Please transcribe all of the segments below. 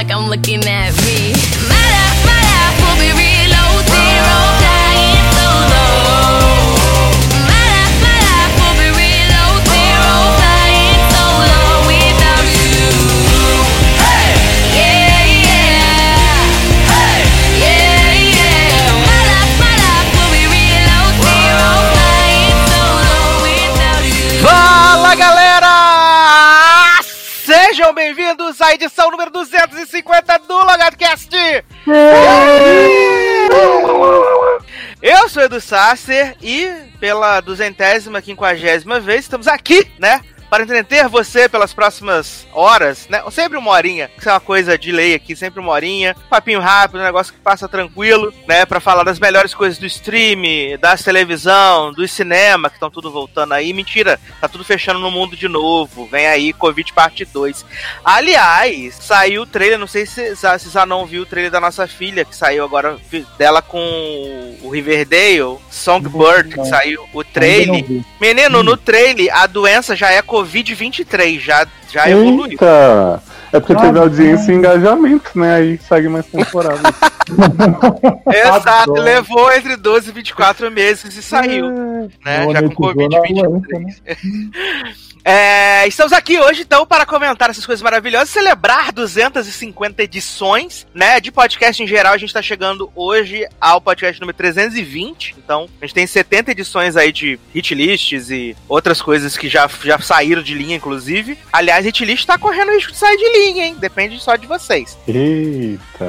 like I'm looking at me. My life will be real, 0, flying solo. My life will be real, 0, flying solo without you. Hey, yeah, yeah. Hey, yeah, yeah. My life will be real, 0, flying solo without you. Fala, galera! Sejam bem-vindos à edição número 250 do LogadoCast! Eu sou Edu Sasser e pela 250ª vez estamos aqui, né? Para entreter você pelas próximas horas, né? Sempre uma horinha, que é uma coisa de lei aqui, sempre uma horinha. Papinho rápido, um negócio que passa tranquilo, né? Pra falar das melhores coisas do stream, das televisão, do cinema, que estão tudo voltando aí. Mentira, tá tudo fechando no mundo de novo. Vem aí, Covid parte 2. Aliás, saiu o trailer, não sei se já não viu o trailer da nossa filha, que saiu agora, dela com o Riverdale, Songbird, que saiu o trailer. Menino, no trailer, a doença já é Covid-23, já evoluiu. Eita! É porque teve audiência e engajamento, né? Aí segue mais temporada. Exato, levou entre 12 e 24 meses e saiu, né? Já com Covid-23. Estamos aqui hoje, então, para comentar essas coisas maravilhosas, celebrar 250 edições, né, de podcast em geral. A gente tá chegando hoje ao podcast número 320, então a gente tem 70 edições aí de hitlists e outras coisas que já saíram de linha, inclusive. Aliás, hitlist tá correndo risco de sair de linha, hein, depende só de vocês. Eita!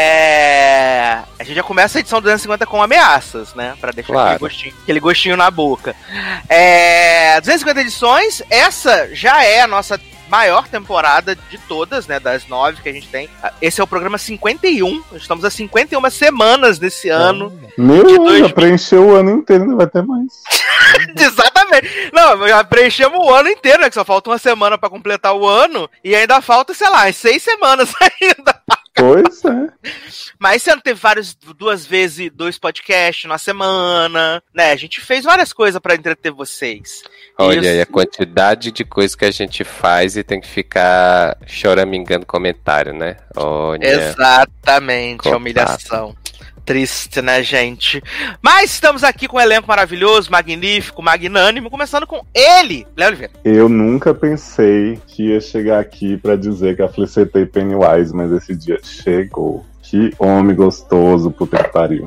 A gente já começa a edição 250 com ameaças, né, pra deixar aquele gostinho na boca. 250 edições, essa já é a nossa maior temporada de todas, né, das 9 que a gente tem. Esse é o programa 51, estamos há 51 semanas nesse ano. Já preencheu o ano inteiro, não vai ter mais. Exatamente. Não, já preenchemos o ano inteiro, né, que só falta uma semana pra completar o ano, e ainda falta, sei lá, 6 semanas ainda. Pois é. Mas esse ano teve 2 vezes 2 podcasts na semana, né? A gente fez várias coisas pra entreter vocês. Olha aí a quantidade de coisa que a gente faz e tem que ficar choramingando comentário, né? Olha. Exatamente, a humilhação. Triste, né, gente? Mas estamos aqui com um elenco maravilhoso, magnífico, magnânimo, começando com ele, Léo Oliveira. Eu nunca pensei que ia chegar aqui pra dizer que aflicetei Pennywise, mas esse dia chegou. Que homem gostoso, puta que pariu.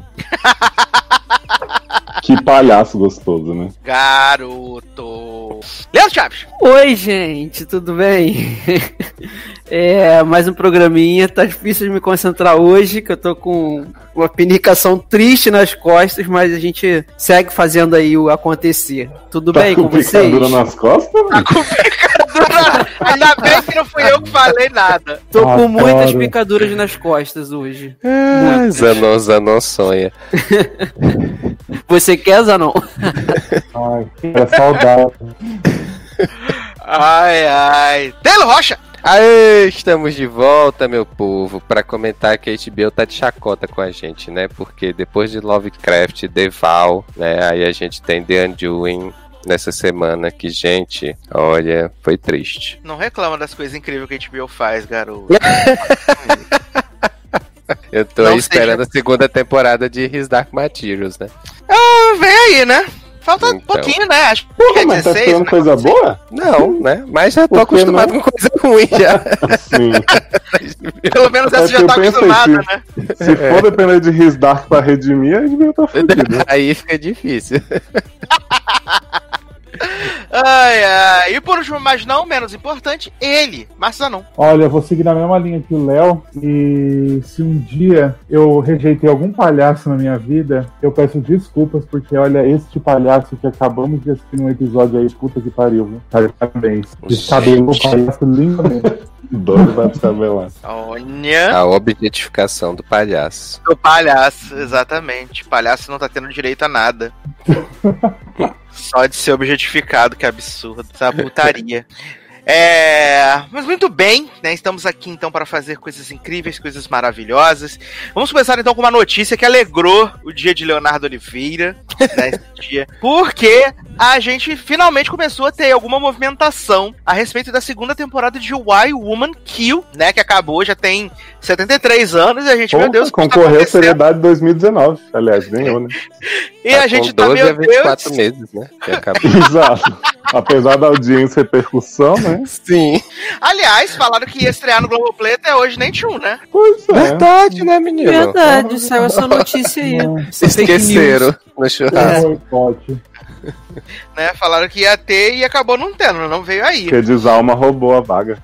Que palhaço gostoso, né? Garoto. Leandro Chaves. Oi, gente, tudo bem? Mais um programinha. Tá difícil de me concentrar hoje, que eu tô com uma pinicação triste nas costas, mas a gente segue fazendo aí o acontecer. Tudo bem com vocês? Tá com picadura nas costas? Tá com picadura. Ainda bem que não fui eu que falei nada. Tô com muitas picaduras nas costas hoje. Zanon sonha. Você quer, Zanon? Ai, é saudável. Ai. Delo Rocha! Aê, estamos de volta, meu povo, para comentar que a HBO tá de chacota com a gente, né? Porque depois de Lovecraft, The Val, né? Aí a gente tem The Undoing nessa semana que, gente, olha, foi triste. Não reclama das coisas incríveis que a HBO faz, garoto. Eu tô esperando a segunda temporada de His Dark Materials, né? Vem aí, né? Falta um pouquinho, né? Acho que é mas 16, tá esperando né? coisa boa? Não, né? Mas já tô acostumado com coisa ruim já. Sim. Pelo menos essa já tá acostumada, né? Se for depender de His Dark pra redimir, a gente vai estar fudido. Aí fica difícil. Ai. E por último, mas não menos importante, ele, Márcio Zanon. Olha, eu vou seguir na mesma linha que o Léo, e se um dia eu rejeitei algum palhaço na minha vida, eu peço desculpas, porque olha, este palhaço que acabamos de assistir num episódio aí, puta que pariu, viu? Parabéns. Descabelou o palhaço lindamente. Doido vai descabelar. Olha. A objetificação do palhaço. Do palhaço, exatamente. Palhaço não tá tendo direito a nada. Só de ser objetificado, que absurdo. Essa putaria. Mas muito bem, né? Estamos aqui então para fazer coisas incríveis, coisas maravilhosas. Vamos começar então com uma notícia que alegrou o dia de Leonardo Oliveira, né, esse dia, porque a gente finalmente começou a ter alguma movimentação a respeito da segunda temporada de Why Woman Kill, né? Que acabou, já tem 73 anos e a gente, meu Deus, o que está concorreu à acontecendo? seriedade 2019. Aliás, ganhou, né? E a gente tá, 12 meu a 24 Deus. meses, né? Que acabou. Exato. Apesar da audiência e repercussão, né? Sim. Aliás, falaram que ia estrear no Globoplay até hoje, nem tinha, né? Pois é. Verdade, né, menino? Verdade, saiu essa notícia aí. Essa fake Esqueceram news. no churrasco. Boicote. Né? Falaram que ia ter e acabou não tendo, não veio aí. Porque Djalma roubou a vaga.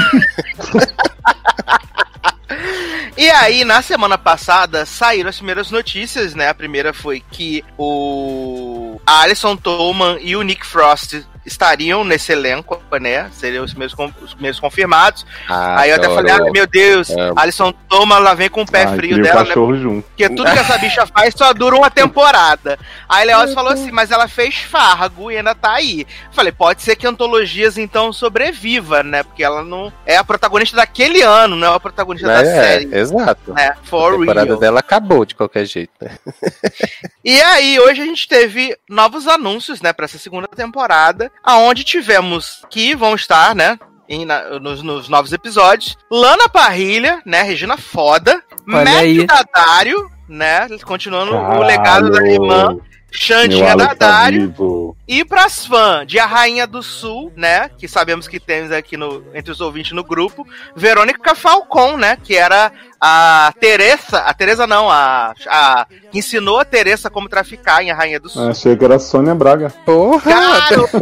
E aí, na semana passada, saíram as primeiras notícias, né? A primeira foi que o Alison Tolman e o Nick Frost estariam nesse elenco, né? Seriam os primeiros confirmados. Aí eu até falei, meu Deus, Alison Tolman, ela vem com o pé frio queria dela, o cachorro junto. porque tudo que essa bicha faz só dura uma temporada. Aí Leoz falou assim, mas ela fez Fargo e ainda tá aí. Eu falei, pode ser que Antologias então sobreviva, né? Porque ela não é a protagonista daquele ano, não é a protagonista da série. Exato. Né? A For temporada real. dela acabou de qualquer jeito, né? E aí, hoje a gente teve novos anúncios, né, pra essa segunda temporada, aonde tivemos que vão estar, né, nos novos episódios, Lana Parrilha, né, Regina Foda, aí. Matthew Daddario, né, continuando o Caralho. legado da irmã, Xandinha Meu Alex tá Daddario. vivo. E pras fãs de A Rainha do Sul, né, que sabemos que temos aqui entre os ouvintes no grupo, Verônica Falcon, né, que era a Teresa não, a que ensinou a Teresa como traficar em A Rainha do Sul. Achei que era Sônia Braga. Porra! Garoto!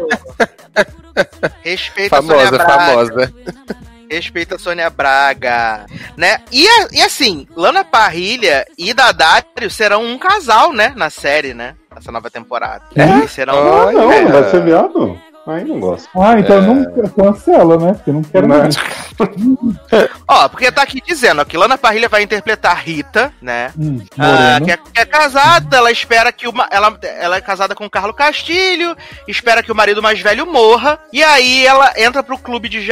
Respeita a Sônia Braga. Famosa. Respeita a Sônia Braga, né? E assim, Lana Parrilha e Daddario serão um casal, né, na série, né? Essa nova temporada. Eles serão Ah, não vai ser viado? Aí não gosto. Então não cancela, né? Porque eu não quero mais. Ó, porque tá aqui dizendo ó, que Lana Parrilha vai interpretar Rita, né? Moreno. Que é casada, ela espera que ela é casada com Carlo Castilho, espera que o marido mais velho morra, e aí ela entra pro clube de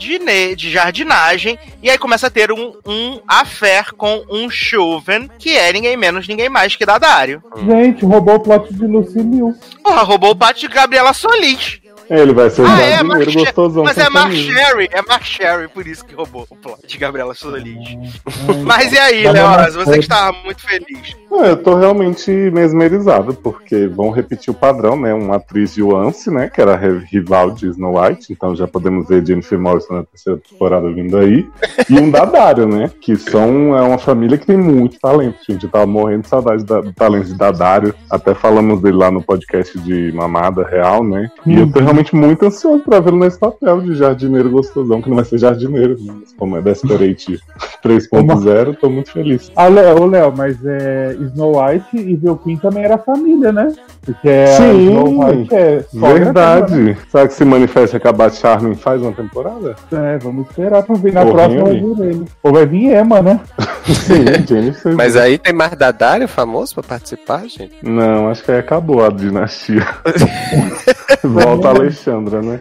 jardinagem, e aí começa a ter um affair com um Chauvin, que é ninguém menos, ninguém mais que Daddario. Gente, roubou o plot de Lucy Liu. Porra, roubou o pato de Gabriela Solis. Ele vai ser o Mark jardineiro Sherry. gostosão. Mas sem é Mark camisa. Sherry, por isso que roubou o plot de Gabriela Solis. Ai, Mas e aí, Tá Leoz, bom, você que estava muito feliz. Eu tô realmente mesmerizado, porque vão repetir o padrão, né? Uma atriz de Once, né? Que era rival de Snow White, então já podemos ver Jennifer Morrison na terceira temporada vindo aí. E um Daddario, né? Que é uma família que tem muito talento, gente. Eu tava morrendo de saudade do talento de Daddario. Até falamos dele lá no podcast de Mamada Real, né? E eu tô realmente muito ansioso pra vê-lo nesse papel de jardineiro gostosão, que não vai ser jardineiro, mas como é Desperate 3.0, tô muito feliz. Léo, mas Snow White e Velquim também era família, né? Porque a Snow White é sogra Verdade. dela, né? Será que se manifesta que a Bat-Charmin faz uma temporada? Vamos esperar pra ver na Ou próxima vai Henry. vir ele. Ou vai vir Emma, né? Sim, Jennifer. Mas aí tem mais Daddario famoso pra participar, gente? Não, acho que aí acabou a dinastia. Volta a Alexandra, né?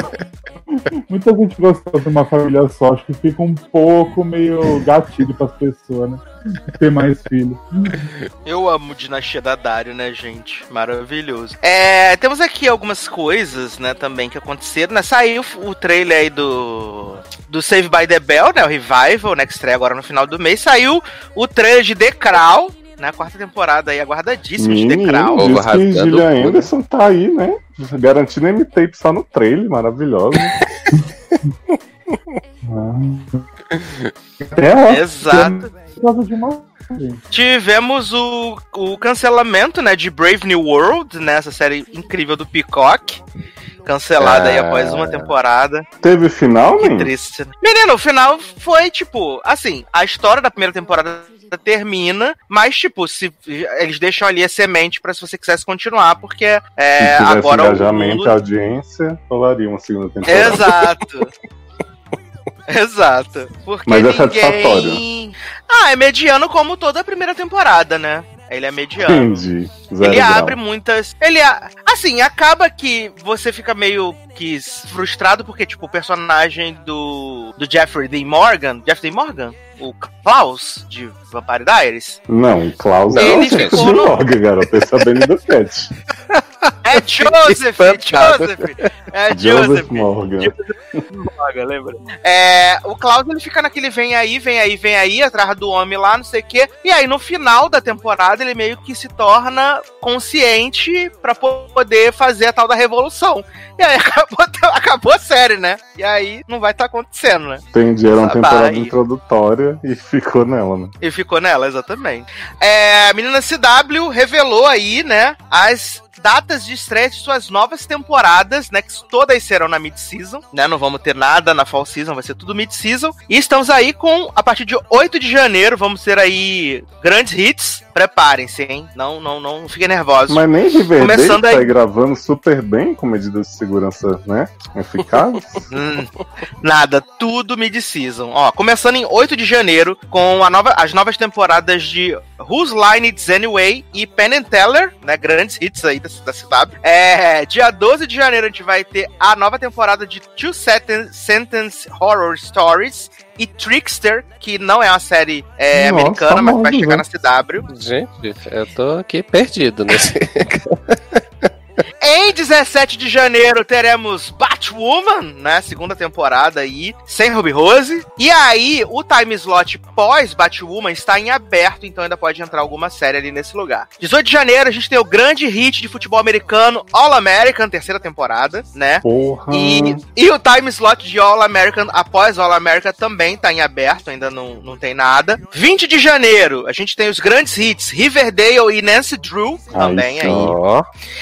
Muita gente gostou de uma família só, acho que fica um pouco meio gatilho pras pessoas, né? Ter mais filho. Eu amo Dinastia Daddario, né, gente? Maravilhoso. Temos aqui algumas coisas, né, também que aconteceram, né? Saiu o trailer aí do Saved by the Bell, né? O Revival, né? Que estreia agora no final do mês. Saiu o trailer de The Crown, né? A quarta temporada aí, aguardadíssima de The Crown. Diz que rasgando Gillian tudo. Anderson tá aí, né? Garantindo M-Tape só no trailer, maravilhoso. Exato. Por causa de uma... gente. Tivemos o cancelamento, né, de Brave New World, né? Essa série incrível do Peacock. Cancelada aí após uma temporada. Teve final, Que né? triste. Menino, o final foi, tipo, assim, a história da primeira temporada termina, mas, tipo, se eles deixam ali a semente pra se você quisesse continuar, porque Se tivesse agora engajamento o e audiência, rolaria uma segunda temporada. Exato. Exato. Porque Mas é ninguém... satisfatório. É mediano como toda a primeira temporada, né? Ele é mediano. Entendi. Zero Ele grau. abre muitas. Assim, acaba que você fica meio que frustrado, porque, tipo, o personagem do Jeffrey Dean Morgan. Jeffrey Dean Morgan? O Klaus, de Vampire Diaries. Não, o Klaus Ele é o chefe ficou de no- Morgan, garoto. Esse é bem do Cat. É Joseph! É Joseph Joseph Morgan. Morgan, lembra? O Klaus, ele fica naquele vem aí, atrás do homem lá, não sei o quê. E aí, no final da temporada, ele meio que se torna consciente pra poder fazer a tal da revolução. E aí, acabou a série, né? E aí, não vai estar acontecendo, né? Entendi, era uma temporada Bye. introdutória e ficou nela, né? E ficou nela, exatamente. A menina CW revelou aí, né, as datas de estreia de suas novas temporadas, né, que todas serão na mid-season, né, não vamos ter nada na fall season, vai ser tudo mid-season, e estamos aí com, a partir de 8 de janeiro, vamos ter aí grandes hits, preparem-se, hein, não fiquem nervosos. Mas nem Riverdale Começando tá aí- aí gravando super bem, com medidas de segurança, né, eficazes. Nada, tudo mid-season. Ó, começando em 8 de janeiro com as novas temporadas de Whose Line It's Anyway e Penn and Teller, né, grandes hits aí da CW. Dia 12 de janeiro a gente vai ter a nova temporada de Two Sentence Horror Stories e Trickster, que não é uma série Nossa, americana, mas vai famoso, chegar né? na CW. Gente, eu tô aqui perdido nesse. Em 17 de janeiro teremos Batwoman, né? Segunda temporada aí, sem Ruby Rose. E aí, o time slot pós-Batwoman está em aberto, então ainda pode entrar alguma série ali nesse lugar. 18 de janeiro a gente tem o grande hit de futebol americano, All-American, terceira temporada, né? Porra. E o time slot de All-American após All-American também tá em aberto, ainda não tem nada. 20 de janeiro, a gente tem os grandes hits Riverdale e Nancy Drew também aí. Ó,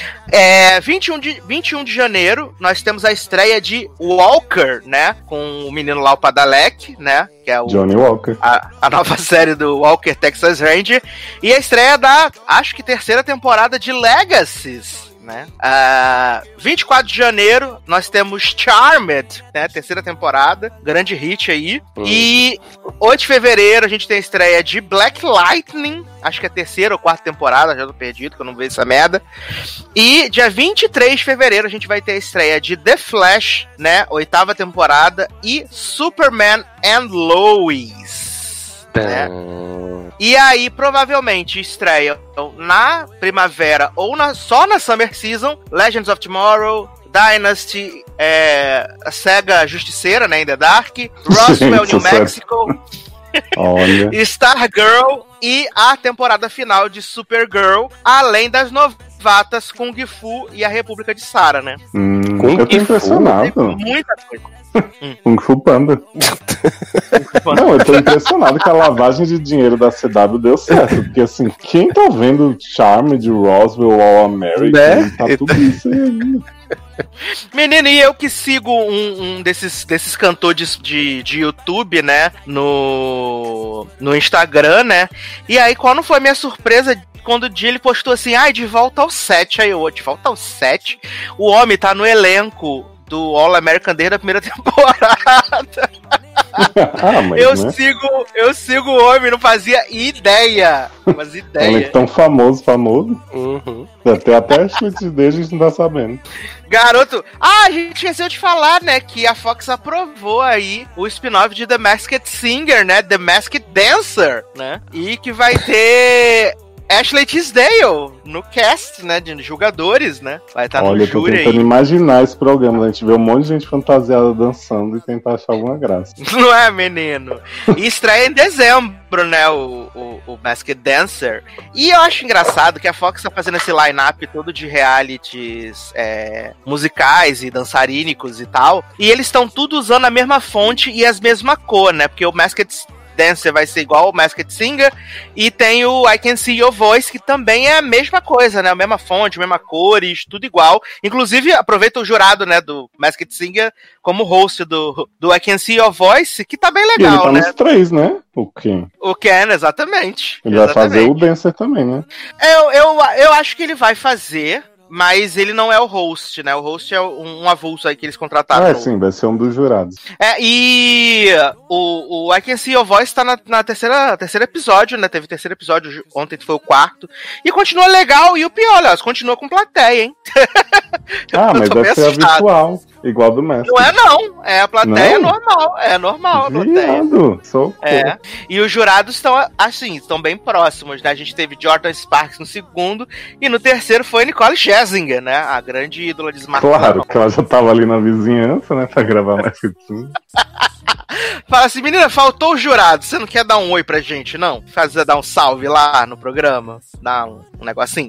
21 de janeiro, nós temos a estreia de Walker, né? Com o menino lá, o Padalek, né? Que é Johnny Walker. a nova série do Walker Texas Ranger. E a estreia da, acho que terceira temporada de Legacies, né? 24 de janeiro, nós temos Charmed, né? Terceira temporada, grande hit aí. E 8 de fevereiro, a gente tem a estreia de Black Lightning, acho que é a terceira ou quarta temporada, já tô perdido, que eu não vejo essa merda. E dia 23 de fevereiro, a gente vai ter a estreia de The Flash, né? Oitava temporada, e Superman and Lois, né? E aí, provavelmente, estreiam na primavera ou só na Summer Season, Legends of Tomorrow, Dynasty, a SEGA Justiceira, né, in the Dark, Roswell, Gente, New sério. Mexico, Olha. Stargirl e a temporada final de Supergirl, além das novatas Kung Fu e a República de Sarah, né? Kung Eu tô Fu? impressionado. Muita coisa. Kung Fu Panda. Não, eu tô impressionado que a lavagem de dinheiro da CW deu certo. Porque assim, quem tá vendo Charmed, Roswell, All American, Né? tá tudo isso aí. Menino, e eu que sigo um desses cantores de YouTube, né? No Instagram, né? E aí, qual não foi a minha surpresa quando o dia ele postou assim, de volta ao set. Aí eu, de volta ao set? O homem tá no elenco do All American desde a primeira temporada. Mas, Eu sigo o homem, não fazia ideia. Mas Olha ideia. que tão famoso. Uhum. Até as tweets dele a gente não tá sabendo. Garoto, a gente esqueceu de falar, né, que a Fox aprovou aí o spin-off de The Masked Singer, né, The Masked Dancer, né, e que vai ter Ashley Tisdale no cast, né, de jogadores, né, vai estar no Olha, eu tô júri tentando aí. imaginar esse programa. A gente vê um monte de gente fantasiada dançando e tentar achar alguma graça. Não é, menino? E estreia em dezembro, né, o Masked Dancer. E eu acho engraçado que a Fox tá fazendo esse line-up todo de realities musicais e dançarínicos e tal. E eles estão tudo usando a mesma fonte e as mesmas cor, né? Porque o Masked Dancer vai ser igual ao Masked Singer. E tem o I Can See Your Voice, que também é a mesma coisa, né? A mesma fonte, mesma cores, tudo igual. Inclusive, aproveita o jurado, né, do Masked Singer como host do I Can See Your Voice, que tá bem E ele legal, tá né? nos três, né? O Ken. O Ken, exatamente. Ele vai fazer o Dancer também, né? Eu acho que ele vai fazer, mas ele não é o host, né? O host é um avulso aí que eles contrataram. Sim, vai ser um dos jurados. E o I Can See Your Voice tá na terceiro episódio, né? Teve o terceiro episódio, ontem foi o quarto. E continua legal, e o pior, Léo, continua com plateia, hein? Mas deve ser a virtual, igual do Mestre. Não é não, é a plateia normal, é normal a plateia. E os jurados estão, assim, estão bem próximos, né? A gente teve Jordan Sparks no segundo, e no terceiro foi Nicole Scherzinger, né? A grande ídola de Smartphone. Claro, que ela já tava ali na vizinhança, né? Pra gravar mais que Fala assim, menina, faltou o jurado, você não quer dar um oi pra gente, não? Dar um salve lá no programa? Dar um negocinho?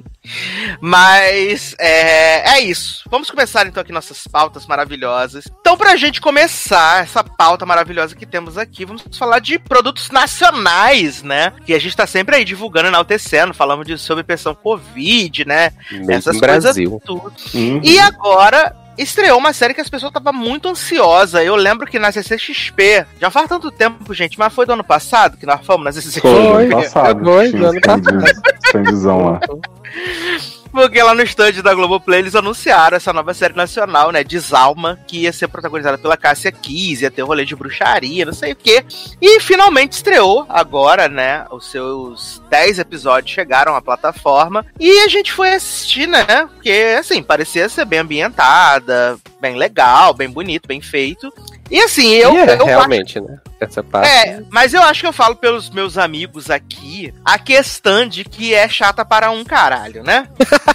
Mas, é isso. Vamos começar, então, aqui nossas pautas maravilhosas. Então, pra gente começar essa pauta maravilhosa que temos aqui, vamos falar de produtos nacionais, né? Que a gente tá sempre aí divulgando, enaltecendo, falamos sobre pressão Covid, né? Essas coisas tudo. E agora estreou uma série que as pessoas estavam muito ansiosas. Eu lembro que na CCXP, já faz tanto tempo, gente, mas foi do ano passado que nós fomos na CCXP? Foi do ano passado. Standzão lá. Porque lá no stand da Globoplay eles anunciaram essa nova série nacional, né, Desalma, que ia ser protagonizada pela Cássia Kiss, ia ter rolê de bruxaria, não sei o quê. E finalmente estreou agora, né, os seus 10 episódios chegaram à plataforma. E a gente foi assistir, né, porque, assim, parecia ser bem ambientada, bem legal, bem bonito, bem feito. E assim, eu realmente, né? Essa parte. Mas eu acho que eu falo pelos meus amigos aqui a questão de que é chata para um caralho, né?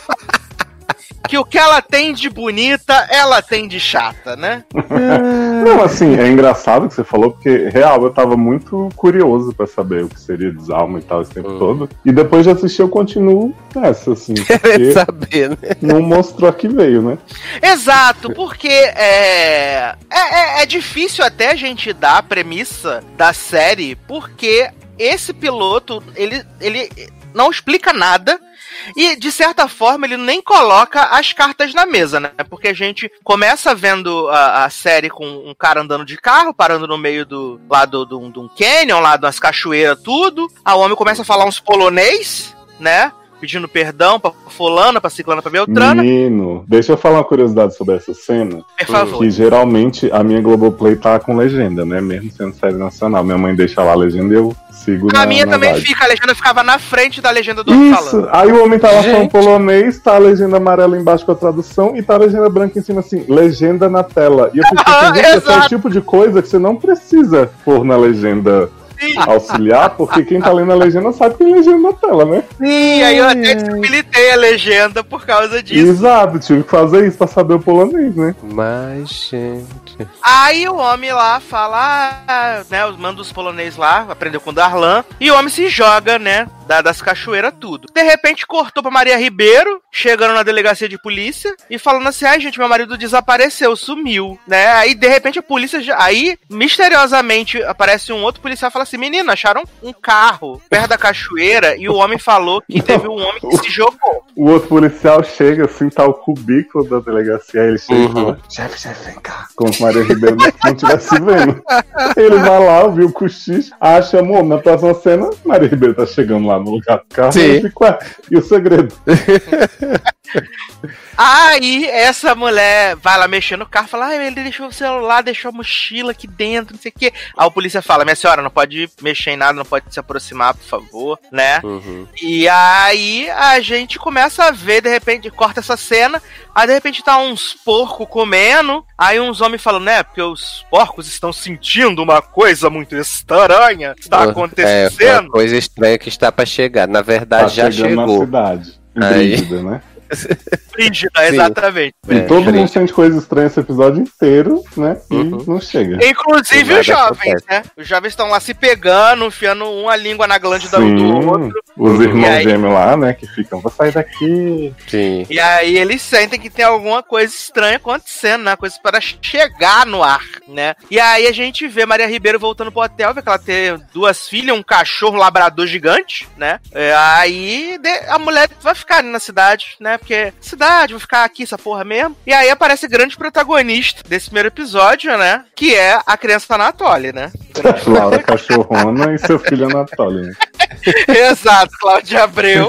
Que o que ela tem de bonita, ela tem de chata, né? Não, assim, é engraçado que você falou, porque, real, eu tava muito curioso pra saber o que seria Desalma e tal esse tempo todo. E depois de assistir, eu continuo nessa, assim. Querendo saber, né? Não mostrou a que veio, né? Exato, porque é difícil até a gente dar a premissa da série, porque esse piloto, ele não explica nada. E, de certa forma, ele nem coloca as cartas na mesa, né? Porque a gente começa vendo a série com um cara andando de carro, parando no meio de um canyon, lá das cachoeiras, tudo. O homem começa a falar uns polonês, né? Pedindo perdão pra fulana, pra ciclana, pra beltrana. Menino, deixa eu falar uma curiosidade sobre essa cena. Por favor. Que geralmente a minha Globoplay tá com legenda, né? Mesmo sendo série nacional. Minha mãe deixa lá a legenda e eu sigo A minha também fica, a legenda ficava na frente da legenda do homem falando. Aí o homem tá lá falando polonês, tá a legenda amarela embaixo com a tradução e tá a legenda branca em cima assim, legenda na tela. E eu fiquei pensando, esse é o tipo de coisa que você não precisa pôr na legenda auxiliar, porque quem tá lendo a legenda sabe que tem legenda na tela, né? Sim, aí eu até desabilitei a legenda por causa disso. Exato, tive que fazer isso pra saber o polonês, né? Mas, gente... Aí o homem lá fala, né, manda os polonês lá, aprendeu com o Darlan, e o homem se joga, né, das cachoeiras tudo. De repente cortou pra Maria Ribeiro, chegando na delegacia de polícia, e falando assim, gente, meu marido desapareceu, sumiu, né? Aí, de repente, a polícia, aí, misteriosamente, aparece um outro policial e fala assim, menino, acharam um carro perto da cachoeira, e o homem falou que teve um homem que se jogou. O outro policial chega, assim, tá o cubículo da delegacia, aí ele chega e fala, chefe, vem cá. Como se Maria Ribeiro não estivesse vendo. Ele vai lá, viu o cochicho, acha, amor, na próxima cena, Maria Ribeiro tá chegando lá no lugar do carro, e o segredo? Aí essa mulher vai lá mexer no carro, fala, ele deixou o celular, deixou a mochila aqui dentro, não sei o que. Aí o polícia fala, minha senhora, não pode mexer em nada, não pode se aproximar, por favor, né? E aí a gente começa a ver, de repente, corta essa cena, aí de repente tá uns porcos comendo, aí uns homens falando, né, porque os porcos estão sentindo uma coisa muito estranha, está acontecendo. É, uma coisa estranha que está pra chegar, na verdade tá já chegou. Na cidade, Brígida, né? Brígida, exatamente. E todo mundo sente coisa estranha esse episódio inteiro, né? E não chega. Inclusive os jovens, né? Os jovens estão lá se pegando, enfiando uma língua na glande do outro. Os irmãos gêmeos lá, né? Que ficam, vou sair daqui. Sim. E aí eles sentem que tem alguma coisa estranha acontecendo, né? Coisa para chegar no ar, né? E aí a gente vê Maria Ribeiro voltando pro hotel, vê que ela tem 2 filhas, um cachorro labrador gigante, né? Aí a mulher vai ficar ali na cidade, né? Porque vou ficar aqui, essa porra mesmo. E aí aparece o grande protagonista desse primeiro episódio, né? Que é a criança Anatoly, né? Laura Cachorrona e seu filho Anatoly, né? Exato, Cláudia Abreu.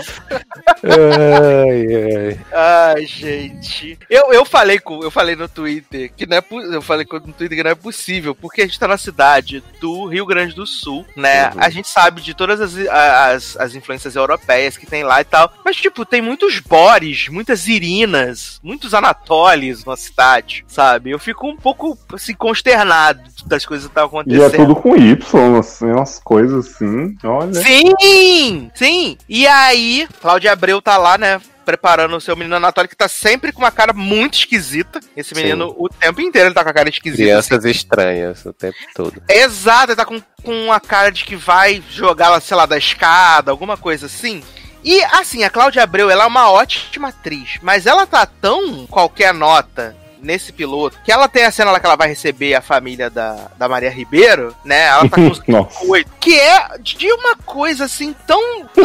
Ai. Gente. Eu falei no Twitter que não é eu falei no Twitter que não é possível, porque a gente tá na cidade do Rio Grande do Sul, né? A gente sabe de todas as influências europeias que tem lá e tal. Mas, tipo, tem muitos Boris, muitas Irinas, muitos Anatolis na cidade, sabe? Eu fico um pouco, assim, consternado das coisas que estão acontecendo. E é tudo com Y, assim, umas coisas assim, olha. Sim! Sim! E aí, Cláudia Abreu tá lá, né? Preparando o seu menino Anatoly, que tá sempre com uma cara muito esquisita. Esse menino, o tempo inteiro, ele tá com a cara esquisita. Crianças estranhas o tempo todo. Exato, ele tá com uma cara de que vai jogar, sei lá, da escada, alguma coisa assim. E, assim, a Cláudia Abreu, ela é uma ótima atriz, mas ela tá tão qualquer nota nesse piloto, que ela tem a cena lá que ela vai receber a família da Maria Ribeiro, né? Ela tá com uns 8, que é de uma coisa, assim, tão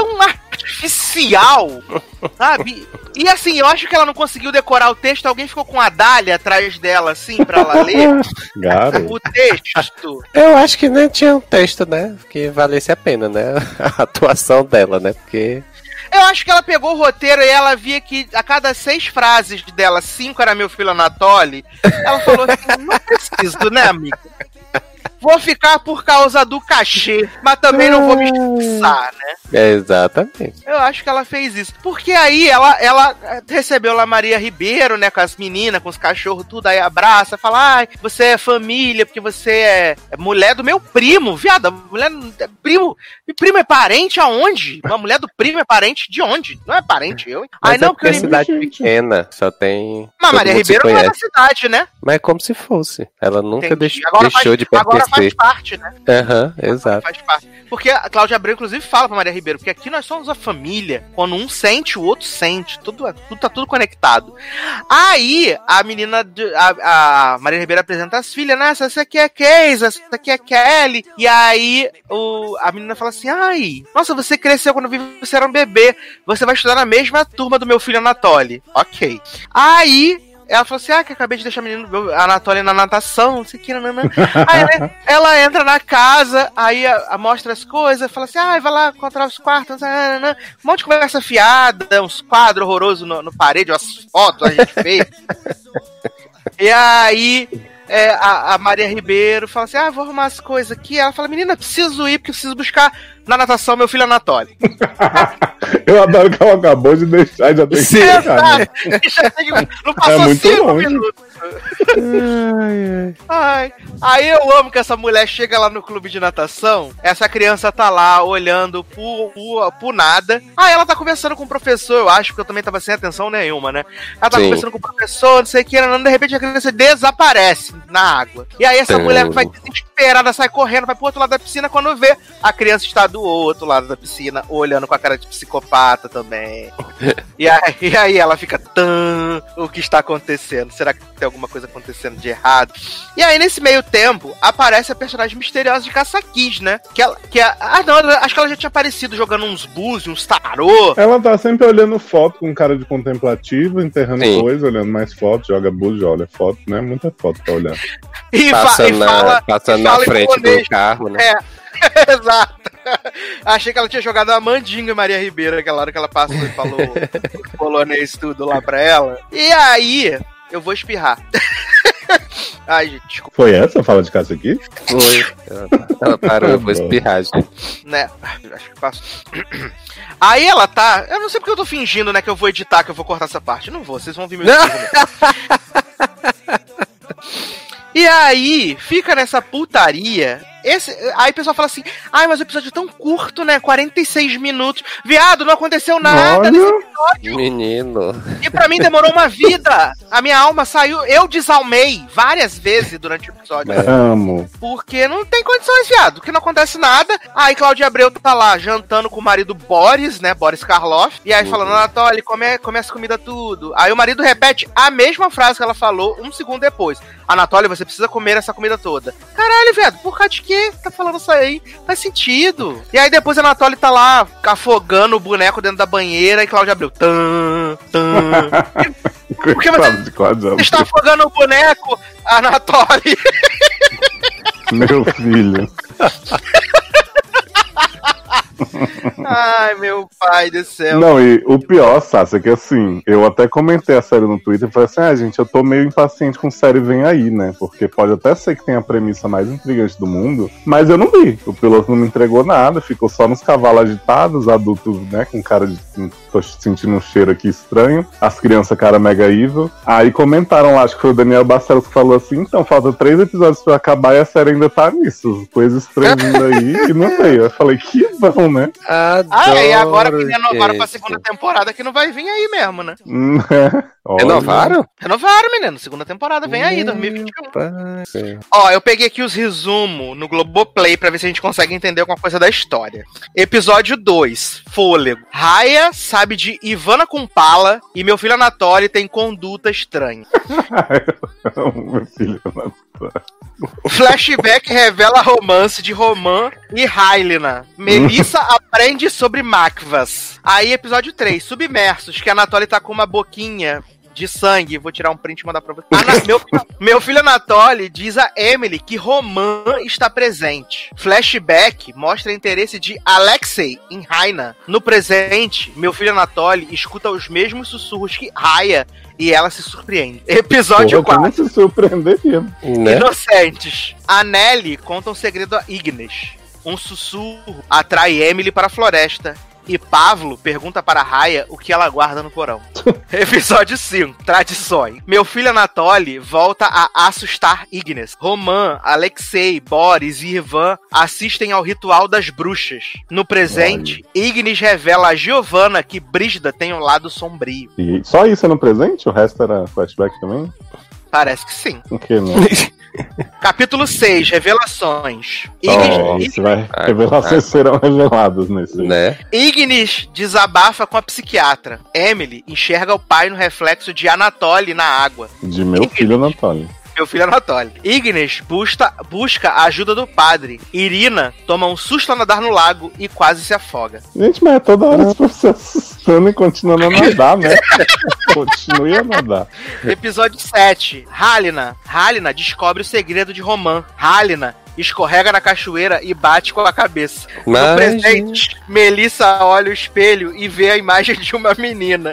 artificial, sabe? E, assim, eu acho que ela não conseguiu decorar o texto, alguém ficou com a dália atrás dela, assim, pra ela ler o texto. Eu acho que nem tinha um texto, né? Que valesse a pena, né? A atuação dela, né? Porque... Eu acho que ela pegou o roteiro e ela via que a cada 6 frases dela, 5 era meu filho Anatoly. Ela falou assim, não preciso, né, amiga? Vou ficar por causa do cachê, mas também não vou me estressar, né? Exatamente. Eu acho que ela fez isso. Porque aí ela recebeu lá Maria Ribeiro, né, com as meninas, com os cachorros, tudo, aí abraça, fala, ai, você é família, porque você é mulher do meu primo, viado, mulher primo é parente aonde? Uma mulher do primo é parente de onde? Não é parente, eu, hein? Mas Ai, não, porque é cidade pequena, só tem... Mas Maria Ribeiro não é da cidade, né? Mas é como se fosse. Ela nunca deixou de pertencer. Agora faz parte, né? Aham, exato. Faz parte. Porque a Cláudia Abreu, inclusive, fala pra Maria Ribeiro, porque aqui nós somos a família. Quando um sente, o outro sente. Tá tudo conectado. Aí, a menina, a Maria Ribeiro apresenta as filhas, né? Essa aqui é Keisa, essa aqui é Kelly. E aí, a menina fala assim, ai, nossa, você cresceu quando você era um bebê. Você vai estudar na mesma turma do meu filho Anatoly. Ok. Aí... ela falou assim, que acabei de deixar o menino Anatoly na natação, não sei o que, nanana. Aí ela entra na casa, aí mostra as coisas, fala assim, vai lá encontrar os quartos, nanana. Um monte de conversa fiada, uns quadros horrorosos no parede, umas fotos a gente fez. E aí... a Maria Ribeiro fala assim, vou arrumar as coisas aqui. Ela fala, menina, preciso ir, porque preciso buscar na natação meu filho Anatoly. Eu adoro que ela acabou de deixar, já tem que deixar, né? Não passou 5 minutos. Aí eu amo que essa mulher chega lá no clube de natação, essa criança tá lá olhando por nada. Ela tá conversando com o professor, eu acho, porque eu também tava sem atenção nenhuma, né? Ela tá conversando com o professor, não sei o que, de repente a criança desaparece na água. E aí essa mulher vai desesperada, sai correndo, vai pro outro lado da piscina, quando vê, a criança está do outro lado da piscina, olhando com a cara de psicopata também. E aí ela fica, o que está acontecendo? Será que tem alguma coisa acontecendo de errado? E aí, nesse meio tempo, aparece a personagem misteriosa de Caça-Kiss, né? Acho que ela já tinha aparecido jogando uns búzios, uns tarô. Ela tá sempre olhando foto com cara de contemplativo, enterrando coisa, olhando mais fotos, joga búzio, olha foto, né? Muita foto pra olhar. Passando na frente do carro, né? Exato. Achei que ela tinha jogado a Mandinga e Maria Ribeiro aquela hora que ela passou e falou polonês tudo lá pra ela. E aí, eu vou espirrar. Ai, gente, desculpa. Foi essa a fala de casa aqui? Foi. Ela parou, eu vou espirrar, gente. Né? Acho que passou. Aí ela tá... Eu não sei porque eu tô fingindo, né, que eu vou editar, que eu vou cortar essa parte. Não vou, vocês vão ver meu E aí, fica nessa putaria. Aí o pessoal fala assim, mas o episódio é tão curto, né? 46 minutos. Viado, não aconteceu nada nesse episódio. Menino. E pra mim demorou uma vida. A minha alma saiu, eu desalmei várias vezes durante o episódio. Amo. Porque não tem condições, viado. Porque não acontece nada. Aí Cláudia Abreu tá lá jantando com o marido Boris, né? Boris Karloff. E aí falando, Anatoly, come essa comida tudo. Aí o marido repete a mesma frase que ela falou 1 segundo depois. Anatoly, você precisa comer essa comida toda. Caralho, viado, por causa de quê? Tá falando isso aí? Faz sentido. E aí depois a Anatoly tá lá afogando o boneco dentro da banheira e Cláudia Abreu. Porque você está afogando o boneco, Anatoly. Meu filho. Ai, meu pai do céu. Não, e o pior, Sassi, é que assim, eu até comentei a série no Twitter e falei assim, gente, eu tô meio impaciente com série Vem Aí, né? Porque pode até ser que tenha a premissa mais intrigante do mundo, mas eu não vi. O piloto não me entregou nada, ficou só nos cavalos agitados, adultos, né, com cara de... tô sentindo um cheiro aqui estranho, as crianças cara mega evil. Aí comentaram lá, acho que foi o Daniel Barcelos que falou assim, então, falta 3 episódios pra acabar e a série ainda tá nisso, coisas estranhas vindo aí, e não veio. Eu falei, que bom, né? E agora que renovaram pra segunda temporada, que não vai vir aí mesmo, né? Olha. Renovaram? Renovaram, menino. Segunda temporada vem aí, 2021. Ó, eu peguei aqui os resumos no Globoplay pra ver se a gente consegue entender alguma coisa da história. Episódio 2, Fôlego. Raya sabe de Ivana Kumpala e meu filho Anatoly tem conduta estranha. Eu amo meu filho Anatoly. Flashback revela romance de Roman e Hylena. Melissa aprende sobre Makvas. Aí, episódio 3, Submersos, que Anatoly tá com uma boquinha de sangue. Vou tirar um print e mandar pra você. Meu filho Anatoly diz a Emily que Roman está presente. Flashback mostra interesse de Alexei em Raina. No presente, meu filho Anatoly escuta os mesmos sussurros que Raya e ela se surpreende. Episódio 4. Como se surpreenderia, Né? Inocentes. A Nelly conta um segredo a Ignis. Um sussurro atrai Emily para a floresta. E Pavlo pergunta para Raya o que ela guarda no porão. Episódio 5, Tradições. Meu filho Anatoly volta a assustar Ignis. Roman, Alexei, Boris e Ivan assistem ao ritual das bruxas. No presente, Ignis revela a Giovanna que Brígida tem um lado sombrio. E só isso é no presente? O resto era flashback também? Parece que sim. O que não? Capítulo 6, Revelações. Revelações serão reveladas nesse. Né? Ignis desabafa com a psiquiatra. Emily enxerga o pai no reflexo de Anatoly na água. De meu filho Anatoly. Meu filho Anatoly. Ignis busca a ajuda do padre. Irina toma um susto ao nadar no lago e quase se afoga. Gente, mas é toda hora se assustando e continuando a nadar, né? Continue a nadar. Episódio 7. Hylena descobre o segredo de Roman. Hylena escorrega na cachoeira e bate com a cabeça. No presente, Melissa olha o espelho e vê a imagem de uma menina.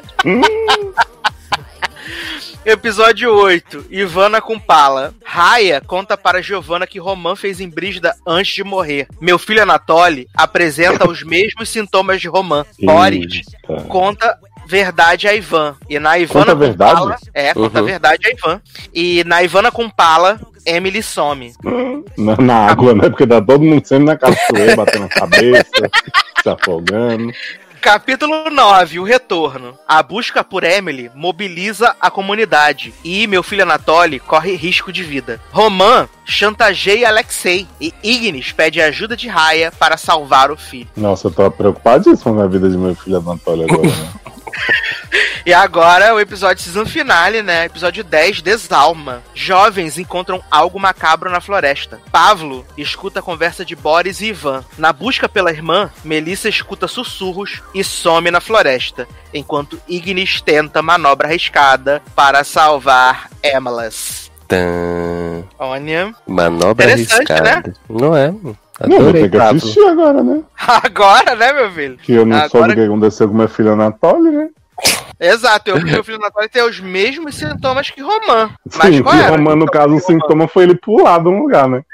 Episódio 8, Ivana Kumpala. Raya conta para Giovanna que Roman fez em Brígida antes de morrer. Meu filho Anatoly apresenta os mesmos sintomas de Roman. Boris conta verdade a Ivan. E na Ivana Conta Kumpala... conta verdade a Ivan. E na Ivana Kumpala, Emily some. Na água, né? Porque dá todo mundo sempre na cachoeira, batendo a cabeça, se afogando. Capítulo 9, o retorno. A busca por Emily mobiliza a comunidade e meu filho Anatoly corre risco de vida. Roman chantageia Alexei e Ignis pede ajuda de Raya para salvar o filho. Nossa, eu tô preocupadíssimo com a vida de meu filho Anatoly agora, né? E agora o episódio season finale, né? Episódio 10, Desalma. Jovens encontram algo macabro na floresta. Pavlo escuta a conversa de Boris e Ivan. Na busca pela irmã, Melissa escuta sussurros e some na floresta, enquanto Ignis tenta manobra arriscada para salvar Emilas. Olha. Manobra arriscada. Né? Não é? Não, vou ter que assistir agora, né? Agora, né, meu filho? Que eu não soube o que aconteceu com meu filho Anatoly, né? Exato, meu filho Anatoly tem os mesmos sintomas que Roman. Sim, que Roman, no caso, o sintoma foi ele pular de um lugar, né?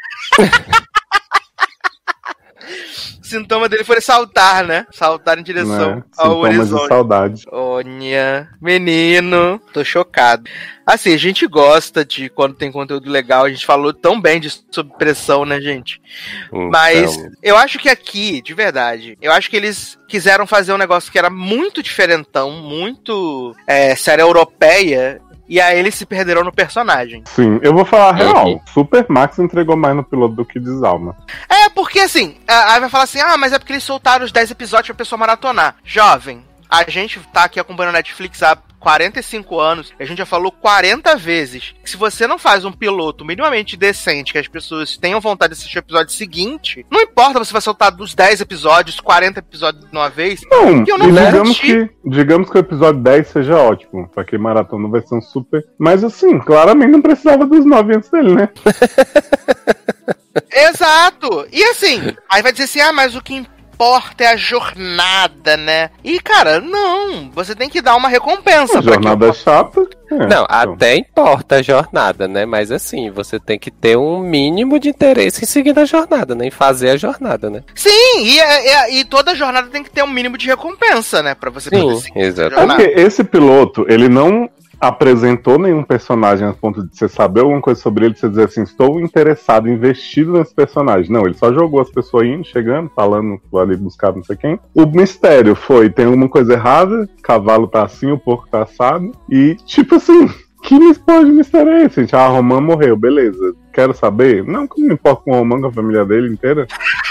O sintoma dele foi saltar, né? Saltar em direção ao horizonte. De saudade. Olha, menino, tô chocado. Assim, a gente gosta de quando tem conteúdo legal, a gente falou tão bem de sob pressão, né, gente? Então... Mas eu acho que aqui, de verdade, eu acho que eles quiseram fazer um negócio que era muito diferentão, muito série europeia. E aí eles se perderam no personagem. Sim, eu vou falar a real. Super Max entregou mais no piloto do que Desalma. Porque assim, aí vai falar assim, mas é porque eles soltaram os 10 episódios pra pessoa maratonar. Jovem, a gente tá aqui acompanhando a Netflix há 45 anos, a gente já falou 40 vezes que se você não faz um piloto minimamente decente, que as pessoas tenham vontade de assistir o episódio seguinte, não importa você vai soltar dos 10 episódios, 40 episódios de uma vez, não, que eu não digamos que o episódio 10 seja ótimo, pra quem maratona vai ser um super... Mas assim, claramente não precisava dos 9 antes dele, né? Exato! E assim, aí vai dizer assim, mas o que importa é a jornada, né? E, cara, não. Você tem que dar uma recompensa. A jornada é chata. Não, então. até importa a jornada, né? Mas assim, você tem que ter um mínimo de interesse em seguir a jornada, né? Em fazer a jornada, né? Sim, e toda jornada tem que ter um mínimo de recompensa, né? Pra você poder seguir essa exatamente. jornada. Porque esse piloto, ele não apresentou nenhum personagem a ponto de você saber alguma coisa sobre ele, de você dizer assim, estou interessado, investido nesse personagem. Não, ele só jogou as pessoas indo, chegando, falando, vou ali buscar não sei quem. O mistério foi, tem alguma coisa errada, cavalo tá assim, o porco tá assado, e tipo assim, que mistério é esse, gente? Ah, a Romã morreu, beleza. Quero saber? Não, que não importa com o Romã, com a família dele inteira.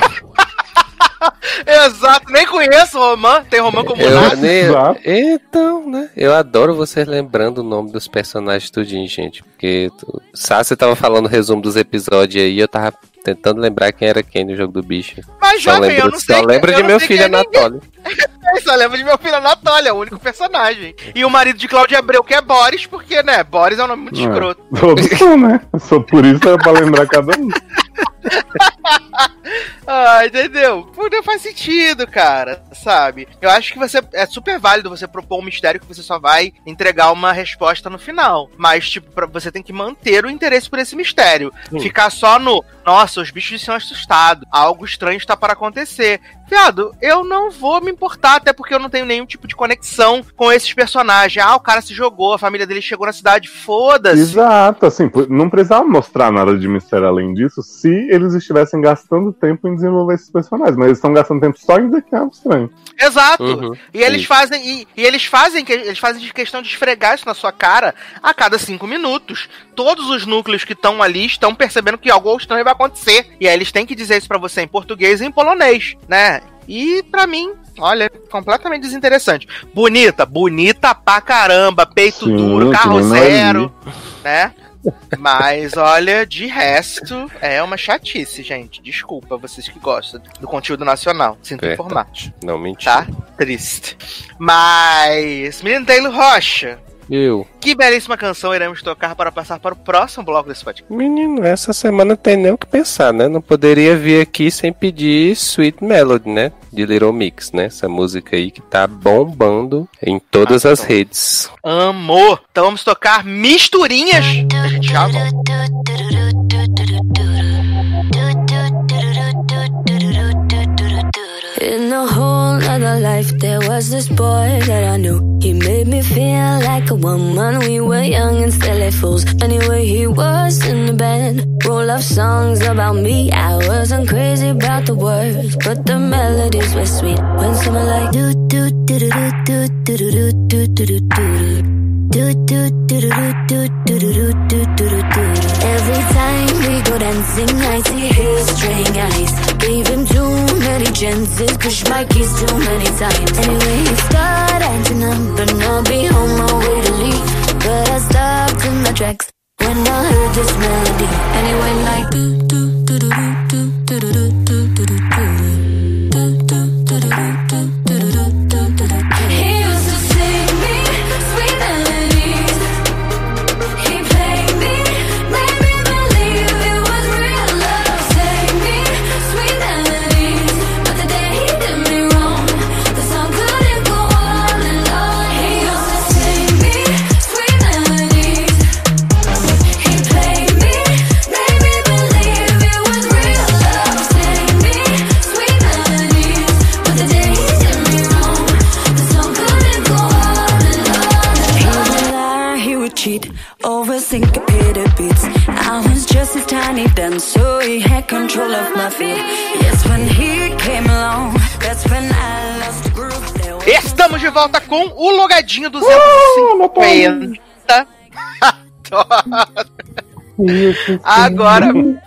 Exato, nem conheço o Romã, tem Romã como nada. Exato. Então, né? Eu adoro vocês lembrando o nome dos personagens tudinho, gente. Porque você tava falando o resumo dos episódios aí, eu tava tentando lembrar quem era quem no Jogo do Bicho. Mas, jovem, eu não sei. Só lembro de meu filho Anatólio. Eu só lembro de meu filho Anatólio, é o único personagem. E o marido de Cláudia Abreu, que é Boris, porque, né, Boris é um nome muito escroto. Todos são, né? Só por isso é pra lembrar cada um. Ah, entendeu? Não faz sentido, cara, sabe? Eu acho que é super válido você propor um mistério que você só vai entregar uma resposta no final. Mas, tipo, você tem que manter o interesse por esse mistério. Ficar só no, nossa, os bichos estão assustados, algo estranho está para acontecer. Viado, eu não vou me importar, até porque eu não tenho nenhum tipo de conexão com esses personagens. Ah, o cara se jogou, a família dele chegou na cidade, foda-se. Exato, assim, não precisava mostrar nada de mistério além disso se eles estivessem gastando tempo em desenvolver esses personagens, mas eles estão gastando tempo só em dizer que é algo estranho. Exato. Uhum. E eles fazem eles fazem de questão de esfregar isso na sua cara a cada 5 minutos. Todos os núcleos que estão ali estão percebendo que algo estranho vai acontecer. E aí eles têm que dizer isso pra você em português e em polonês, né? E pra mim, olha, completamente desinteressante. Bonita pra caramba, peito Sim, duro, carro que nem zero, né? Mas, olha, de resto, é uma chatice, gente. Desculpa, vocês que gostam do conteúdo nacional. Sinto informar. Não menti. Tá? Triste. Mas, menino Taylor Rocha, que belíssima canção iremos tocar para passar para o próximo bloco desse podcast? Menino, essa semana tem nem o que pensar, né? Não poderia vir aqui sem pedir Sweet Melody, né? De Little Mix, né? Essa música aí que tá bombando em todas as redes. Amor! Então vamos tocar Misturinhas. A gente já volta. In a whole other life, there was this boy that I knew. He made me feel like a woman. We were young and silly fools. Anyway, he was in the band. Roll of songs about me. I wasn't crazy about the words, but the melodies were sweet. When someone like do do do do do do do do do do do. Every time we go dancing, I see his string eyes. Gave him too many chances, pushed my keys too many times. Anyway, he started acting up, but I'll be on my way to leave. But I stopped in my tracks when I heard this melody. Anyway, like do do do do do do do do do do do. Syncopated beats. I was just as tiny then, so he had control of my feet. Yes, when he came along, that's when I lost the groove. Estamos de volta com o Logadinho 250. Agora,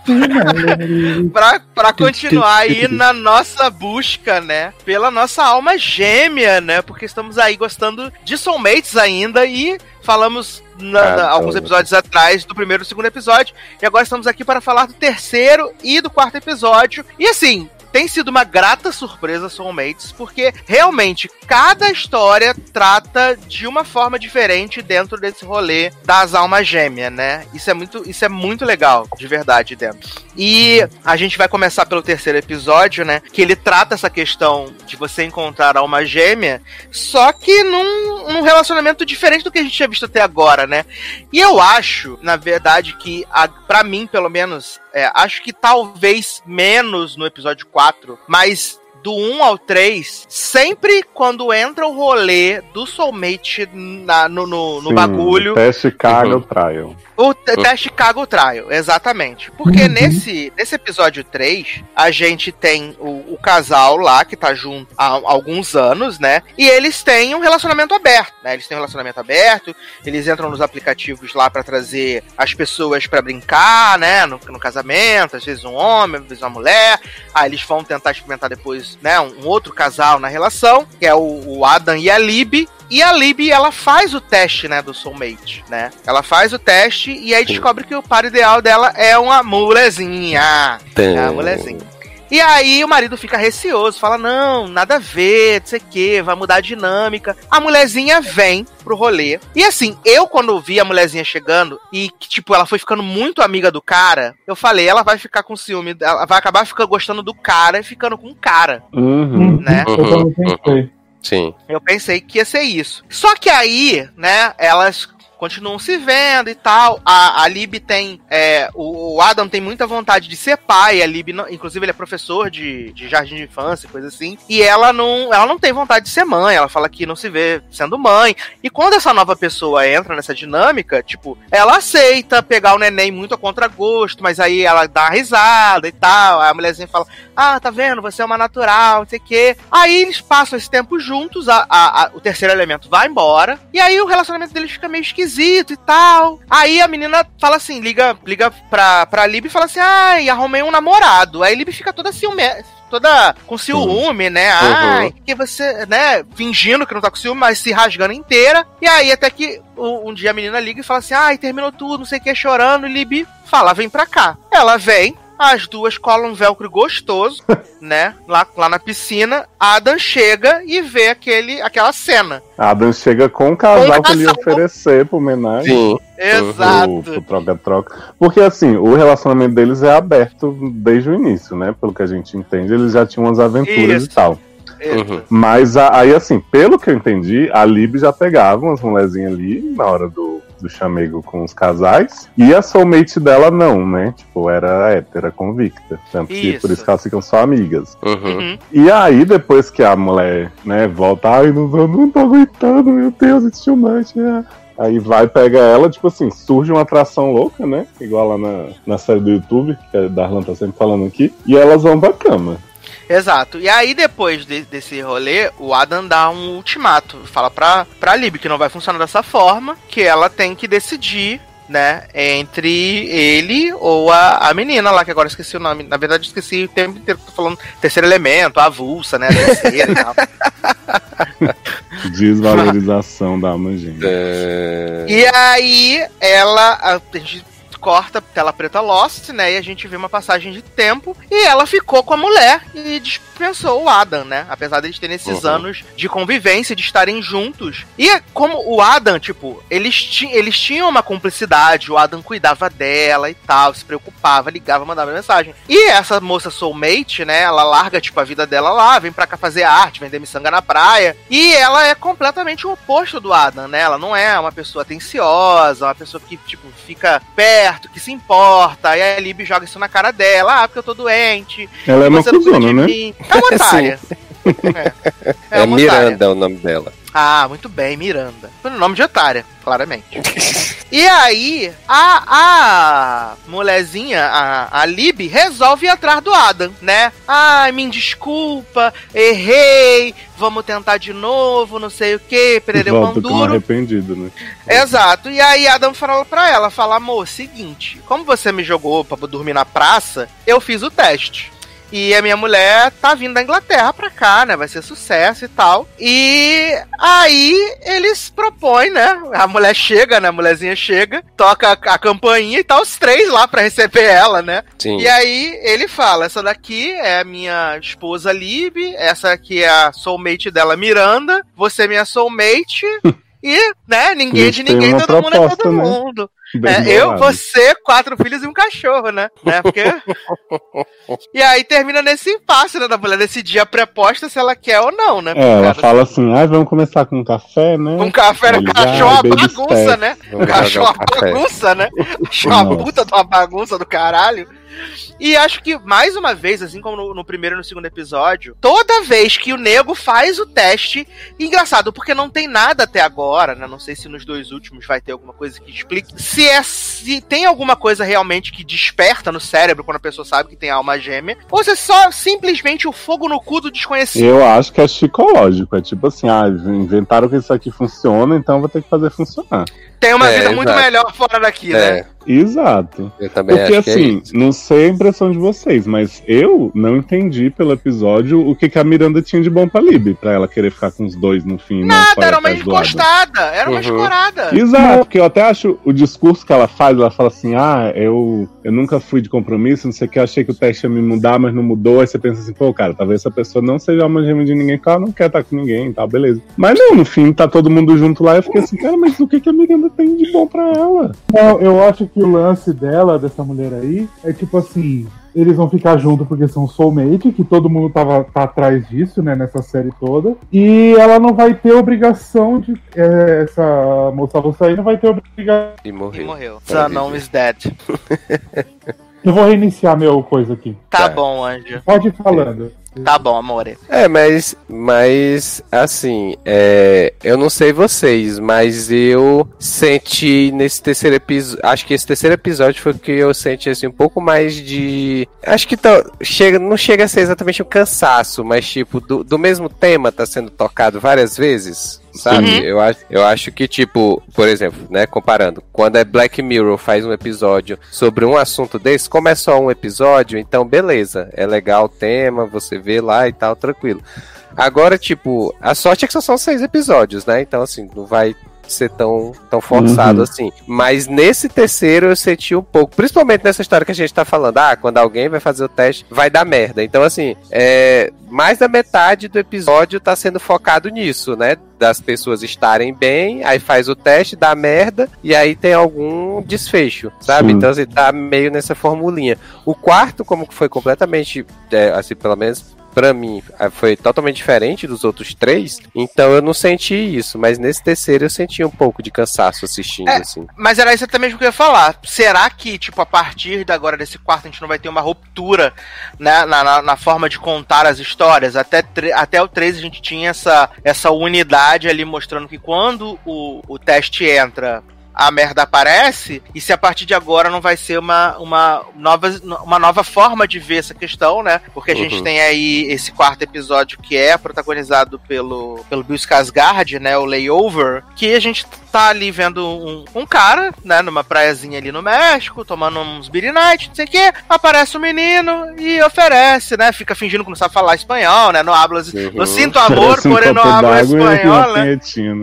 pra continuar aí na nossa busca, né, pela nossa alma gêmea, né, porque estamos aí gostando de Soulmates ainda e falamos alguns episódios atrás do primeiro e do segundo episódio, e agora estamos aqui para falar do terceiro e do quarto episódio. E assim, tem sido uma grata surpresa Soulmates, porque realmente cada história trata de uma forma diferente dentro desse rolê das almas gêmeas, né? Isso é muito legal, de verdade, dentro. E a gente vai começar pelo terceiro episódio, né? Que ele trata essa questão de você encontrar a alma gêmea, só que num relacionamento diferente do que a gente tinha visto até agora, né? E eu acho, na verdade, que pra mim, pelo menos, acho que talvez menos no episódio 4, mas do 1 ao 3, sempre quando entra o rolê do Soulmate no bagulho... Teste Chicago Trial. O teste Chicago Trial, exatamente. Porque nesse episódio 3, a gente tem o casal lá, que tá junto há alguns anos, né? E eles têm um relacionamento aberto, né? Eles têm um relacionamento aberto, eles entram nos aplicativos lá pra trazer as pessoas pra brincar, né? No casamento, às vezes um homem, às vezes uma mulher. Aí eles vão tentar experimentar depois, né? Um outro casal na relação, que é o Adam e a Libby. E a Libby, ela faz o teste, né, do Soulmate, né? Ela faz o teste e aí descobre que o par ideal dela é uma molezinha. É uma molezinha. E aí o marido fica receoso, fala, não, nada a ver, não sei o que, vai mudar a dinâmica. A molezinha vem pro rolê. E assim, eu quando vi a molezinha chegando e que, tipo, ela foi ficando muito amiga do cara, eu falei, ela vai ficar com ciúme, ela vai acabar ficando gostando do cara e ficando com o cara. Né? Eu também pensei. Sim. Eu pensei que ia ser isso. Só que aí, né, elas continuam se vendo e tal. A Libby tem... o Adam tem muita vontade de ser pai. A Libby, inclusive, ele é professor de jardim de infância, coisa assim. E ela não tem vontade de ser mãe. Ela fala que não se vê sendo mãe. E quando essa nova pessoa entra nessa dinâmica, tipo, ela aceita pegar o neném muito a contragosto, mas aí ela dá uma risada e tal. Aí a mulherzinha fala, tá vendo? Você é uma natural, não sei o quê. Aí eles passam esse tempo juntos, o terceiro elemento vai embora. E aí o relacionamento deles fica meio esquisito e tal. Aí a menina fala assim, liga pra Libby e fala assim, arrumei um namorado. Aí a Libby fica toda com ciúme, né? Que você, né, fingindo que não tá com ciúme, mas se rasgando inteira. E aí até que um dia a menina liga e fala assim, terminou tudo, não sei o que, chorando. E Libby fala, vem pra cá. Ela vem, as duas colam um velcro gostoso, né? Lá na piscina. Adam chega e vê aquela cena. Adam chega com o casal que ele ia oferecer pra homenagem. Sim. Exato. Pro troca-troca. Porque assim, o relacionamento deles é aberto desde o início, né? Pelo que a gente entende, eles já tinham umas aventuras e tal. Mas aí, assim, pelo que eu entendi, a Libby já pegava umas molezinhas ali na hora do chamego com os casais. E a soulmate dela não, né? Tipo, era hétera, convicta. Tanto que por isso que elas ficam só amigas. E aí, depois que a mulher, né, volta, não tô aguentando, meu Deus, it's too much, Aí pega ela, tipo assim, surge uma atração louca, né? Igual lá na série do YouTube, que a Darlan tá sempre falando aqui. E elas vão pra cama. Exato. E aí, depois desse rolê, o Adam dá um ultimato. Fala pra Libby que não vai funcionar dessa forma, que ela tem que decidir, né, entre ele ou a menina lá, que agora eu esqueci o nome. Na verdade, eu esqueci o tempo inteiro que eu tô falando. Terceiro elemento, a avulsa, né, a terceira e tal. Desvalorização da alma gêmea. E aí, a gente corta tela preta Lost, né? E a gente vê uma passagem de tempo e ela ficou com a mulher e dispensou o Adam, né? Apesar deles terem esses anos de convivência, de estarem juntos. E como o Adam, tipo, eles tinham uma cumplicidade, o Adam cuidava dela e tal, se preocupava, ligava, mandava mensagem. E essa moça soulmate, né? Ela larga, tipo, a vida dela lá, vem pra cá fazer arte, vender miçanga na praia. E ela é completamente o oposto do Adam, né? Ela não é uma pessoa atenciosa, uma pessoa que, tipo, fica perto, que se importa, e a Libby joga isso na cara dela, porque eu tô doente. Ela é uma cuzona, né? É uma otária. É Miranda o nome dela. Muito bem, Miranda. Foi o nome de otária, claramente. E aí, a molezinha, a Libby, resolve ir atrás do Adam, né? Me desculpa, errei, vamos tentar de novo, não sei o que, perere o pão duro. Arrependido, né? Exato. E aí Adam fala pra ela, amor, seguinte, como você me jogou pra dormir na praça, eu fiz o teste. E a minha mulher tá vindo da Inglaterra pra cá, né? Vai ser sucesso e tal. E aí eles propõem, né? A mulher chega, né? A mulherzinha chega, toca a campainha e tá os três lá pra receber ela, né? Sim. E aí ele fala, essa daqui é a minha esposa Lib, essa aqui é a soulmate dela, Miranda, você é minha soulmate... E, né, ninguém de ninguém, todo mundo é todo mundo. Eu, você, 4 filhos e um cachorro, né? Porque... E aí termina nesse impasse, né, da mulher decidir a proposta se ela quer ou não, né? Ela fala assim, vamos começar com um café, né? Um café, né? Cachorro uma bagunça, né? Cachorro uma bagunça, né? Uma puta de uma bagunça do caralho. E acho que, mais uma vez, assim como no primeiro e no segundo episódio, toda vez que o nego faz o teste, engraçado, porque não tem nada até agora, né? Não sei se nos 2 últimos vai ter alguma coisa que explique. Se tem alguma coisa realmente que desperta no cérebro quando a pessoa sabe que tem alma gêmea, ou se é só simplesmente o fogo no cu do desconhecido. Eu acho que é psicológico. É tipo assim, inventaram que isso aqui funciona, então vou ter que fazer funcionar. Tem uma vida muito melhor fora daqui, né? Exato. Eu também porque acho assim, que é não sei a impressão de vocês, mas eu não entendi pelo episódio o que a Miranda tinha de bom pra Lib, pra ela querer ficar com os dois no fim. Nada, era uma encostada, era uma escorada. Exato, porque eu até acho o discurso que ela faz, ela fala assim, eu nunca fui de compromisso, não sei o que, eu achei que o teste ia me mudar, mas não mudou, aí você pensa assim, pô, cara, talvez essa pessoa não seja uma gêmea de ninguém, porque ela não quer estar com ninguém e tal, beleza. Mas não, no fim, tá todo mundo junto lá, eu fiquei assim, cara, mas o que a Miranda tem de bom pra ela? Não, eu acho que o lance dessa mulher aí, é tipo assim, eles vão ficar juntos porque são soulmate, que todo mundo tá atrás disso, né, nessa série toda, e ela não vai ter obrigação de... essa moça russa aí não vai ter obrigação... E morreu. Sanon is dead. Eu vou reiniciar meu coisa aqui. Tá bom, Anjo. Pode ir falando. Tá bom, amore. Mas assim, eu não sei vocês, mas eu senti nesse terceiro episódio, acho que esse terceiro episódio foi que eu senti assim um pouco mais de, acho que não chega a ser exatamente um cansaço, mas tipo, do mesmo tema tá sendo tocado várias vezes, sabe? Eu acho que tipo, por exemplo, né, comparando, quando é Black Mirror faz um episódio sobre um assunto desse, como é só um episódio, então beleza, é legal o tema, você vê lá e tal, tranquilo. Agora, tipo, a sorte é que só são 6 episódios, né? Então, assim, não vai ser tão forçado assim. Mas nesse terceiro eu senti um pouco, principalmente nessa história que a gente tá falando, quando alguém vai fazer o teste, vai dar merda. Então, assim, mais da metade do episódio tá sendo focado nisso, né? Das pessoas estarem bem, aí faz o teste, dá merda, e aí tem algum desfecho, sabe? Sim. Então, assim, tá meio nessa formulinha. O quarto, como que foi completamente, assim, pelo menos pra mim, foi totalmente diferente dos outros 3, então eu não senti isso, mas nesse terceiro eu senti um pouco de cansaço assistindo, assim. Mas era exatamente o que eu ia falar. Será que, tipo, a partir de agora desse quarto a gente não vai ter uma ruptura, né, na forma de contar as histórias? Até o 3 a gente tinha essa unidade ali mostrando que quando o teste entra, a merda aparece, e se a partir de agora não vai ser uma nova forma de ver essa questão, né? Porque a gente tem aí esse quarto episódio que é protagonizado pelo Bill Skarsgård, né? O Layover, que a gente tá ali vendo um cara, né? Numa praiazinha ali no México, tomando uns beer night, não sei o que, aparece um menino e oferece, né? Fica fingindo que não sabe falar espanhol, né? Não habla, eu sinto amor, porém não hablo espanhol, né?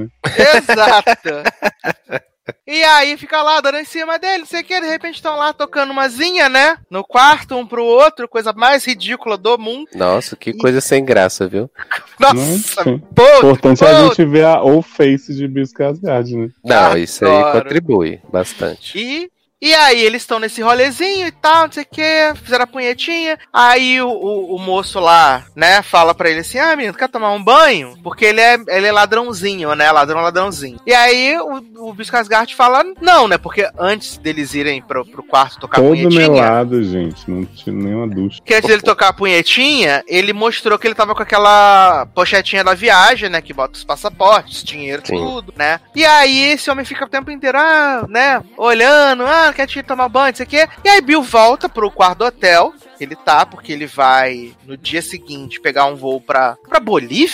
Exato. E aí fica lá dando em cima dele, não sei o que, de repente estão lá tocando uma zinha, né? No quarto, um pro outro, coisa mais ridícula do mundo. Nossa, que coisa sem graça, viu? Nossa, importante é a gente ver a old face de Bill Skarsgård, né? Não, isso aí contribui bastante. E aí eles estão nesse rolezinho e tal, não sei o que, fizeram a punhetinha. Aí o moço lá, né, fala pra ele assim, menino, quer tomar um banho? Porque ele é ladrãozinho, né, ladrãozinho. E aí o Bill Skarsgård fala não, né, porque antes deles irem pro quarto tocar a punhetinha... Todo melado, gente, não tinha nenhuma ducha. Que antes dele tocar a punhetinha, ele mostrou que ele tava com aquela pochetinha da viagem, né, que bota os passaportes, dinheiro, tudo, né. E aí esse homem fica o tempo inteiro, né, olhando, quer te tomar banho, não sei o quê. E aí Bill volta pro quarto do hotel, ele tá, porque ele vai no dia seguinte pegar um voo pra Bolívia?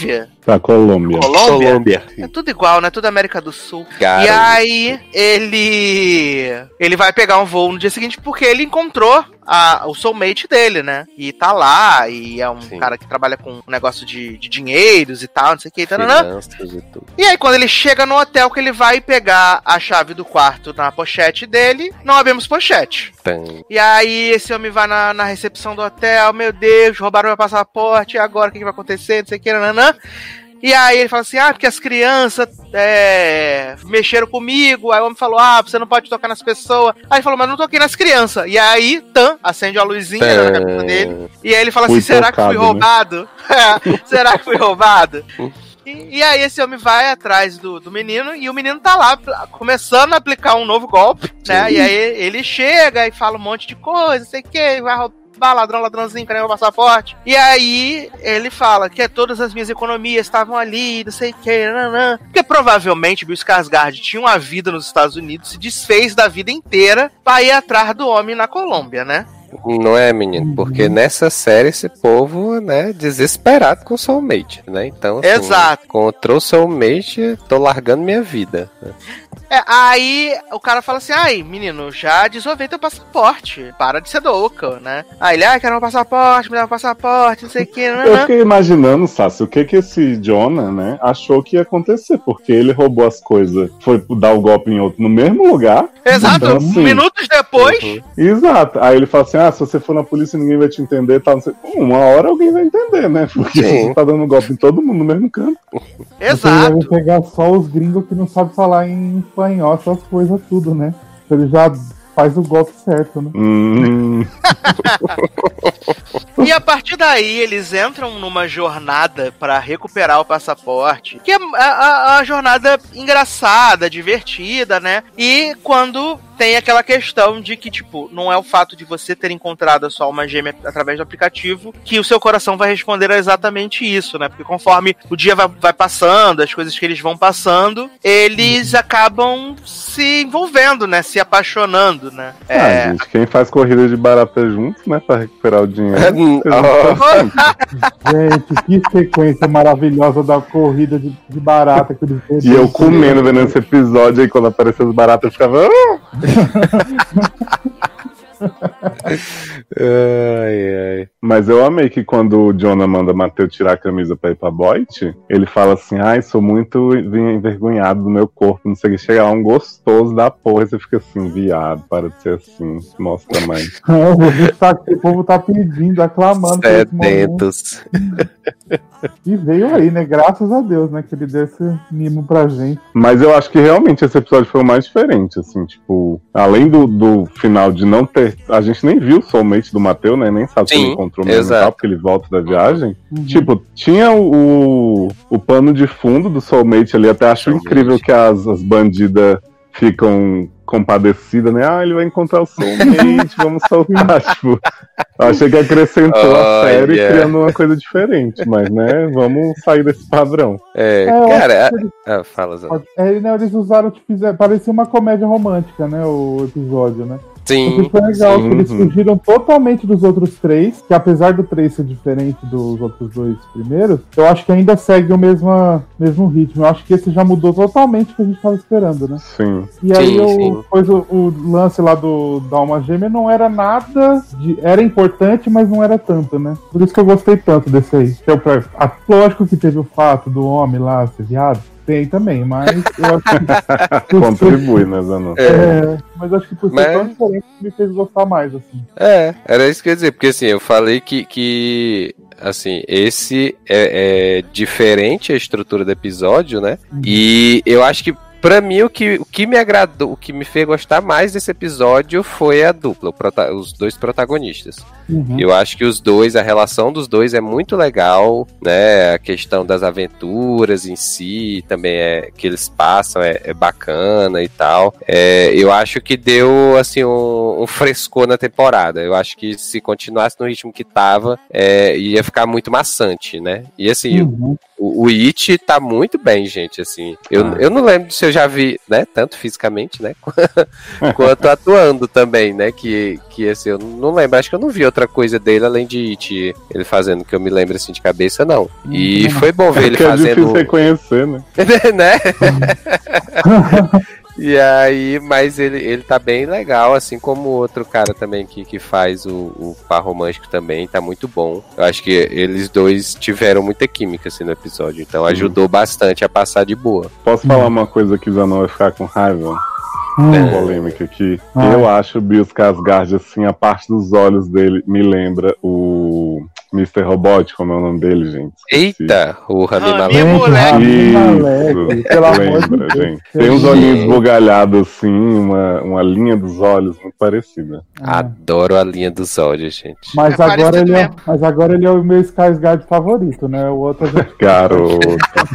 Pra Colômbia. Colômbia. É tudo igual, né? Tudo América do Sul. Garoto. E aí, ele vai pegar um voo no dia seguinte porque ele encontrou o soulmate dele, né? E tá lá, e é um Sim. cara que trabalha com um negócio de dinheiros e tal, não sei o que. Finanças e tudo. E aí, quando ele chega no hotel, que ele vai pegar a chave do quarto na pochete dele, não abrimos pochete. Tam. E aí, esse homem vai na recepção do hotel, meu Deus, roubaram meu passaporte, e agora o que vai acontecer, não sei o que, nananã. E aí ele fala assim, porque as crianças mexeram comigo. Aí o homem falou, você não pode tocar nas pessoas. Aí ele falou, mas eu não toquei nas crianças. E aí, acende a luzinha na cabeça dele. E aí ele fala assim, será que fui roubado? Será que fui roubado? E aí esse homem vai atrás do menino, e o menino tá lá, começando a aplicar um novo golpe, né? E aí ele chega e fala um monte de coisa, não sei o que, vai roubar. Ladrãozinho, cadê meu passaporte? E aí ele fala que todas as minhas economias estavam ali, não sei o que, porque provavelmente Bill Skarsgård tinha uma vida nos Estados Unidos, se desfez da vida inteira pra ir atrás do homem na Colômbia, né? Não é, menino? Porque nessa série esse povo, né, desesperado com o soulmate, né? Então, assim, exato. Encontrou o soulmate, tô largando minha vida. Aí o cara fala assim, menino, já desovei teu passaporte, para de ser louco, né? Aí ele, quero meu passaporte, me dá meu passaporte, não sei o que, Eu fiquei imaginando, Sassi, o que esse Jonah, né, achou que ia acontecer, porque ele roubou as coisas, foi dar o golpe em outro no mesmo lugar. Exato, então, assim, minutos depois. Exato, aí ele fala assim, se você for na polícia ninguém vai te entender, tal, não sei. Uma hora alguém vai entender, né, porque você tá dando golpe em todo mundo no mesmo canto. Exato. Você deve pegar só os gringos que não sabem falar em espanhol, essas coisas tudo, né? Ele já faz o golpe certo, né? E a partir daí eles entram numa jornada pra recuperar o passaporte, que é a jornada engraçada, divertida, né? E quando tem aquela questão de que, tipo, não é o fato de você ter encontrado a sua alma gêmea através do aplicativo que o seu coração vai responder a exatamente isso, né? Porque conforme o dia vai passando, as coisas que eles vão passando, eles acabam se envolvendo, né? Se apaixonando, né? Gente, quem faz corrida de barata juntos, né? Pra recuperar o dinheiro. Gente, que sequência maravilhosa da corrida de barata que eles E eu comendo vendo esse episódio aí, quando apareceu as baratas, eu ficava. Mas eu amei que quando o Jonah manda Matheus tirar a camisa pra ir pra Boite, ele fala assim, sou muito envergonhado do meu corpo, não sei o que, chega lá um gostoso da porra, e você fica assim, viado, para de ser assim, mostra mais. O povo tá pedindo, aclamando. Sedentos. E veio aí, né, graças a Deus, né, que ele deu esse mimo pra gente. Mas eu acho que realmente esse episódio foi o mais diferente, assim, tipo, além do final de não ter, a gente nem viu o soulmate do Matheus, né, nem sabe se ele encontrou mesmo e tal, porque ele volta da viagem. Tipo, tinha o pano de fundo do soulmate ali, até acho incrível que as bandidas ficam compadecidas, né, ele vai encontrar o soulmate, vamos soltar, tipo... Eu achei que acrescentou a série criando uma coisa diferente, mas, né, vamos sair desse padrão. Cara, fala, Zé. Eles usaram, parecia uma comédia romântica, né, o episódio, né? Sim. Foi legal, que eles fugiram totalmente dos outros três, que apesar do 3 ser diferente dos outros dois primeiros, eu acho que ainda segue o mesmo ritmo. Eu acho que esse já mudou totalmente o que a gente tava esperando, né? Sim. E aí depois o lance lá da alma gêmea não era nada era importante, mas não era tanto, né? Por isso que eu gostei tanto desse aí. Lógico que teve o fato do homem lá ser viado. Tem também, mas eu acho que... Contribui, né, Zanon? Mas acho que por ser tão diferente me fez gostar mais, assim. Era isso que eu ia dizer, porque assim, eu falei que assim, esse é diferente a estrutura do episódio, né? E eu acho que pra mim, o que me agradou, o que me fez gostar mais desse episódio foi a dupla, os dois protagonistas. Eu acho que a relação dos dois é muito legal, né? A questão das aventuras em si também que eles passam é bacana e tal. Eu acho que deu, assim, um frescor na temporada. Eu acho que se continuasse no ritmo que tava, ia ficar muito maçante, né? E assim, O It tá muito bem, gente, assim. Eu não lembro se eu já vi, né, tanto fisicamente, né, quanto atuando também, né, que assim, eu não lembro, acho que eu não vi outra coisa dele além de It, ele fazendo, que eu me lembro, assim, de cabeça, não. E foi bom ver ele fazendo... É difícil reconhecer, né? né? E aí, mas ele tá bem legal, assim como o outro cara também que faz o par romântico também, tá muito bom. Eu acho que eles dois tiveram muita química, assim, no episódio, então ajudou bastante a passar de boa. Posso falar uma coisa que já não vai ficar com raiva? Polêmica aqui. Eu acho o Bill Skarsgård, assim, a parte dos olhos dele me lembra o Mr. Robot, como é o nome dele, gente? Esqueci. Eita, o Rami Malek. Isso, pelo amor de Deus, gente. Tem uns olhinhos esbugalhados, assim, uma linha dos olhos muito parecida. Adoro a linha dos olhos, gente. Mas agora ele é o meu Skarsgård favorito, né? O outro já... Garoto.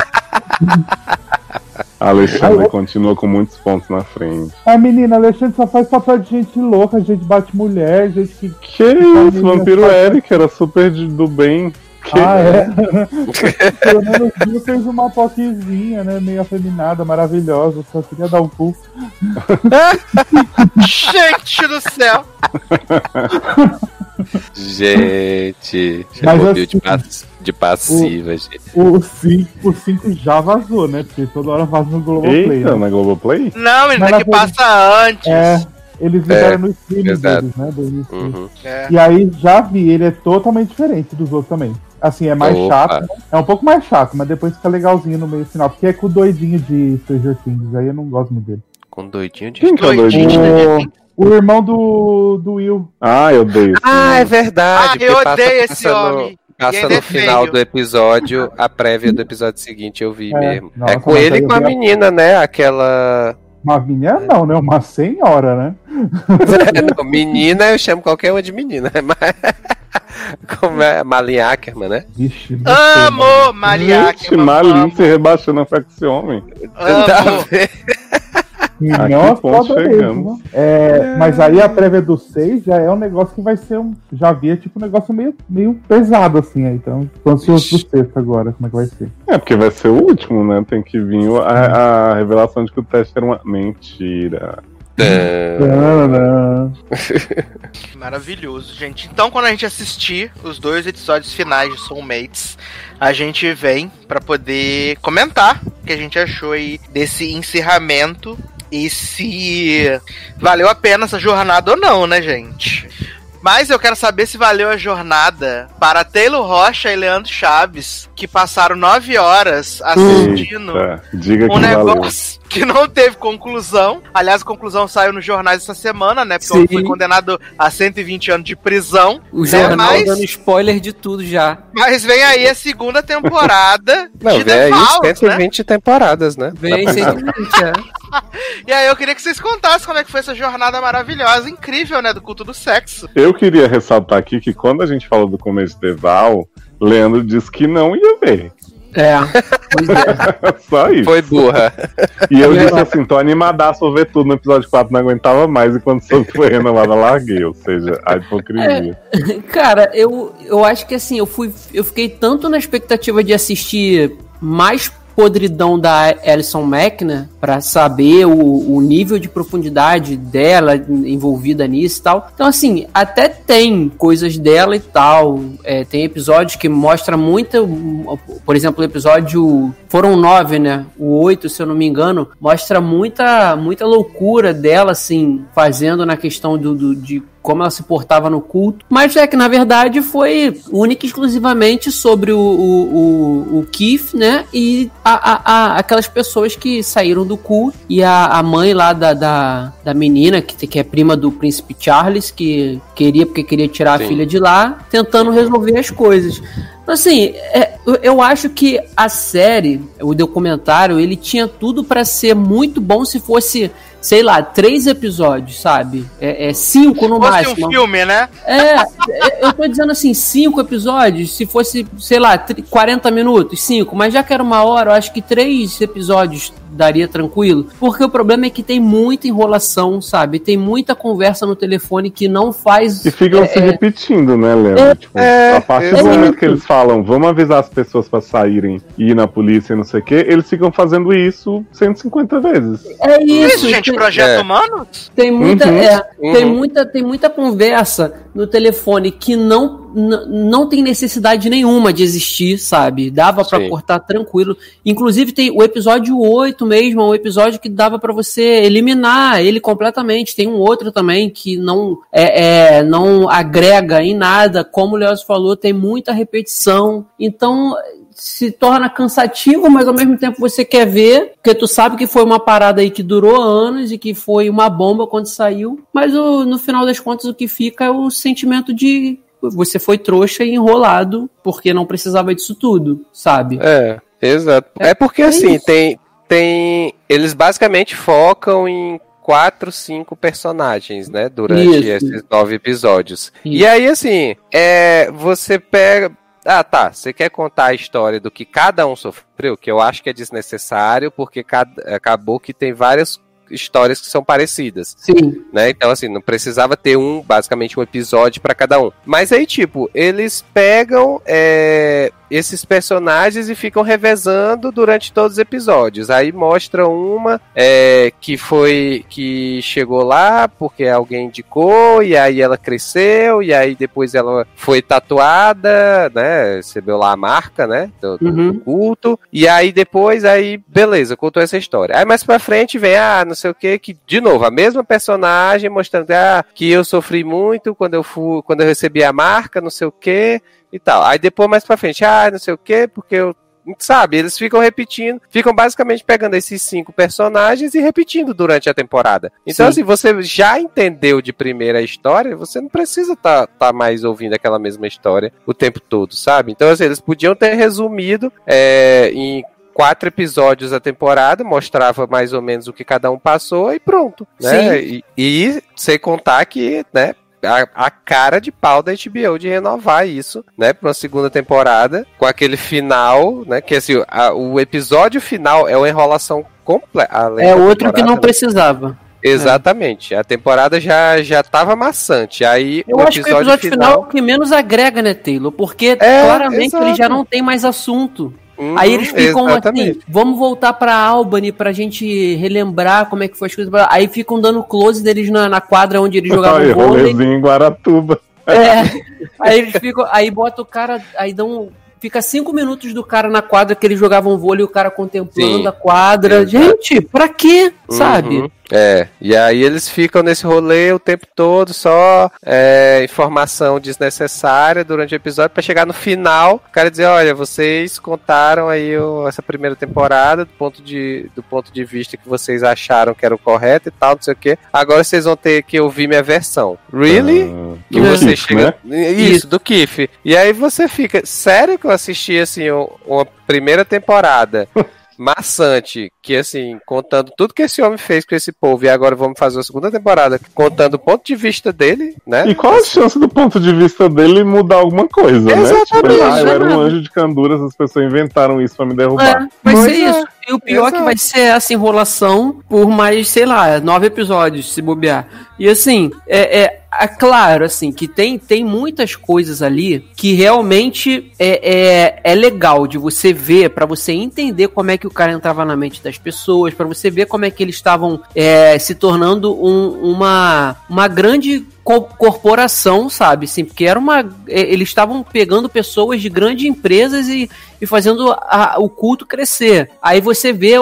Alexandre continua com muitos pontos na frente. Menina, Alexandre só faz papel de gente louca, gente bate mulher, gente que... Que isso, Vampiro Eric era super do bem. Pelo menos o Bill fez uma toquezinha, né? Meio afeminada, maravilhosa. Só queria dar um cu. Gente do céu! Gente, mas chamou assim, de passiva, gente. O 5 já vazou, né? Porque toda hora vaza no Globoplay. Eita, né? na Globoplay? Não, menina, que passa antes. Eles ligaram no streaming deles, né? E aí, já vi, ele é totalmente diferente dos outros também. Assim, é mais chato, né? É um pouco mais chato, mas depois fica legalzinho no meio final. Porque é com o doidinho de Stranger Things, aí eu não gosto muito dele. Com doidinho de... Quem que é o doidinho? O irmão do Will. Eu odeio. É verdade. Eu odeio esse homem. Passa no final do episódio, a prévia do episódio seguinte eu vi mesmo. Nossa, é com ele e com a menina, né? Aquela... Uma menina não, né? Uma senhora, né? Não, menina, eu chamo qualquer uma de menina. Como é? Malin Ackerman, né? Vixe, Amo Malin Ackerman. Malin se rebaixando a fé com esse homem. Amo. Nossa, ponto chegamos. Mas aí a prévia do 6 já é um negócio que vai ser já via tipo um negócio meio pesado assim, aí. Então tô ansioso pro 6 agora, como é que vai ser? Porque vai ser o último, né? Tem que vir a revelação de que o teste era uma mentira. Maravilhoso, gente. Então, quando a gente assistir os 2 episódios finais de Soulmates, a gente vem pra poder comentar o que a gente achou aí desse encerramento e se valeu a pena essa jornada ou não, né, gente? Mas eu quero saber se valeu a jornada para Taylor Rocha e Leandro Chaves, que passaram 9 horas assistindo um negócio que não teve conclusão. Aliás, a conclusão saiu nos jornais essa semana, né? Porque ele foi condenado a 120 anos de prisão. O jornal dando spoiler de tudo já. Mas vem aí a segunda temporada de The Vows, aí 120 temporadas, né? Vem 120, E aí eu queria que vocês contassem como é que foi essa jornada maravilhosa, incrível, né? Do culto do sexo. Eu queria ressaltar aqui que quando a gente falou do começo de The Vows, Leandro disse que não ia ver. Só isso. Foi burra. E eu disse assim, tô animadaço a ver tudo no episódio 4, não aguentava mais, e quando soube que foi renovada, larguei, ou seja, a hipocrisia. Cara, eu acho que assim, eu fiquei tanto na expectativa de assistir mais podridão da Alison Mack, né, pra saber o nível de profundidade dela envolvida nisso e tal. Então, assim, até tem coisas dela e tal. Tem episódios que mostram muito, por exemplo, o episódio... Foram 9, né? O 8, se eu não me engano, mostra muita loucura dela, assim, fazendo na questão de como ela se portava no culto, mas que na verdade foi única e exclusivamente sobre o Keith, né, e aquelas pessoas que saíram do culto, e a mãe lá da menina, que é prima do príncipe Charles, que queria tirar a filha de lá, tentando resolver as coisas. Assim, eu acho que a série, o documentário, ele tinha tudo pra ser muito bom se fosse sei lá, 3 episódios, sabe? 5 no Fosse máximo. um filme, né? Eu tô dizendo assim, 5 episódios, se fosse, sei lá, 40 minutos, 5, mas já que era 1 hora, eu acho que 3 episódios daria tranquilo, porque o problema é que tem muita enrolação, sabe? Tem muita conversa no telefone que não faz... E ficam se repetindo, né, Leandro? Tipo, a partir do momento que eles falam, vamos avisar as pessoas pra saírem e ir na polícia e não sei o quê, eles ficam fazendo isso 150 vezes. É isso, gente, projeto humano? Tem muita, tem muita conversa no telefone que não tem necessidade nenhuma de existir, sabe? Dava pra cortar tranquilo. Inclusive tem o episódio 8 mesmo, é um episódio que dava pra você eliminar ele completamente. Tem um outro também que não agrega em nada. Como o Leoz falou, tem muita repetição. Então se torna cansativo, mas ao mesmo tempo você quer ver, porque tu sabe que foi uma parada aí que durou anos e que foi uma bomba quando saiu, mas no final das contas o que fica é o sentimento de você foi trouxa e enrolado porque não precisava disso tudo, sabe? Exato. É porque assim, eles basicamente focam em 4, 5 personagens, né, durante esses 9 episódios. E aí, assim, você pega... você quer contar a história do que cada um sofreu, que eu acho que é desnecessário, porque acabou que tem várias histórias que são parecidas. Sim. Né? Então, assim, não precisava ter basicamente um episódio pra cada um. Mas aí, tipo, eles pegam esses personagens e ficam revezando durante todos os episódios. Aí mostra uma que chegou lá porque alguém indicou, e aí ela cresceu, e aí depois ela foi tatuada, né? Recebeu lá a marca, né? Do culto. E aí depois, beleza, contou essa história. Aí mais pra frente vem, não sei o que, de novo, a mesma personagem mostrando que eu sofri muito quando eu recebi a marca, não sei o que e tal. Aí depois mais pra frente, não sei o que, porque eu... Sabe, eles ficam repetindo, ficam basicamente pegando esses 5 personagens e repetindo durante a temporada. Então, assim, você já entendeu de primeira a história, você não precisa tá mais ouvindo aquela mesma história o tempo todo, sabe? Então, assim, eles podiam ter resumido em 4 episódios a temporada, mostrava mais ou menos o que cada um passou e pronto, né? E sem contar que, né, a cara de pau da HBO de renovar isso, né, pra uma segunda temporada, com aquele final, né, que assim, o episódio final é uma enrolação completa. É outro que não precisava. Exatamente, a temporada já tava maçante. Aí eu acho que o episódio final é o que menos agrega, né, Taylor? Porque claramente ele já não tem mais assunto. Aí eles ficam assim, vamos voltar pra Albany pra gente relembrar como é que foi as coisas. Aí ficam dando close deles na quadra onde eles jogavam vôlei. Em Guaratuba. Aí eles ficam, aí bota o cara, aí fica 5 minutos do cara na quadra que eles jogavam vôlei e o cara contemplando a quadra. Gente, pra quê? Sabe? E aí eles ficam nesse rolê o tempo todo, só informação desnecessária durante o episódio, pra chegar no final, o cara dizer, olha, vocês contaram aí essa primeira temporada do ponto de vista que vocês acharam que era o correto e tal, não sei o que, agora vocês vão ter que ouvir minha versão. Really? Que você Keith, chega... Né? Isso, do Keith. E aí você fica, sério que eu assisti assim uma primeira temporada maçante, que assim, contando tudo que esse homem fez com esse povo, e agora vamos fazer a segunda temporada contando o ponto de vista dele, né? E qual a chance do ponto de vista dele mudar alguma coisa, né? Tipo, eu era um anjo de canduras, as pessoas inventaram isso pra me derrubar. Vai ser isso. E o pior é que vai ser essa enrolação por mais, sei lá, 9 episódios, se bobear. E assim, é claro, assim, que tem muitas coisas ali que realmente é legal de você ver, pra você entender como é que o cara entrava na mente das pessoas, pra você ver como é que eles estavam se tornando uma grande corporação, sabe? Assim, porque eles estavam pegando pessoas de grandes empresas e fazendo o culto crescer. Aí você vê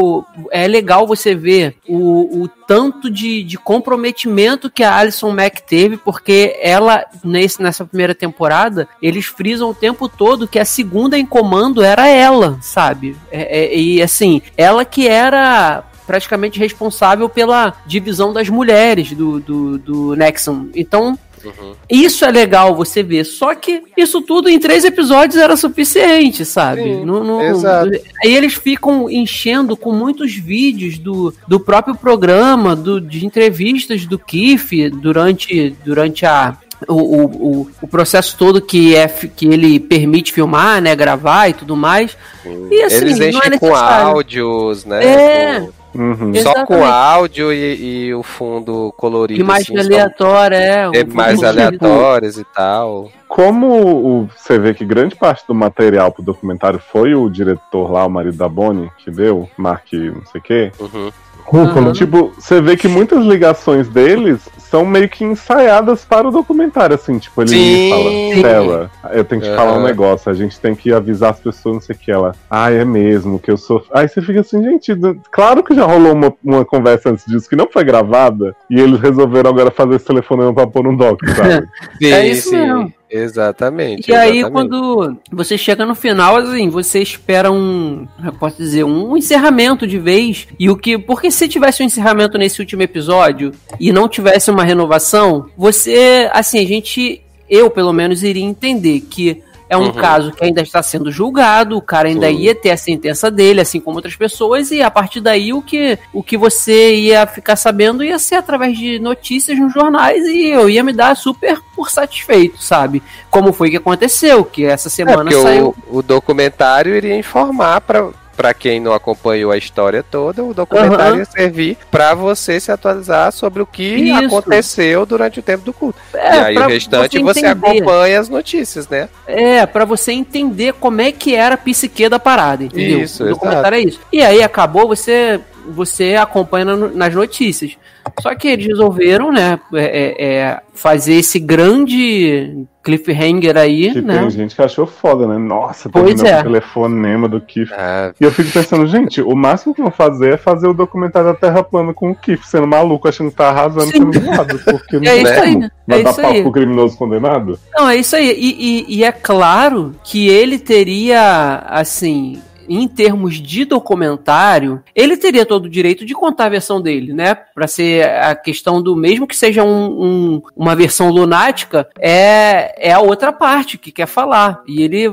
é legal você ver o tanto de comprometimento que a Alison Mack teve, porque ela, nessa primeira temporada, eles frisam o tempo todo que a segunda em comando era ela, sabe? E assim, ela que era praticamente responsável pela divisão das mulheres do Nexon. Então, Isso é legal você ver, só que isso tudo em 3 episódios era suficiente, sabe? Sim, exato. Aí eles ficam enchendo com muitos vídeos do próprio programa, de entrevistas do Keith durante o processo todo que ele permite filmar, né, gravar e tudo mais. E, assim, eles enchem com áudios, né? Só com áudio e o fundo colorido. Imagem assim, aleatória, mais aleatórias e tal. Como você vê que grande parte do material pro documentário foi o diretor lá, o marido da Bonnie, que deu, Mark não sei o quê. Tipo, você vê que muitas ligações deles são meio que ensaiadas para o documentário, assim, tipo, ele fala, Sarah, eu tenho que te falar um negócio, a gente tem que avisar as pessoas, não sei o que, ela, é mesmo, que eu sou... Aí você fica assim, gente, claro que já rolou uma conversa antes disso, que não foi gravada, e eles resolveram agora fazer esse telefonema pra pôr no doc, sabe? É isso mesmo. Exatamente. E aí, quando você chega no final, assim, você espera um encerramento de vez. Porque se tivesse um encerramento nesse último episódio e não tivesse uma renovação, você, assim, eu pelo menos iria entender que é um caso que ainda está sendo julgado, o cara ainda ia ter a sentença dele, assim como outras pessoas, e a partir daí o que você ia ficar sabendo ia ser através de notícias nos jornais, e eu ia me dar super por satisfeito, sabe? Como foi que aconteceu, que essa semana saiu... O documentário iria informar pra quem não acompanhou a história toda, o documentário ia servir pra você se atualizar sobre o que aconteceu durante o tempo do culto. E aí o restante você acompanha as notícias, né? Pra você entender como é que era a psique da parada, entendeu? Isso, o documentário é isso. E aí acabou, você acompanha nas notícias. Só que eles resolveram, né, fazer esse grande cliffhanger aí, que né? Tem gente que achou foda, né? Nossa, terminou com o telefonema do Keith. E eu fico pensando, gente, o máximo que vão fazer é fazer o documentário da Terra plana com o Keith sendo maluco, achando que tá arrasando sendo zoado. Porque não isso aí, né? Vai dar pau pro criminoso condenado? Não, é isso aí. E é claro que ele teria, assim... Em termos de documentário, ele teria todo o direito de contar a versão dele, né? Pra ser a questão do... Mesmo que seja uma versão lunática, é a outra parte que quer falar. E ele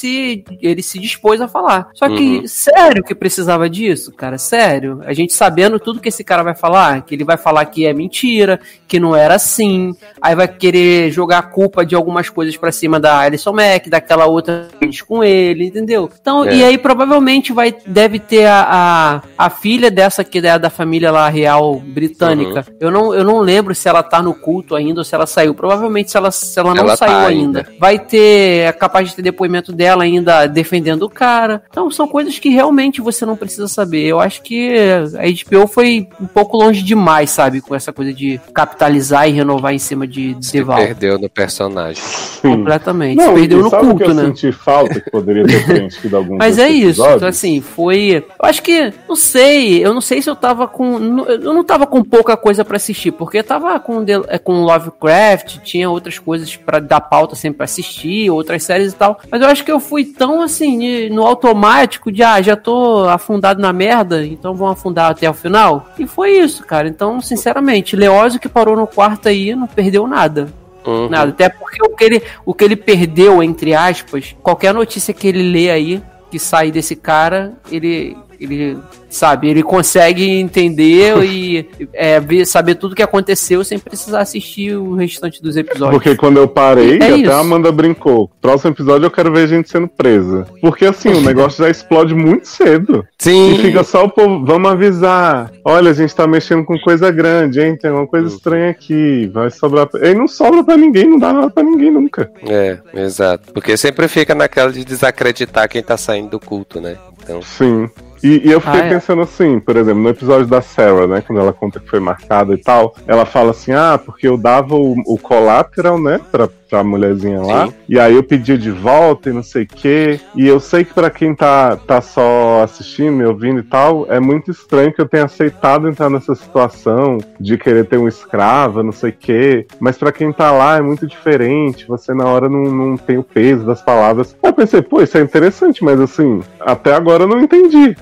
se dispôs a falar. Só que, sério que precisava disso, cara? Sério? A gente sabendo tudo que esse cara vai falar, que ele vai falar que é mentira, que não era assim, aí vai querer jogar a culpa de algumas coisas pra cima da Alison Mack, daquela outra com ele, entendeu? Então, e aí provavelmente deve ter a filha dessa que é da família lá real britânica. Eu não lembro se ela tá no culto ainda ou se ela saiu. Provavelmente se ela não saiu ainda. Vai ter, é capaz de ter depoimento dela ainda defendendo o cara. Então são coisas que realmente você não precisa saber. Eu acho que a HBO foi um pouco longe demais, sabe? Com essa coisa de capitalizar e renovar em cima de Deval. Perdeu no personagem. Completamente. Não, se perdeu no culto, que eu né? senti falta que poderia ter preenchido alguns Mas é isso. episódios? Então, assim, foi... Eu acho que... Eu não sei se eu tava com... Eu não tava com pouca coisa pra assistir, porque eu tava com Lovecraft, tinha outras coisas pra dar pauta sempre pra assistir, outras séries e tal. Mas eu acho que eu fui tão, assim, no automático de, já tô afundado na merda, então vamos afundar até o final. E foi isso, cara. Então, sinceramente, Leózio que parou no quarto aí não perdeu nada. Nada. Até porque o que ele perdeu, entre aspas, qualquer notícia que ele lê aí, que sai desse cara, ele sabe, ele consegue entender e saber tudo que aconteceu sem precisar assistir o restante dos episódios. Porque quando eu parei, até isso. a Amanda brincou, próximo episódio eu quero ver gente sendo presa. Porque assim, o negócio já explode muito cedo. Sim. E fica só o povo, vamos avisar, olha, a gente tá mexendo com coisa grande, hein, tem uma coisa estranha aqui, vai sobrar... E não sobra pra ninguém, não dá nada pra ninguém nunca. Exato. Porque sempre fica naquela de desacreditar quem tá saindo do culto, né? Então... Sim. E eu fiquei pensando assim, por exemplo, no episódio da Sarah, né, quando ela conta que foi marcada e tal, ela fala assim, porque eu dava o collateral, né, pra mulherzinha lá, e aí eu pedia de volta e não sei o quê, e eu sei que pra quem tá só assistindo e ouvindo e tal, é muito estranho que eu tenha aceitado entrar nessa situação de querer ter um escravo, não sei o quê, mas pra quem tá lá é muito diferente, você na hora não tem o peso das palavras. Eu pensei, isso é interessante, mas assim, até agora eu não entendi.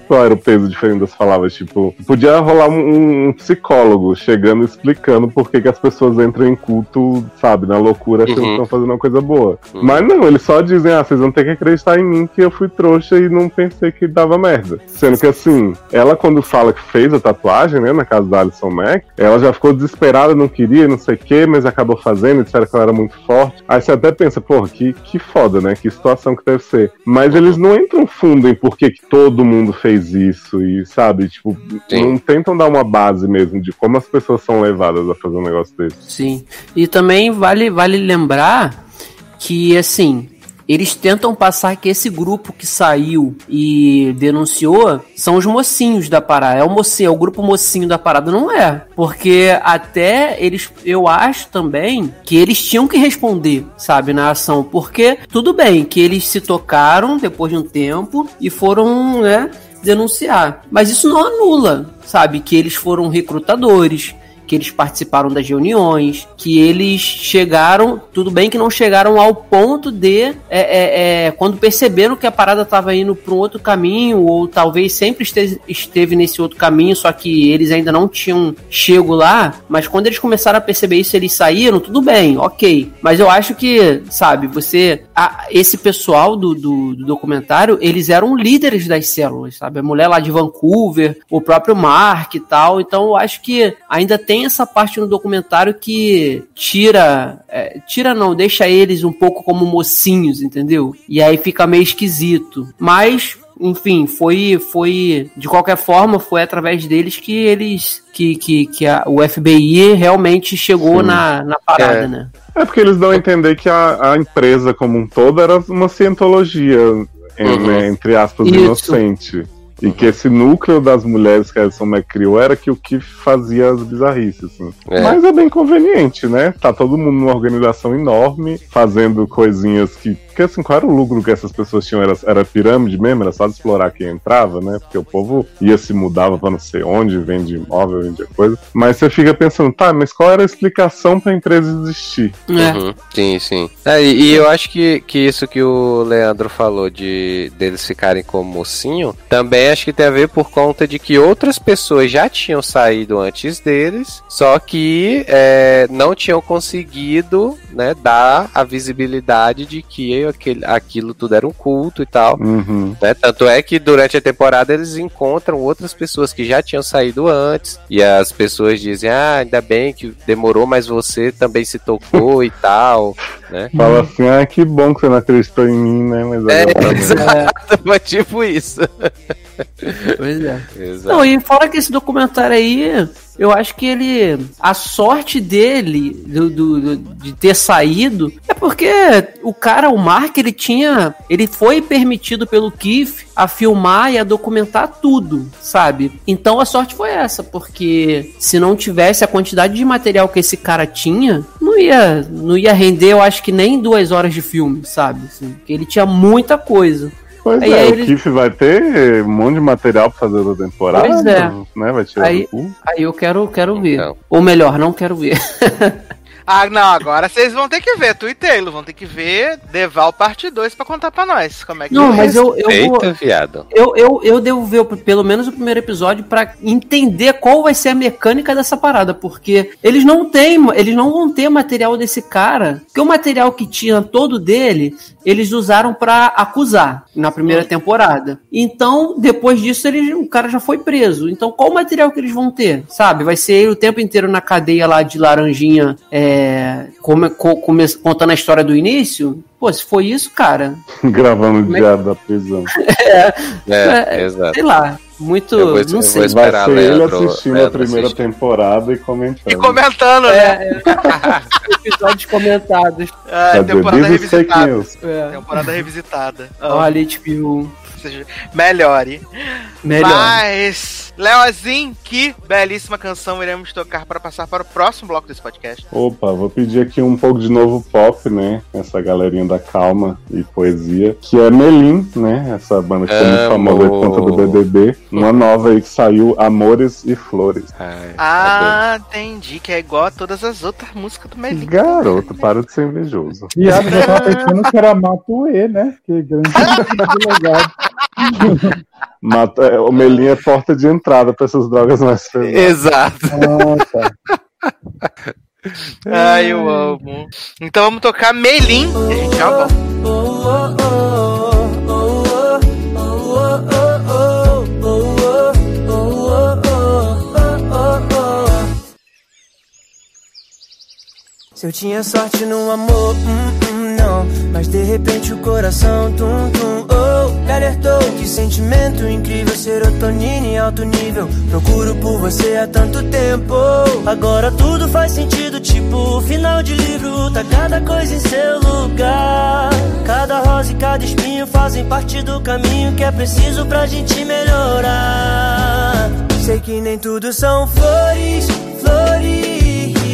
qual era o peso diferente das palavras. Tipo, podia rolar um psicólogo chegando e explicando por que as pessoas entram em culto, sabe, na loucura, achando que estão fazendo uma coisa boa. Mas não, eles só dizem, vocês vão ter que acreditar em mim que eu fui trouxa e não pensei que dava merda. Sendo que assim, ela quando fala que fez a tatuagem, né, na casa da Alison Mack, ela já ficou desesperada, não queria, não sei o que, mas acabou fazendo, disseram que ela era muito forte. Aí você até pensa, porra, que foda, né, que situação que deve ser. Mas eles não entram fundo em por que todo mundo fez isso e, sabe, tipo, não tentam dar uma base mesmo de como as pessoas são levadas a fazer um negócio desse. Sim, e também vale lembrar que, assim, eles tentam passar que esse grupo que saiu e denunciou são os mocinhos da parada. É o grupo mocinho da parada. Não é. Porque até eles, eu acho também que eles tinham que responder, sabe, na ação. Porque tudo bem que eles se tocaram depois de um tempo e foram, né, denunciar. Mas isso não anula, sabe, que eles foram recrutadores, que eles participaram das reuniões, que eles chegaram, tudo bem que não chegaram ao ponto de, quando perceberam que a parada estava indo para um outro caminho, ou talvez sempre esteve nesse outro caminho, só que eles ainda não tinham chego lá, mas quando eles começaram a perceber isso, eles saíram, tudo bem, ok. Mas eu acho que, sabe, esse pessoal do documentário, eles eram líderes das células, sabe? A mulher lá de Vancouver, o próprio Mark e tal, então eu acho que ainda tem essa parte no documentário que deixa eles um pouco como mocinhos, entendeu? E aí fica meio esquisito. Mas, enfim, foi de qualquer forma, foi através deles que eles o FBI realmente chegou na parada, né? É porque eles dão a entender que a empresa como um todo era uma cientologia, né, entre aspas, inocente. E que esse núcleo das mulheres que a Alison Mack criou era que o que fazia as bizarrices, assim. Mas é bem conveniente, né? Tá todo mundo numa organização enorme, fazendo coisinhas que... Porque assim, qual era o lucro que essas pessoas tinham? Era pirâmide mesmo? Era só de explorar quem entrava, né? Porque o povo se mudava pra não sei onde, vende imóvel, vendia coisa. Mas você fica pensando, tá, mas qual era a explicação pra empresa existir? Sim. E eu acho que isso que o Leandro falou deles ficarem como mocinho, também acho que tem a ver por conta de que outras pessoas já tinham saído antes deles, só que não tinham conseguido, né, dar a visibilidade de que aquilo tudo era um culto e tal. Né? Tanto é que durante a temporada eles encontram outras pessoas que já tinham saído antes, e as pessoas dizem, ainda bem que demorou, mas você também se tocou e tal, né? Fala assim, que bom que você não acreditou em mim, né? Mas exato, foi tipo isso. Pois é. Exato. Não, e fora que esse documentário aí, eu acho que a sorte dele de ter saído é porque o Mark, ele foi permitido pelo Keith a filmar e a documentar tudo, sabe? Então a sorte foi essa, porque se não tivesse a quantidade de material que esse cara tinha, não ia render, eu acho que nem 2 horas de filme, sabe? Assim, porque ele tinha muita coisa. Pois o Keith vai ter um monte de material pra fazer da temporada, pois é. Né? Vai tirar do cu. Aí eu quero ver. Então. Ou melhor, não quero ver. Não, agora vocês vão ter que ver, tu e Taylor, vão ter que ver Deval parte 2 pra contar pra nós como é que não, mas eu viado. Eu devo ver pelo menos o primeiro episódio pra entender qual vai ser a mecânica dessa parada, porque eles não vão ter material desse cara, porque o material que tinha todo dele, eles usaram pra acusar na primeira temporada. Então, depois disso, o cara já foi preso. Então, qual o material que eles vão ter? Sabe? Vai ser ele o tempo inteiro na cadeia lá de Laranjinha, contando a história do início? Pô, se foi isso, cara... Gravando o diário da prisão. Exato. Sei lá. Muito... não sei. Vai ser ele assistindo a primeira temporada e comentando. Né? Episódios comentados. Temporada revisitada. Temporada revisitada. Olha, HBO. Melhore. Mas, Leozinho, que belíssima canção iremos tocar para passar para o próximo bloco desse podcast. Opa, vou pedir aqui um pouco de novo pop, né? Essa galerinha da calma e poesia, que é Melim, né? Essa banda que foi muito famosa por conta do BBB. Uma nova aí que saiu, Amores e Flores. Entendi, que é igual a todas as outras músicas do Melim. Garoto, para de ser invejoso. E eu tava pensando que era Matuê, né? Que grande legado. O melim é porta de entrada pra essas drogas mais pesadas. Exato. Nossa. Ai, eu amo. Então vamos tocar Melim e a gente já volta. Se eu tinha sorte no amor, não. Mas de repente o coração, me alertou. Que sentimento incrível, serotonina em alto nível. Procuro por você há tanto tempo. Agora tudo faz sentido, tipo final de livro. Tá cada coisa em seu lugar. Cada rosa e cada espinho fazem parte do caminho que é preciso pra gente melhorar. Sei que nem tudo são flores, flores.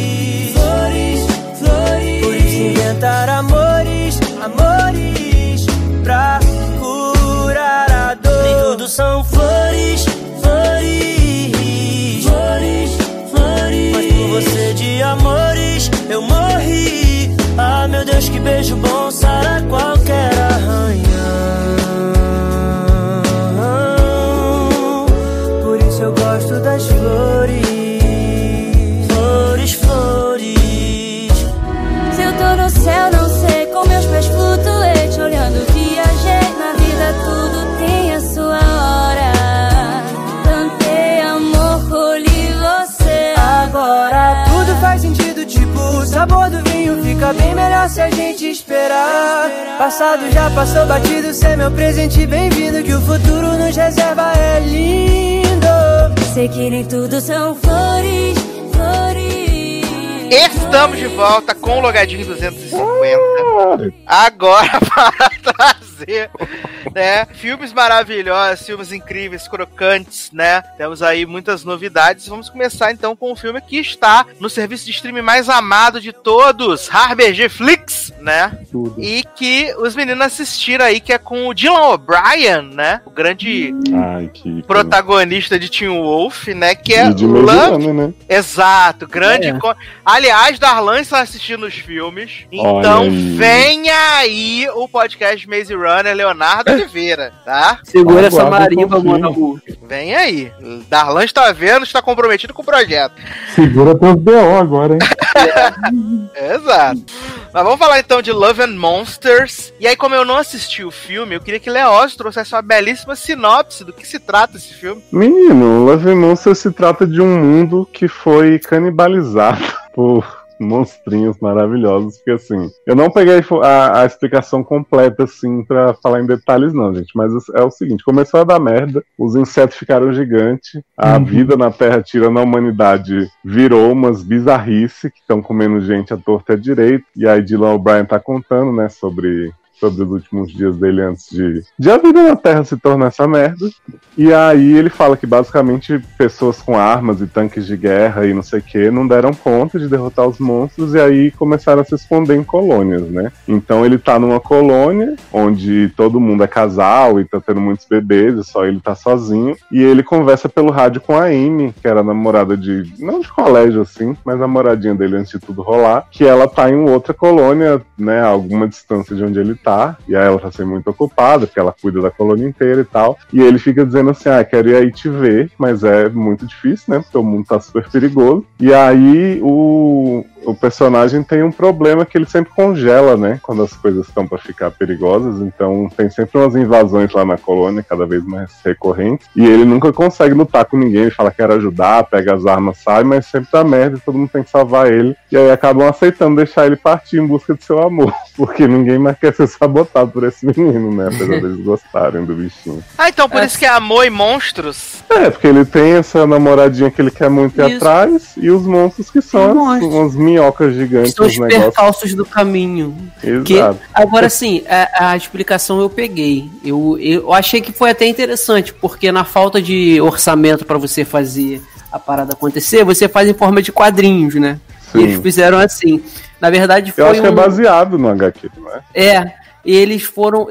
Por isso inventar amores, amores pra curar a dor. Nem tudo são flores, flores, flores, flores. Mas por você de amores eu morri. Ah, meu Deus, que beijo bom sara qualquer arranhão. Por isso eu gosto das flores. No céu, não sei, com meus pés flutuantes, olhando, viajei. Na vida tudo tem a sua hora. Plantei amor, colhi você. Agora tudo faz sentido, tipo o sabor do vinho fica bem melhor se a gente esperar. Passado já passou batido, cê é meu presente, bem-vindo. Que o futuro nos reserva é lindo. Sei que nem tudo são flores, flores. Estamos de volta com o Logadinho 250. Agora para trazer, né, filmes maravilhosos, filmes incríveis, crocantes, né? Temos aí muitas novidades. Vamos começar então com o filme que está no serviço de streaming mais amado de todos, HarBG Flix, né? Tudo. E que os meninos assistiram aí, que é com o Dylan O'Brien, né? O grande protagonista de Teen Wolf, né? Que é de Love... né? Exato, grande. Aliás, Darlan está assistindo os filmes. Então venha aí o podcast Maze Runner Leonardo Oliveira, tá? Segura essa marimba, mano. Vem aí. Darlan está vendo, está comprometido com o projeto. Segura teus BO agora, hein? Exato. Mas vamos falar então de Love and Monsters. E aí, como eu não assisti o filme, eu queria que Leózio trouxesse uma belíssima sinopse do que se trata esse filme. Menino, Love and Monsters se trata de um mundo que foi canibalizado por monstrinhos maravilhosos, porque assim, eu não peguei a explicação completa assim pra falar em detalhes não, gente, mas é o seguinte, começou a dar merda, os insetos ficaram gigantes, a vida na Terra, tirando a humanidade, virou umas bizarrices que estão comendo gente à torta e à direita, e aí Dylan O'Brien tá contando, né, sobre os últimos dias dele antes de a vida na Terra se tornar essa merda. E aí ele fala que basicamente pessoas com armas e tanques de guerra e não sei o que não deram conta de derrotar os monstros e aí começaram a se esconder em colônias, né? Então ele tá numa colônia onde todo mundo é casal e tá tendo muitos bebês e só ele tá sozinho. E ele conversa pelo rádio com a Amy, que era namorada não de colégio assim, mas namoradinha dele antes de tudo rolar, que ela tá em outra colônia, né, a alguma distância de onde ele tá. E aí ela tá sendo muito ocupada, porque ela cuida da colônia inteira e tal. E ele fica dizendo assim, quero ir aí te ver, mas é muito difícil, né, porque o mundo tá super perigoso. E aí o personagem tem um problema que ele sempre congela, né, quando as coisas estão pra ficar perigosas. Então tem sempre umas invasões lá na colônia, cada vez mais recorrentes. E ele nunca consegue lutar com ninguém, ele fala que quer ajudar, pega as armas, sai, mas sempre dá merda e todo mundo tem que salvar ele. E aí acabam aceitando deixar ele partir em busca de seu amor, porque ninguém mais quer ser sabotado por esse menino, né, apesar deles gostarem do bichinho. Então por isso que é amor e monstros? Porque ele tem essa namoradinha que ele quer muito ir atrás, e os monstros que são umas minhocas gigantes. São os percalços do caminho. Exato. Agora sim, a explicação eu peguei. Eu achei que foi até interessante, porque na falta de orçamento pra você fazer a parada acontecer, você faz em forma de quadrinhos, né? Sim. E eles fizeram assim. Na verdade foi eu acho que é baseado no HQ, não é? E eles foram,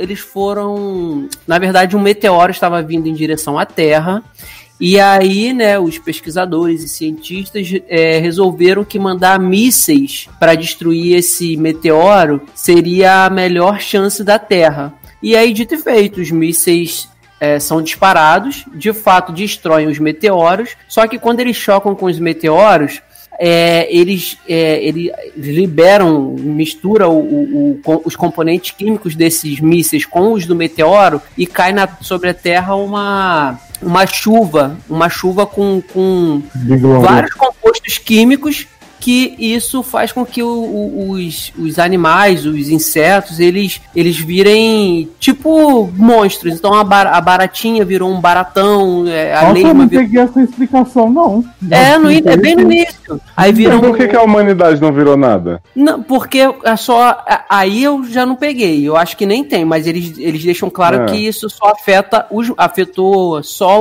na verdade um meteoro estava vindo em direção à Terra, e aí, né, os pesquisadores e cientistas resolveram que mandar mísseis para destruir esse meteoro seria a melhor chance da Terra. E aí, dito e feito, os mísseis são disparados, de fato destroem os meteoros, só que quando eles chocam com os meteoros, eles liberam, mistura os componentes químicos desses mísseis com os do meteoro e cai sobre a Terra uma chuva com vários compostos químicos, que isso faz com que os animais, os insetos, eles virem tipo monstros. Então a baratinha virou um baratão, a lesma eu não peguei essa explicação, não. É bem no início. Aí viram... Por que a humanidade não virou nada? Não, porque é só... Aí eu já não peguei. Eu acho que nem tem, mas eles deixam claro que isso só afetou só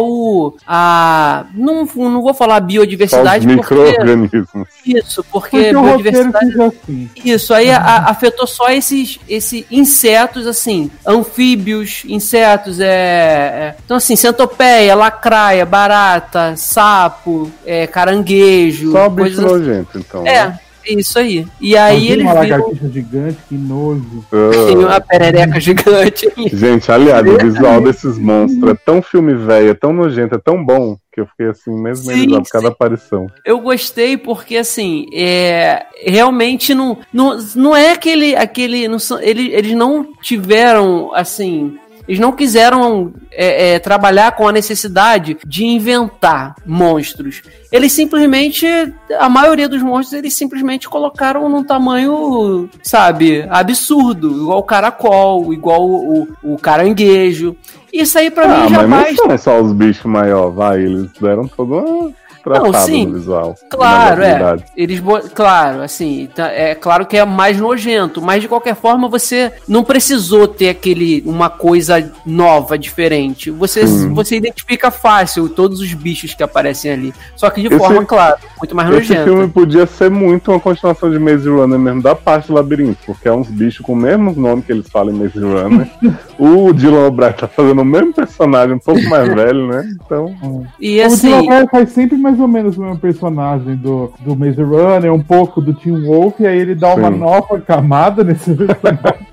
não vou falar biodiversidade, só os micro-organismos. Isso, porque biodiversidade... Assim. Isso, aí afetou só esses insetos, assim, anfíbios, insetos, então assim, centopeia, lacraia, barata, sapo, caranguejo... Só bicho nojento, então. Né? Isso aí. E aí eles viram... uma lagartixa gigante, que nojo. Tem uma perereca gigante. Gente, aliás, o visual desses monstros é tão filme velho, é tão nojento, é tão bom, que eu fiquei assim, mesmo por cada aparição. Eu gostei porque, assim, realmente não é aquele não são, eles não tiveram, assim... Eles não quiseram trabalhar com a necessidade de inventar monstros. Eles simplesmente, a maioria dos monstros, eles simplesmente colocaram num tamanho, sabe, absurdo. Igual o caracol, igual o caranguejo. Isso aí pra mim já mas não são só os bichos maiores, eles deram todo uma... sim, no visual. Claro, claro, assim, é claro que é mais nojento, mas de qualquer forma você não precisou ter uma coisa nova, diferente. Você identifica fácil todos os bichos que aparecem ali, só que de forma, claro, muito mais nojenta. Esse filme podia ser muito uma continuação de Maze Runner mesmo, da parte do labirinto, porque é uns bichos com o mesmo nome que eles falam em Maze Runner. O Dylan O'Brien tá fazendo o mesmo personagem, um pouco mais velho, né? Então... E assim... O Dylan O'Brien faz sempre mais ou menos o mesmo personagem do Maze Runner, um pouco do Teen Wolf, e aí ele dá uma nova camada nesse personagem.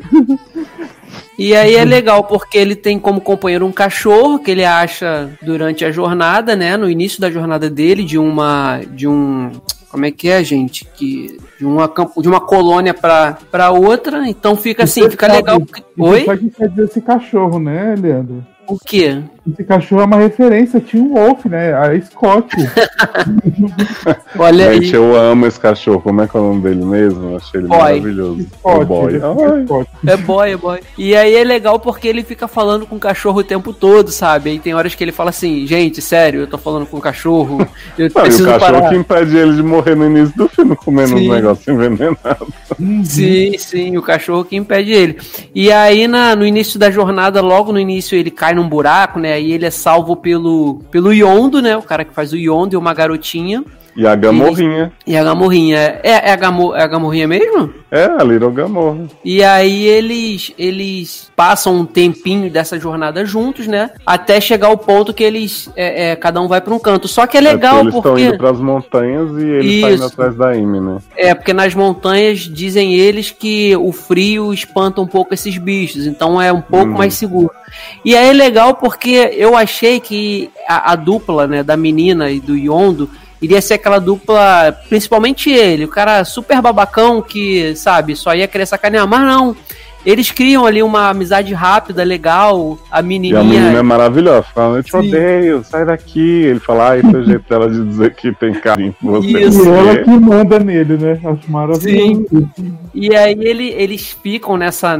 E aí é legal porque ele tem como companheiro um cachorro que ele acha durante a jornada, né? No início da jornada dele, como é que é, gente? De uma colônia pra outra, então fica assim, fica legal. Oi? Sabe o que quer dizer esse cachorro, né, Leandro? O quê? Esse cachorro é uma referência, tinha um Wolf, né? A Scott. Olha aí. Gente, eu amo esse cachorro. Como é que é o nome dele mesmo? Eu achei ele maravilhoso. Scott, Boy. É boy. E aí é legal porque ele fica falando com o cachorro o tempo todo, sabe? Aí tem horas que ele fala assim, gente, sério, eu tô falando com o cachorro. Eu preciso e o cachorro parar. que impede ele de morrer no início do filme comendo um negócio envenenado. Sim, o cachorro que impede ele. E aí no início da jornada, logo no início, ele cai num buraco, né? Aí ele é salvo pelo Yondo, né? O cara que faz o Yondo e uma garotinha. E a Gamorrinha. E a Gamorrinha. É a Gamorrinha mesmo? É, a Little Gamorra. E aí eles passam um tempinho dessa jornada juntos, né? Até chegar ao ponto que eles cada um vai pra um canto. Só que é legal eles estão indo pras montanhas e ele tá indo atrás da Amy, né? Porque nas montanhas dizem eles que o frio espanta um pouco esses bichos, então é um pouco mais seguro. E aí é legal porque eu achei que a dupla, né, da menina e do Yondo iria ser aquela dupla, principalmente ele, o cara super babacão que, sabe, só ia querer sacanear, mas não. Eles criam ali uma amizade rápida, legal, a menininha... E a menina é maravilhosa, falando, eu te odeio, sai daqui. Ele fala, esse é o jeito dela de dizer que tem carinho por você. Isso. E ela que manda nele, né? Acho maravilhoso. Sim. E aí eles ficam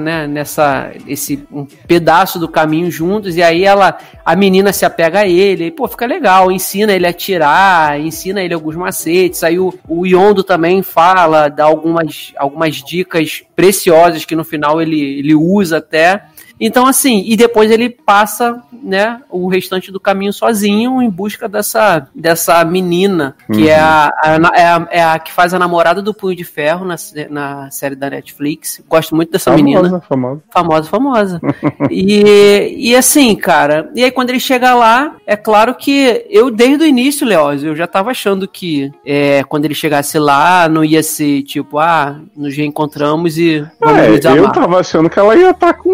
um pedaço do caminho juntos, e aí a menina se apega a ele, e pô, fica legal, ensina ele a atirar, ensina ele alguns macetes, aí o Yondo também fala, dá algumas dicas preciosas que no final ele usa até. Então, assim, e depois ele passa, né, o restante do caminho sozinho em busca dessa menina, que é a que faz a namorada do Punho de Ferro na série da Netflix. Gosto muito dessa menina. Famosa. E assim, cara, e aí quando ele chega lá, é claro que eu, desde o início, Leózio, eu já tava achando que quando ele chegasse lá, não ia ser tipo, nos reencontramos e vamos nos amar. Eu tava achando que ela ia estar com um boy já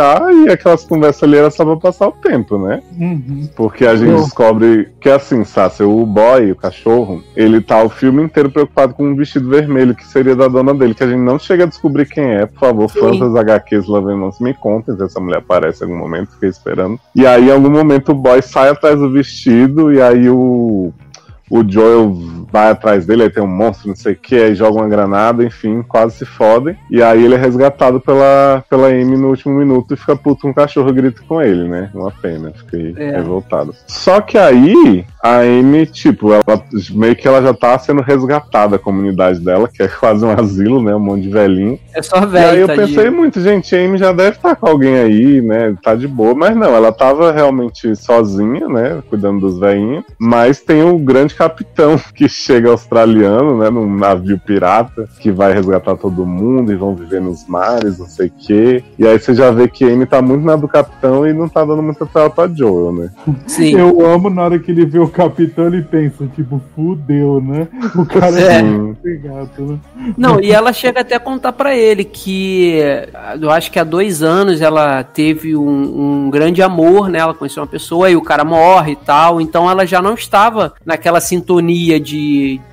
beijar e aquelas conversas ali era só pra passar o tempo, né? Uhum. Porque a gente descobre que assim, Sácia, o boy, o cachorro, ele tá o filme inteiro preocupado com um vestido vermelho que seria da dona dele, que a gente não chega a descobrir quem é. Por favor, fãs das HQs Lavenosos, me contem se essa mulher aparece em algum momento, fiquei esperando. E aí, em algum momento, o boy sai atrás do vestido e aí o Joel vai atrás dele, aí tem um monstro, não sei o que, aí joga uma granada, enfim, quase se fodem. E aí ele é resgatado pela Amy no último minuto e fica puto com o cachorro, grita com ele, né? Uma pena, fiquei revoltado. Só que aí, a Amy, tipo, ela meio que ela já tá sendo resgatada, a comunidade dela, que é quase um asilo, né? Um monte de velhinho. É só velho. E aí eu pensei muito, gente, a Amy já deve estar com alguém aí, né? Tá de boa, mas não, ela tava realmente sozinha, né? Cuidando dos velhinhos. Mas tem o grande capitão que chega australiano, né, num navio pirata, que vai resgatar todo mundo e vão viver nos mares, não sei o quê. E aí você já vê que Amy tá muito na do capitão e não tá dando muita tela pra Joel, né? Sim. Eu amo na hora que ele vê o capitão, ele pensa, tipo, fudeu, né? O cara pegado, né? Não, e ela chega até a contar pra ele que eu acho que há 2 anos ela teve um grande amor, né? Ela conheceu uma pessoa e o cara morre e tal, então ela já não estava naquela sintonia de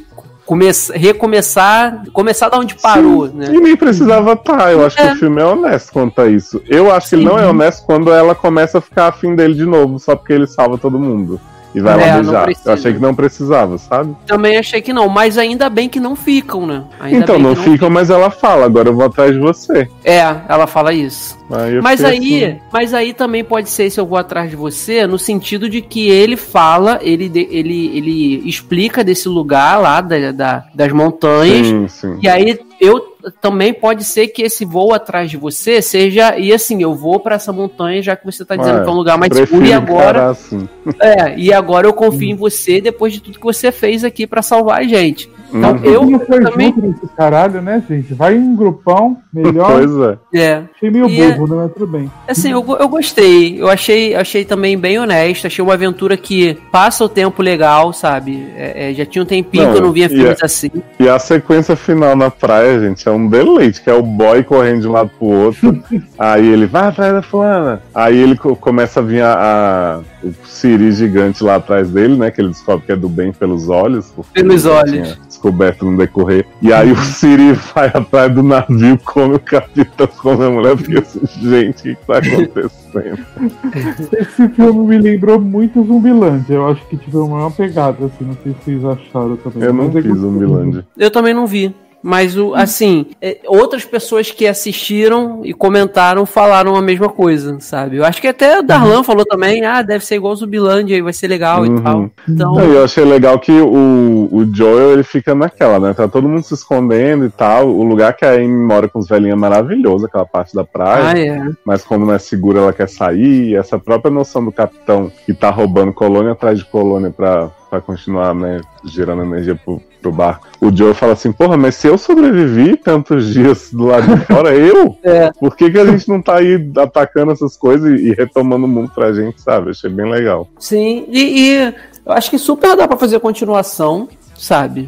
começar da onde parou, né? E nem precisava estar, eu acho que o filme é honesto quanto a isso. Eu acho que ele não é honesto quando ela começa a ficar afim dele de novo, só porque ele salva todo mundo. E vai lá beijar. Eu achei que não precisava, sabe? Também achei que não, mas ainda bem que não ficam, né? Ainda então, bem não ficam, mas ela fala, agora eu vou atrás de você. Ela fala isso. Mas aí também pode ser se eu vou atrás de você, no sentido de que ele fala, ele explica desse lugar lá das montanhas. Sim. E aí também pode ser que esse voo atrás de você seja, e assim, eu vou pra essa montanha, já que você tá dizendo que é um lugar mais seguro, e agora assim. e agora eu confio em você depois de tudo que você fez aqui pra salvar a gente. Então eu também nesse caralho, né, gente? Vai em grupão, melhor. Pois é. Achei meio bobo, né? Mas tudo bem. Assim, eu gostei. Eu achei também bem honesto. Achei uma aventura que passa o tempo legal, sabe? Já tinha um tempinho que eu não via filmes assim. E a sequência final na praia, gente, é um deleite, que é o boy correndo de um lado pro outro. Aí ele vai atrás da fulana. Aí ele começa a vir o Siri gigante lá atrás dele, né? Que ele descobre que é do bem pelos olhos. Pelos olhos. Descoberto no decorrer. E aí o Siri vai atrás do navio, come o capitão, come a mulher, porque assim, gente, o que tá acontecendo? Esse filme me lembrou muito Zumbilândia. Eu acho que tive uma pegada, assim, não sei se vocês acharam também. Eu não vi Zumbilândia. Eu também não vi. Mas, assim, outras pessoas que assistiram e comentaram falaram a mesma coisa, sabe? Eu acho que até o Darlan falou também, deve ser igual o Zumbilândia, vai ser legal e tal. Então... Eu achei legal que o Joel, ele fica naquela, né? Tá todo mundo se escondendo e tal. O lugar que a Amy mora com os velhinhos é maravilhoso, aquela parte da praia. Mas como não é segura, ela quer sair. E essa própria noção do capitão que tá roubando colônia atrás de colônia pra continuar, né, gerando energia pro barco. O Joe fala assim, porra, mas se eu sobrevivi tantos dias do lado de fora, por que a gente não tá aí atacando essas coisas e retomando o mundo pra gente, sabe? Achei bem legal. Sim, e eu acho que super dá pra fazer continuação, sabe?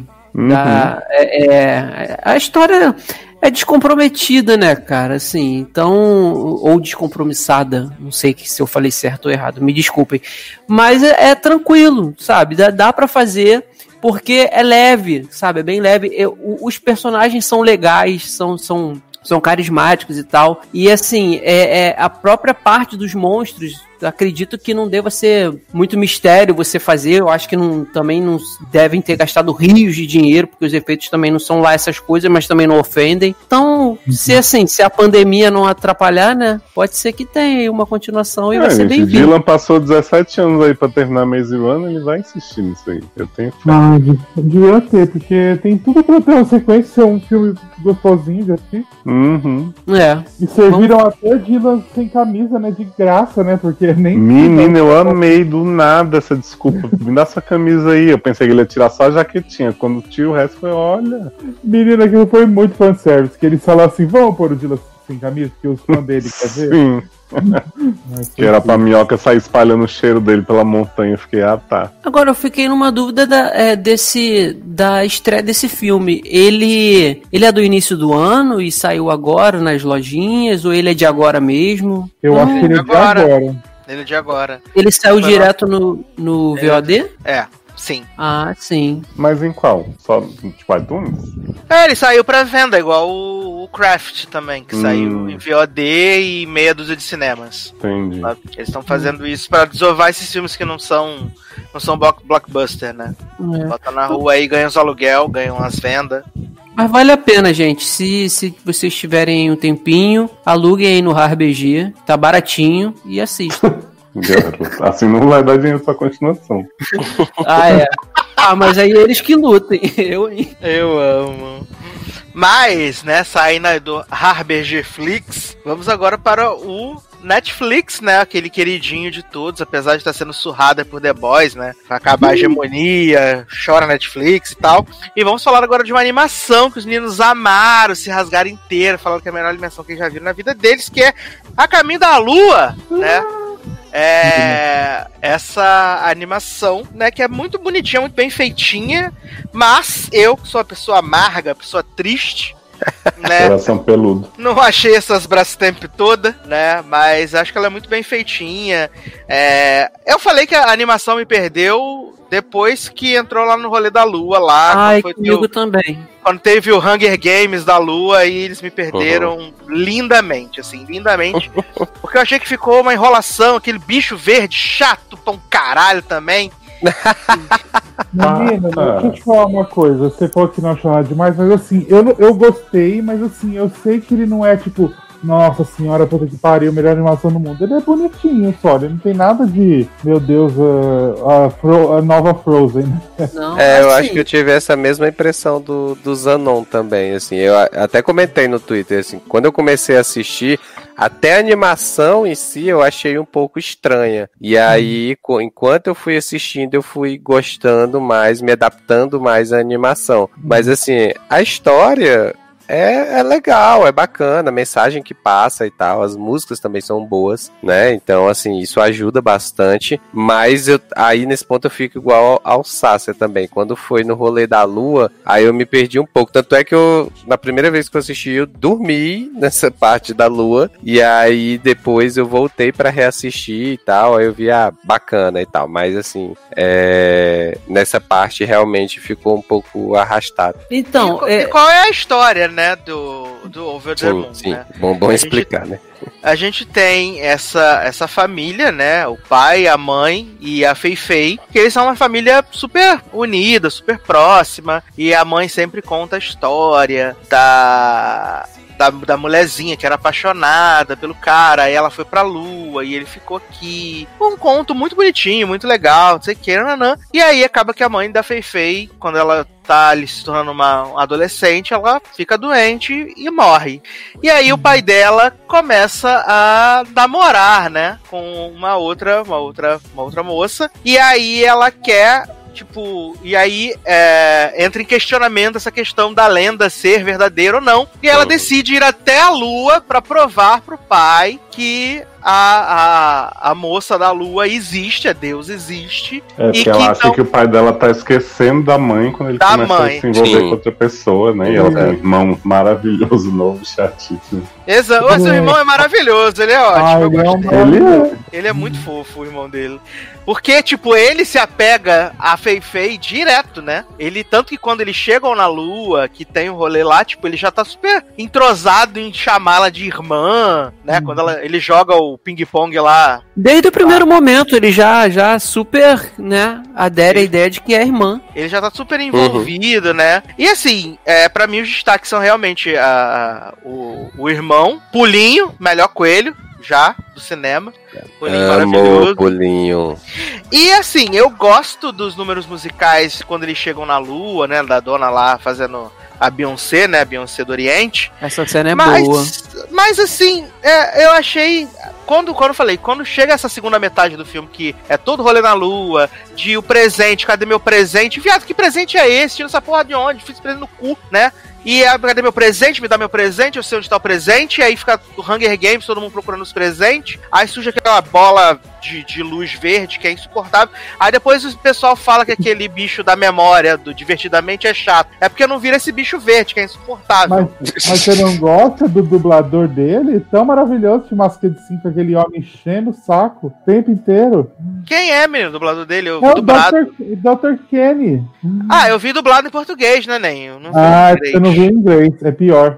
A história é descomprometida, né, cara, assim, então, ou descompromissada, não sei se eu falei certo ou errado, me desculpem, mas é tranquilo, sabe, dá pra fazer, porque é leve, sabe, é bem leve, os personagens são legais, são carismáticos e tal, e assim, a própria parte dos monstros, acredito que não deva ser muito mistério você fazer, eu acho que também não devem ter gastado rios de dinheiro, porque os efeitos também não são lá essas coisas, mas também não ofendem. Então, se a pandemia não atrapalhar, né, pode ser que tenha uma continuação e vai ser bem-vindo. Dylan passou 17 anos aí pra terminar Maze Runner, ele vai insistir nisso aí, eu tenho fé. Devia ter, porque tem tudo pra ter uma sequência, é um filme gostosinho de assistir. E serviram até Dylan sem camisa, né, de graça, né, porque nem... Menina, eu amei do nada essa desculpa. Me dá essa camisa aí. Eu pensei que ele ia tirar só a jaquetinha. Quando tira o resto, foi, olha... Menina, aquilo foi muito fanservice. Que eles falaram assim, vamos pôr o Dylan sem camisa, que os fãs dele quer ver? Sim. Mas Que era pra minhoca sair espalhando o cheiro dele pela montanha. Eu fiquei, tá. Agora, eu fiquei numa dúvida da estreia desse filme. Ele é do início do ano e saiu agora nas lojinhas, ou ele é de agora mesmo? Eu acho que ele é de agora. Ele é de agora. Ele saiu direto no VOD? É, sim. Ah, sim. Mas em qual? Só tipo iTunes? Ele saiu pra venda, igual o Craft também, que saiu em VOD e meia dúzia de cinemas. Entendi. Sabe? Eles estão fazendo isso pra desovar esses filmes que não são blockbuster, né? Bota na rua aí, ganha os aluguel, ganham as vendas. Mas vale a pena, gente. Se vocês tiverem um tempinho, aluguem aí no RarBG. Tá baratinho e assistam. Assim não vai dar dinheiro pra continuação. Ah, é. Ah, mas aí eles que lutem. Eu amo. Mas, né, saindo aí do RarBG Flix, vamos agora para o Netflix, né, aquele queridinho de todos, apesar de estar sendo surrada por The Boys, né, pra acabar a hegemonia, chora Netflix e tal. E vamos falar agora de uma animação que os meninos amaram, se rasgaram inteira, falaram que é a melhor animação que eles já viram na vida deles, que é A Caminho da Lua, né. Essa animação, né, que é muito bonitinha, muito bem feitinha, mas eu, que sou uma pessoa amarga, pessoa triste, né, Coração peludo. não achei essas Brastemp toda, né, mas acho que ela é muito bem feitinha. Eu falei que a animação me perdeu depois que entrou lá no rolê da Lua, lá. Ai, comigo também. Quando teve o Hunger Games da Lua, aí eles me perderam lindamente, assim, lindamente. Porque eu achei que ficou uma enrolação, aquele bicho verde chato pra um caralho também. Menina, deixa eu te falar uma coisa. Você falou que não achou nada demais, mas assim, eu gostei, mas assim, eu sei que ele não é tipo, nossa senhora, puta que pariu, melhor animação do mundo. Ele é bonitinho só, ele não tem nada de, meu Deus, a nova Frozen. Não, eu assim, acho que eu tive essa mesma impressão do Zanon também, assim, eu até comentei no Twitter, assim, quando eu comecei a assistir, até a animação em si eu achei um pouco estranha, e aí, enquanto eu fui assistindo, eu fui gostando mais, me adaptando mais à animação, mas assim, a história... É legal, é bacana, a mensagem que passa e tal, as músicas também são boas, né, então assim, isso ajuda bastante, mas aí nesse ponto eu fico igual ao Sácer também, quando foi no rolê da Lua, aí eu me perdi um pouco, tanto é que na primeira vez que eu assisti, eu dormi nessa parte da Lua, e aí depois eu voltei pra reassistir e tal, aí eu vi, bacana e tal, mas assim, nessa parte realmente ficou um pouco arrastado. Então, E qual é a história, né, do Over the Moon, sim. né? Bom explicar, né? A gente tem essa família, né, o pai, a mãe e a Fei-Fei, que eles são uma família super unida, super próxima, e a mãe sempre conta a história da mulherzinha que era apaixonada pelo cara, aí ela foi pra Lua e ele ficou aqui. Um conto muito bonitinho, muito legal, não sei o que, nanã. E aí acaba que a mãe da Fei-Fei, quando ela tá ali se tornando uma adolescente, ela fica doente e morre. E aí o pai dela começa a namorar, né, com uma outra moça. E aí ela quer... e aí entra em questionamento essa questão da lenda ser verdadeira ou não. E ela decide ir até a Lua pra provar pro pai que a moça da Lua existe, a Deus existe. Porque e que ela acha que o pai dela tá esquecendo da mãe quando ele começa a se envolver com outra pessoa, né? E ela tem um irmão maravilhoso, novo, chatíssimo. Exato, o seu irmão é maravilhoso, ele é ótimo. Eu gosto dele. Ele Ele é muito fofo, o irmão dele. Porque, ele se apega a Fei-Fei direto, né? Tanto que quando eles chegam na Lua, que tem um rolê lá, ele já tá super entrosado em chamá-la de irmã, né? Quando ele joga o ping-pong lá. Desde o primeiro momento, ele já super, né, adere à ideia de que é irmã. Ele já tá super envolvido, né? E assim, pra mim os destaques são realmente o irmão, Pulinho, melhor coelho, já, do cinema. Pulinho maravilhoso. Pulinho. E assim, eu gosto dos números musicais quando eles chegam na Lua, né? Da dona lá fazendo a Beyoncé, né? A Beyoncé do Oriente. Essa cena é boa. Mas assim, eu achei... Quando chega essa segunda metade do filme, que é todo rolê na Lua, de o presente, cadê meu presente? Viado, que presente é esse? Tira essa porra de onde? Fiz presente no cu, né? E cadê meu presente? Me dá meu presente, eu sei onde tá o presente. E aí fica o Hunger Games, todo mundo procurando os presentes. Aí surge aquela bola de luz verde que é insuportável. Aí depois o pessoal fala que aquele bicho da memória do Divertidamente é chato. É porque não vira esse bicho verde, que é insuportável. Mas você não gosta do dublador dele? Tão maravilhoso de Máscara de 5, aquele homem enchendo o saco o tempo inteiro. Quem é, menino, o dublador dele? Eu É vi o dublado. Dr. Kenny. Ah, eu vi dublado em português, né, Nen? Eu não vi Ah, em inglês. você não viu em inglês, é pior.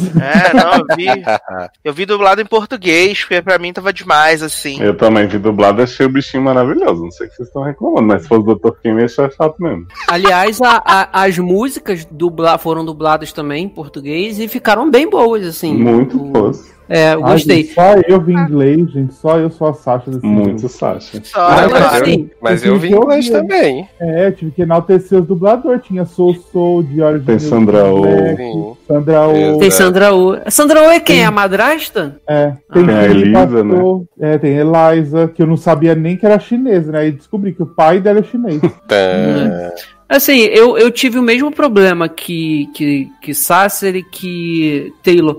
Eu vi dublado em português, porque pra mim tava demais, assim. Eu também vi dublado, achei o bichinho maravilhoso. Não sei o que vocês estão reclamando, mas se fosse o Dr. Kim, ia achar chato mesmo. Aliás, as músicas foram dubladas também em português e ficaram bem boas, assim. Muito boas. Eu gostei. Gente, só eu vi inglês, gente. Só eu sou a Sasha desse Muito filme. Sasha. Mas eu vi inglês também. Tive que enaltecer os dubladores. Tinha Soul de Origin. Tem Sandra Oh. Sandra Oh. Tem Sandra Oh. Sandra Oh é quem? É a madrasta? Tem a Elisa, né? Tem Eliza, que eu não sabia nem que era chinesa, né? E descobri que o pai dela é chinês. Assim, eu tive o mesmo problema que Sasser e que Taylor.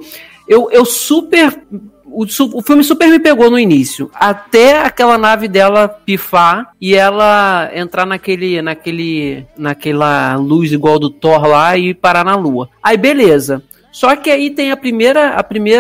O filme super me pegou no início, até aquela nave dela pifar e ela entrar naquela luz igual do Thor lá e parar na lua. Aí beleza. Só que aí tem a primeira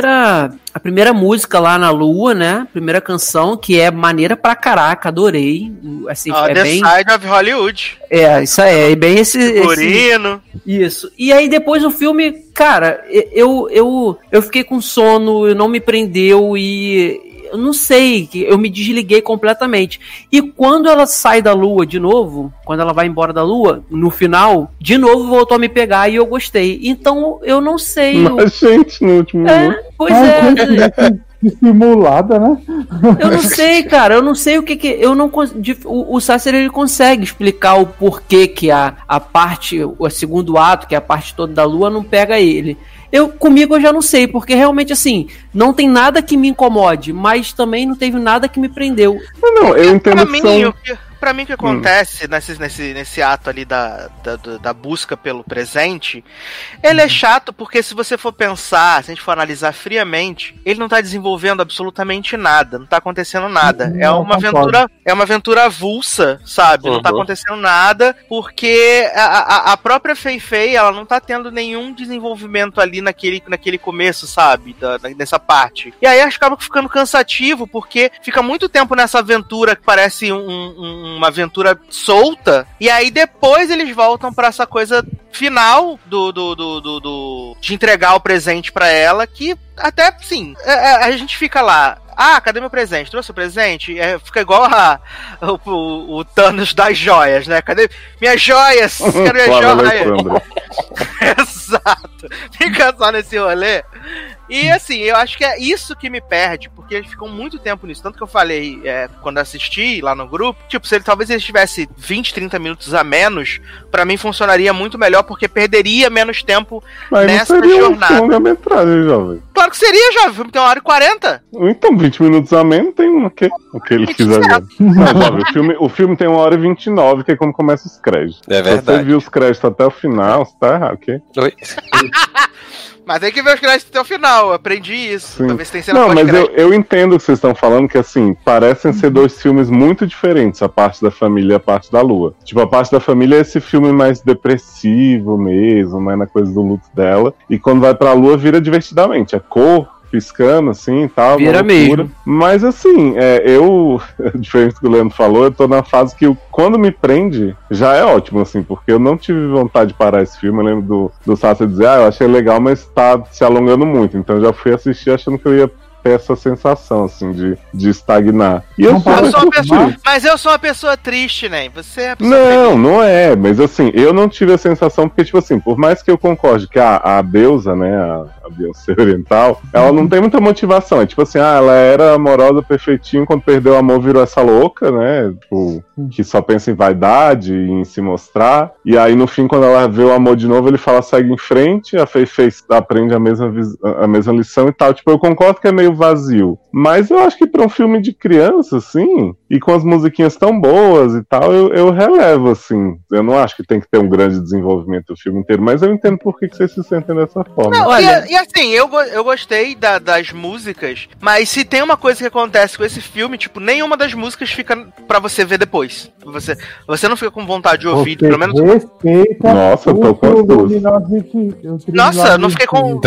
música lá na lua, né? Primeira canção, que é maneira pra caraca, adorei. Assim, The Side of Hollywood. Isso aí, é bem esse... Figurino. Isso. E aí depois o filme, cara, eu fiquei com sono, não me prendeu e... Eu não sei, eu me desliguei completamente. E quando ela sai da lua de novo, quando ela vai embora da lua, no final, de novo voltou a me pegar e eu gostei. Então, eu não sei. Mas, gente, no último minuto. Pois é. Que simulada, né? Eu não sei, cara. Eu não sei o que eu não o Sasser, ele consegue explicar o porquê que a parte, o segundo ato, que é a parte toda da lua, não pega ele. Comigo eu já não sei, porque realmente assim, não tem nada que me incomode, mas também não teve nada que me prendeu. Não, eu entendo Pra mim, o que acontece nesse ato ali da busca pelo presente, ele é chato porque se você for pensar, se a gente for analisar friamente, ele não tá desenvolvendo absolutamente nada, não tá acontecendo nada. É uma aventura avulsa, sabe? Não tá acontecendo nada porque a própria Fei-Fei, ela não tá tendo nenhum desenvolvimento ali naquele começo, sabe? Nessa parte. E aí acaba ficando cansativo porque fica muito tempo nessa aventura que parece uma aventura solta, e aí depois eles voltam pra essa coisa final de entregar o presente pra ela, que até, sim, a gente fica lá, cadê meu presente? Trouxe o presente? Fica igual o Thanos das joias, né? Cadê minhas joias? Quero minhas joias. Exato. Fica só nesse rolê. E assim, eu acho que é isso que me perde, porque eles ficam muito tempo nisso. Tanto que eu falei, quando assisti lá no grupo, tipo, talvez ele tivesse 20, 30 minutos a menos, pra mim funcionaria muito melhor, porque perderia menos tempo nessa jornada. Mas longa-metragem, jovem. Claro que seria, jovem. O filme tem 1h40. Então, 20 minutos a menos tem o que ele quiser ver. Não, jovem, o filme tem 1h29, que é quando começa os créditos. É verdade. Se você viu os créditos até o final, você tá errado, ok? Oi? Mas tem que ver os créditos até o final, eu aprendi isso. Sim. Pra ver se tem cena Não, mas pós-crédito. eu entendo o que vocês estão falando, que assim, parecem ser dois filmes muito diferentes, a parte da família e a parte da lua. Tipo, a parte da família é esse filme mais depressivo mesmo, mais na coisa do luto dela. E quando vai pra lua, vira divertidamente. É cor, piscando, assim, e tal. Vira mesmo. Mas assim, diferente do que o Leandro falou, eu tô na fase que quando me prende, já é ótimo, assim, porque eu não tive vontade de parar esse filme. Eu lembro do Sasha dizer, eu achei legal, mas tá se alongando muito. Então eu já fui assistir achando que eu ia ter essa sensação, assim, de estagnar. E Mas eu sou uma pessoa triste, né? Você é uma pessoa feliz. Não é, mas assim, eu não tive a sensação, porque, tipo assim, por mais que eu concorde que a deusa, né, a Beyoncé oriental, ela não tem muita motivação. É tipo assim, ela era amorosa, perfeitinho, quando perdeu o amor virou essa louca, né, tipo, que só pensa em vaidade, em se mostrar, e aí no fim, quando ela vê o amor de novo, ele fala, segue em frente, a Fei aprende a mesma lição e tal. Tipo, eu concordo que é meio vazio, mas eu acho que pra um filme de criança, assim, E com as musiquinhas tão boas e tal, eu relevo, assim. Eu não acho que tem que ter um grande desenvolvimento do filme inteiro, mas eu entendo por que vocês se sentem dessa forma. Não, Olha- e assim, eu gostei das músicas, mas se tem uma coisa que acontece com esse filme, tipo, nenhuma das músicas fica pra você ver depois. Você não fica com vontade de ouvir, Você pelo menos... respeita Nossa, eu tô com as duas. Nossa, eu não fiquei com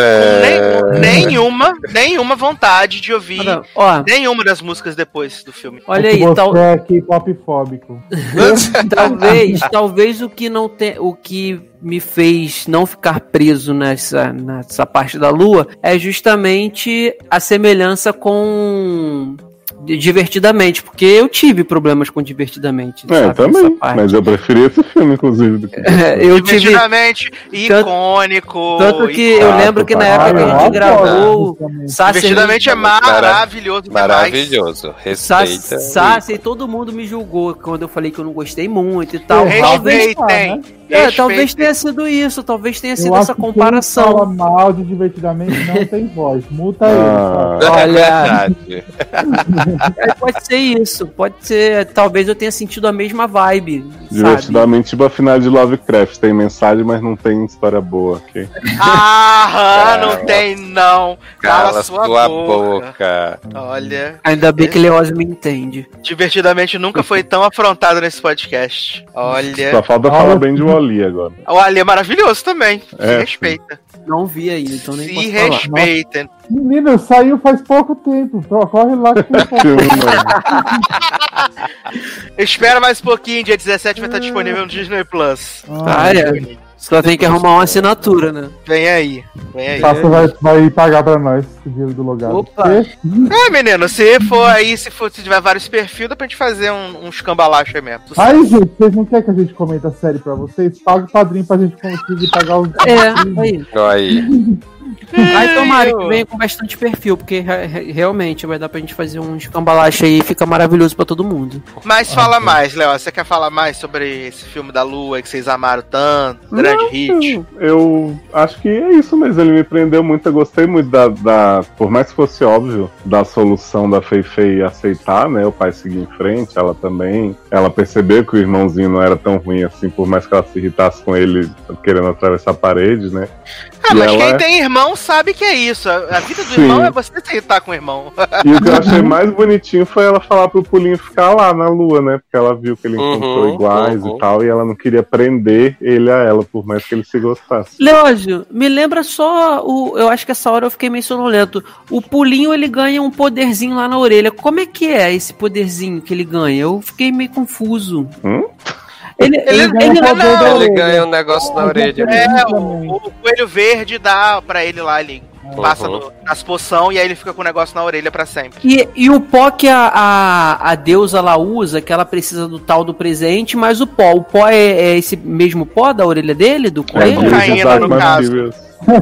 nenhuma vontade de ouvir Olha, ó, nenhuma das músicas depois do filme. olha aí, Você é K-pop fóbico. talvez o que me fez não ficar preso nessa parte da lua é justamente a semelhança com Divertidamente, porque eu tive problemas com Divertidamente. Eu também, mas eu preferi esse filme, inclusive, do que eu tive Divertidamente, icônico. tanto que eu lembro que na época que a gente gravou Divertidamente é maravilhoso. Maravilhoso. Respeita. Sassi, todo mundo me julgou quando eu falei que eu não gostei muito e tal. Respeitem. Talvez tenha sido isso, talvez tenha sido Eu essa acho que comparação. quem fala mal de Divertidamente não tem voz. Multa ele. É verdade. Pode ser isso, pode ser. Talvez eu tenha sentido a mesma vibe. Divertidamente, tipo a final de Lovecraft. Tem mensagem, mas não tem história boa, ok? Não tem não. Cala sua boca. Olha. Ainda bem que Leózio me entende. Divertidamente nunca foi tão afrontado nesse podcast. Olha. Só falta falar bem de Wall-E agora. O Ali é maravilhoso também. Se respeita. Não vi ainda, então nem Se posso falar. respeita. Menino, saiu faz pouco tempo. Corre lá que tem Espera mais um pouquinho, dia 17 vai estar disponível no Disney Plus. Só tem que arrumar uma assinatura, né? Vem aí. Sassi vai pagar pra nós o dinheiro do logado. Opa! Menino, se tiver vários perfis, dá pra gente fazer uns cambalachos aí mesmo. Aí, gente, vocês não querem que a gente comente a série pra vocês? Paga o padrinho pra gente conseguir pagar os... Aí. Aí tomara que venha com bastante perfil, porque realmente vai dar pra gente fazer uns cambalachos aí e fica maravilhoso pra todo mundo. Mas fala mais, Léo. Você quer falar mais sobre esse filme da Lua que vocês amaram tanto? Grande hit? Eu acho que é isso mesmo. Ele me prendeu muito. Eu gostei muito por mais que fosse óbvio, da solução da Fei aceitar, né? O pai seguir em frente, ela também. Ela percebeu que o irmãozinho não era tão ruim assim, por mais que ela se irritasse com ele querendo atravessar a parede, né? Mas quem tem irmão sabe que é isso. A vida do irmão é você se irritar com o irmão. E o que eu achei mais bonitinho foi ela falar pro Pulinho ficar lá na lua, né? Porque ela viu que ele encontrou iguais e tal, e ela não queria prender ele a ela, por mais que ele se gostasse. Leózio, me lembra só eu acho que essa hora eu fiquei meio sonolento. O Pulinho, ele ganha um poderzinho lá na orelha. Como é que é esse poderzinho que ele ganha? Eu fiquei meio confuso. Ele ganha um negócio na orelha. O coelho verde dá pra ele lá, ele passa nas poções e aí ele fica com o negócio na orelha pra sempre. E o pó que a deusa lá usa, que ela precisa do tal do presente, mas o pó é esse mesmo pó da orelha dele, do coelho? Cocaína, no caso.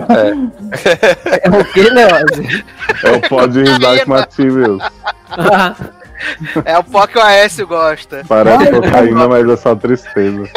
É o que, Leózio? É o pó de Dark Materials. É o pó que o Aécio gosta. Parece cocaína, mas é só tristeza.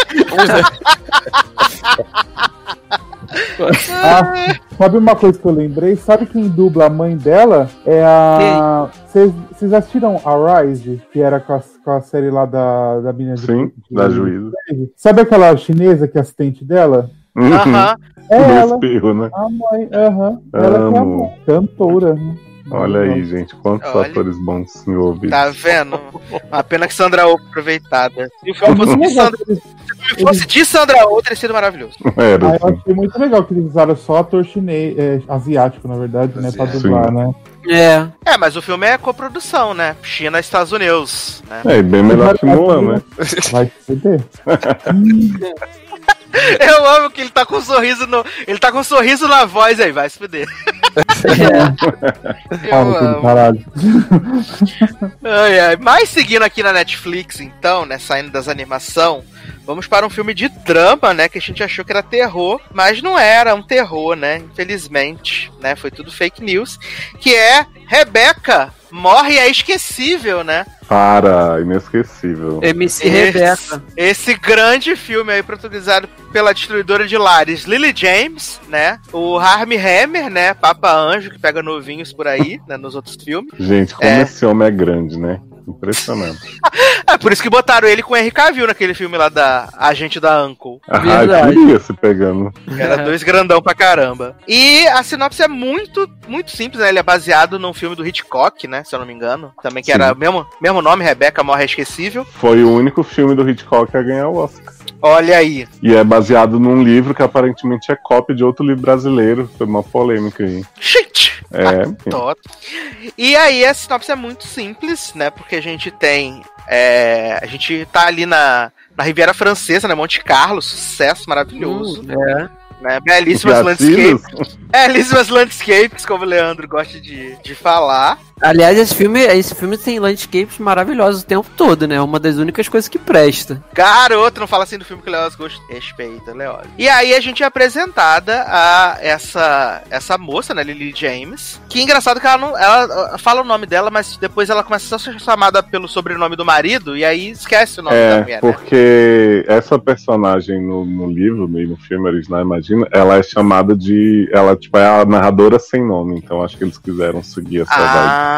Sabe uma coisa que eu lembrei? Sabe quem dubla a mãe dela? É a... Vocês assistiram a Rise? Que era com a série lá da menina de... Sim, da juíza. Sabe aquela chinesa que é assistente dela? É ela. Espirro, né? A mãe, ela que é a mãe, cantora. Olha aí, gente, quantos atores bons me ouvem. Tá vendo? Uma pena que Sandra Oh aproveitada. Se o filme fosse de Sandra Oh, teria sido maravilhoso. Eu achei muito legal que eles usaram só ator chinês, asiático, na verdade, né, pra dublar, né? Mas o filme é coprodução, né? China e Estados Unidos. Né? É, bem melhor que Mulan, né? Vai foder. Eu amo que ele tá com um sorriso ele tá com um sorriso na voz aí, vai se fuder. Caralho. Mas seguindo aqui na Netflix, então, né, saindo das animação, vamos para um filme de drama, né, que a gente achou que era terror, mas não era um terror, né, infelizmente, né, foi tudo fake news, que é Rebecca Morre é Esquecível, né? Inesquecível. MC Rebecca. Esse grande filme aí, protagonizado pela destruidora de lares Lily James, né? O Armie Hammer, né? Papa Anjo, que pega novinhos por aí, né? Nos outros filmes. Gente, como esse homem é grande, né? Impressionante. É por isso que botaram ele com o Henry Cavill naquele filme lá da Agente da Uncle. Eu queria se pegando. Era dois grandão pra caramba. E a sinopse é muito, muito simples, né? Ele é baseado num filme do Hitchcock, né? Se eu não me engano. Também que era o mesmo nome, Rebecca Morre Esquecível. Foi o único filme do Hitchcock a ganhar o Oscar. Olha aí. E é baseado num livro que aparentemente é cópia de outro livro brasileiro. Foi uma polêmica aí. Gente! É. E aí a sinopse é muito simples, né? Porque a gente tem... a gente tá ali na Riviera Francesa, né? Monte Carlo, sucesso maravilhoso. Né? Belíssimas landscapes. Belíssimas landscapes, como o Leandro gosta de falar. Aliás, esse filme tem landscapes maravilhosos o tempo todo, né? Uma das únicas coisas que presta. Garoto, não fala assim do filme que o Leoz gosta. Respeita, Leoz. E aí a gente é apresentada a essa moça, né, Lily James. Que engraçado que ela fala o nome dela, mas depois ela começa a ser chamada pelo sobrenome do marido, e aí esquece o nome da mulher, porque essa personagem no livro, e no filme original, imagina, ela é chamada de... Ela, tipo, é a narradora sem nome, então acho que eles quiseram seguir essa vibe.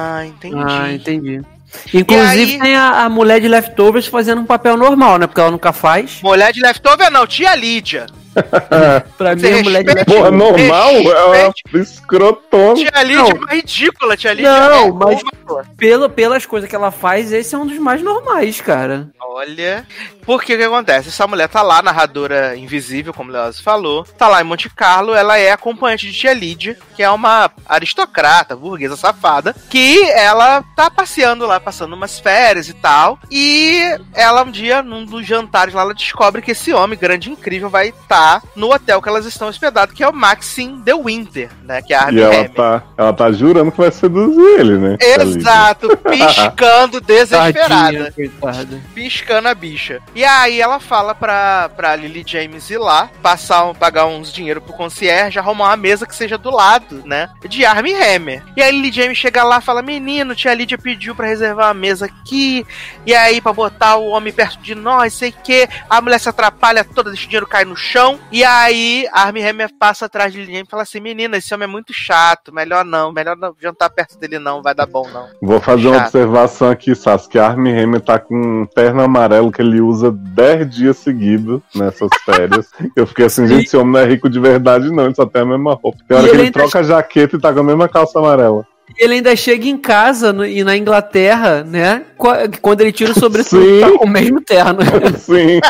Entendi. Inclusive aí... tem a mulher de Leftovers fazendo um papel normal, né? Porque ela nunca faz. Mulher de Leftovers não, tia Lídia. Pra mim, a mulher de Leftovers. Porra, normal? É uma escrotona. Tia Lídia é uma ridícula, tia Lídia. Não, mas pelas coisas que ela faz, esse é um dos mais normais, cara. Olha, porque o que acontece? Essa mulher tá lá, narradora invisível, como o Leoz falou, tá lá em Monte Carlo, ela é acompanhante de tia Lídia, que é uma aristocrata, burguesa safada, que ela tá passeando lá, passando umas férias e tal, e ela um dia, num dos jantares lá, ela descobre que esse homem grande e incrível vai estar no hotel que elas estão hospedadas, que é o Maxim The Winter, né, que é a Armie Hammer. Ela tá jurando que vai seduzir ele, né? Exato, piscando desesperada. Coitada. Piscando a bicha. E aí ela fala pra Lily James ir lá, pagar uns dinheiro pro concierge, arrumar uma mesa que seja do lado, né, de Armie Hammer. E aí Lily James chega lá e fala, menino, tia Lídia pediu pra reservar uma mesa aqui, e aí pra botar o homem perto de nós, sei que, a mulher se atrapalha toda, deixa o dinheiro cair no chão, e aí Armie Hammer passa atrás de Lily James e fala assim, menina, esse homem é muito chato, melhor não jantar perto dele não, vai dar bom não. Vou fazer uma observação aqui, Sassi, que a Armie Hammer tá com um terno amarelo que ele usa 10 dias seguidos nessas férias. Eu fiquei assim, gente, esse homem não é rico de verdade não, ele só tem a mesma roupa. Tem hora que ele troca a jaqueta e tá com a mesma calça amarela. Ele ainda chega em casa e na Inglaterra, né? Quando ele tira o sobretudo, tá com o mesmo terno. Sim.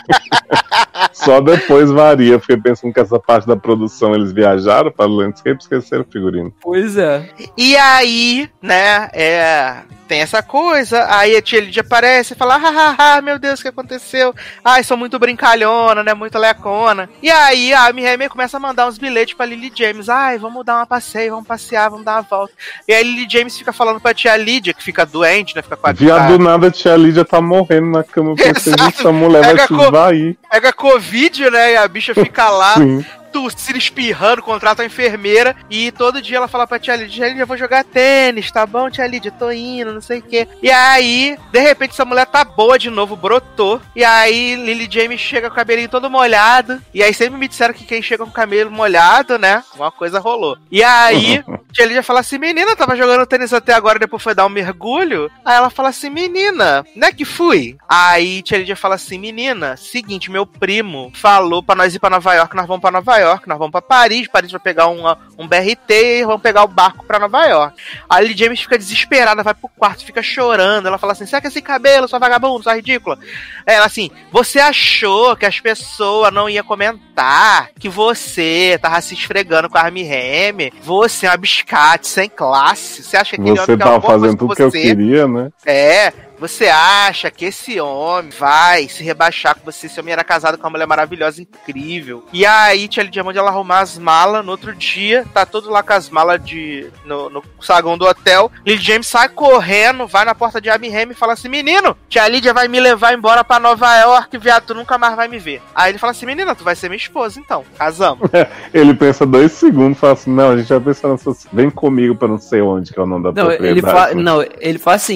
Só depois varia. Fiquei pensando que essa parte da produção eles viajaram para o landscape e esqueceram o figurino. Pois é. E aí, né, tem essa coisa, aí a tia Lídia aparece e fala, meu Deus, o que aconteceu? Ai, sou muito brincalhona, né, muito lecona. E aí a Armie Hammer começa a mandar uns bilhetes pra Lily James, vamos dar uma passeio, vamos passear, vamos dar uma volta. E aí Lily James fica falando pra tia Lídia, que fica doente, né, fica com a do nada a tia Lídia tá morrendo na cama, porque essa mulher vai se esvair. Pega Covid, né, e a bicha fica lá... Sim. Tossindo, espirrando, contrata a enfermeira e todo dia ela fala pra tia Lídia, eu vou jogar tênis, tá bom, tia Lídia? Tô indo, não sei o quê. E aí, de repente, essa mulher tá boa de novo, brotou. E aí, Lily James chega com o cabelinho todo molhado. E aí, sempre me disseram que quem chega com o cabelo molhado, né, uma coisa rolou. E aí, tia Lídia fala assim, menina, tava jogando tênis até agora, depois foi dar um mergulho. Aí ela fala assim, menina, né que fui? Aí, tia Lídia fala assim, menina, seguinte, meu primo falou pra nós ir pra Nova York, nós vamos pra Nova York, nós vamos pra Paris vai pegar um BRT e vamos pegar o barco pra Nova York. A Lily James fica desesperada, vai pro quarto, fica chorando, ela fala assim, será que esse cabelo, sua vagabunda, sua ridícula? Ela assim, você achou que as pessoas não iam comentar que você tava se esfregando com a Armie Hammer? Você é uma biscate sem classe, você acha que aquele você tava fazendo tudo que eu queria, né? Você acha que esse homem vai se rebaixar com você? Esse homem era casado com uma mulher maravilhosa, incrível. E aí, tia Lídia manda ela arrumar as malas. No outro dia, tá todo lá com as malas no saguão do hotel. Lily James sai correndo, vai na porta de Armie Hammer e fala assim, menino, tia Lídia vai me levar embora pra Nova York, viado, tu nunca mais vai me ver. Aí ele fala assim, menina, tu vai ser minha esposa, então. Casamos. Ele pensa 2 segundos e fala assim, não, a gente vai pensar nessa... Vem comigo pra não sei onde, que é o nome da propriedade. Ele fala assim,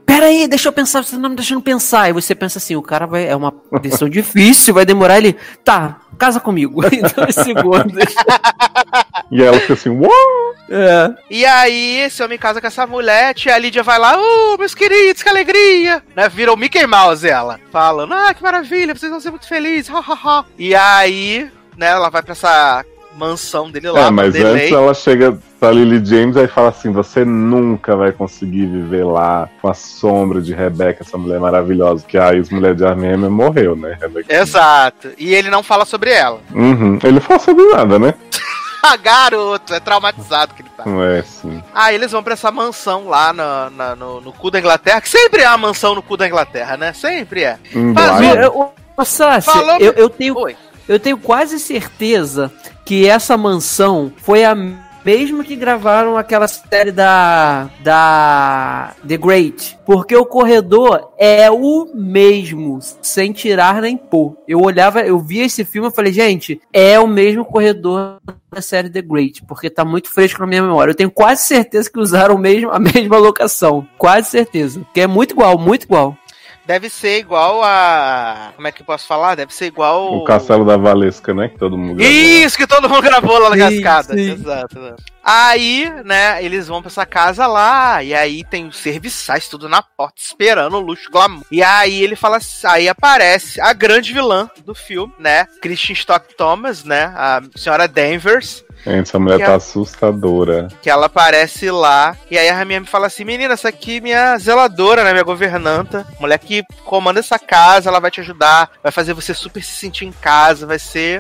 pera aí, deixa eu pensar, você não me deixando pensar. E você pensa assim, o cara é uma decisão difícil, vai demorar, ele, tá, casa comigo. Em 2 segundos. E ela fica assim, uau! E aí, esse homem casa com essa mulher, tia Lídia vai lá, meus queridos, que alegria! Né, vira o Mickey Mouse ela, falando, que maravilha, vocês vão ser muito felizes, ha. E aí, né, ela vai pra essa mansão dele lá, mas antes ela chega pra Lily James e fala assim, você nunca vai conseguir viver lá com a sombra de Rebecca, essa mulher maravilhosa, que a ex-mulher de Armie Hammer morreu, né, Rebecca? Exato, e ele não fala sobre ela. Ele não fala sobre nada, né? Garoto, é traumatizado que ele tá. Sim. Aí eles vão pra essa mansão lá no cu da Inglaterra, que sempre é uma mansão no cu da Inglaterra, né? Sempre é. Sassi, eu tenho quase certeza que essa mansão foi a mesma que gravaram aquela série da The Great, porque o corredor é o mesmo, sem tirar nem pôr. Eu vi esse filme e falei, gente, é o mesmo corredor da série The Great, porque tá muito fresco na minha memória. Eu tenho quase certeza que usaram a mesma locação, quase certeza, que é muito igual. Deve ser igual a... Como é que eu posso falar? Deve ser igual... O Castelo da Valesca, né? Que todo mundo gravou. Isso, que todo mundo gravou lá na cascada. Sim. Exato. Aí, né, eles vão pra essa casa lá, e aí tem os serviçais tudo na porta, esperando o luxo glamour. E aí ele fala assim, aí aparece a grande vilã do filme, né? Kristen Stock Thomas, né? A senhora Danvers. Gente, essa mulher tá assustadora. Que ela aparece lá, e aí a Raminha me fala assim, menina, essa aqui é minha zeladora, né, minha governanta, mulher que comanda essa casa, ela vai te ajudar, vai fazer você super se sentir em casa, vai ser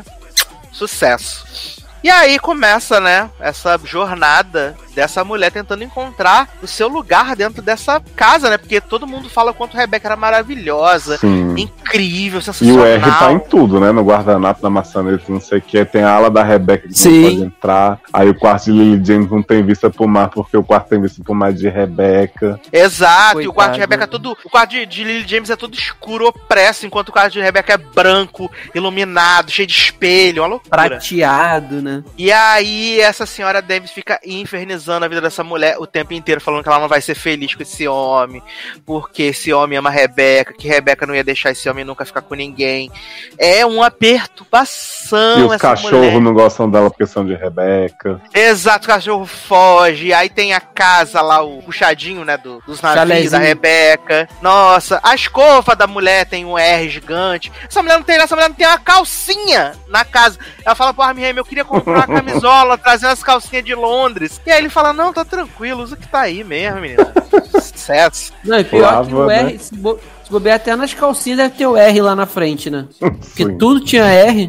sucesso. E aí começa, né, essa jornada dessa mulher tentando encontrar o seu lugar dentro dessa casa, né? Porque todo mundo fala o quanto Rebecca era maravilhosa, incrível, sensacional. E o R tá em tudo, né? No guardanapo, na maçaneta, não sei o que. Tem a ala da Rebecca que não pode entrar. Aí o quarto de Lily James não tem vista pro mar, porque o quarto tem vista pro mar de Rebecca. Exato, coitado. E o quarto de Rebecca é todo... O quarto de Lily James é todo escuro, opresso, enquanto o quarto de Rebecca é branco, iluminado, cheio de espelho, uma loucura. Prateado, né? E aí essa senhora Davis fica infernizando a vida dessa mulher o tempo inteiro, falando que ela não vai ser feliz com esse homem, porque esse homem ama a Rebecca, que Rebecca não ia deixar esse homem nunca ficar com ninguém. É uma perturbação. E os cachorros não gostam dela porque são de Rebecca. Exato, o cachorro foge. Aí tem a casa lá, o puxadinho, né, dos navios da Rebecca. Nossa, a escova da mulher tem um R gigante. Essa mulher não tem uma calcinha na casa. Ela fala pro Armie Hammer, eu queria comprar uma camisola, trazendo as calcinhas de Londres. E aí ele fala, não, tá tranquilo, usa que tá aí mesmo, menina. Sucesso. Não, e pior que o R, né? Se bobear até nas calcinhas deve ter o R lá na frente, né? Porque tudo tinha R.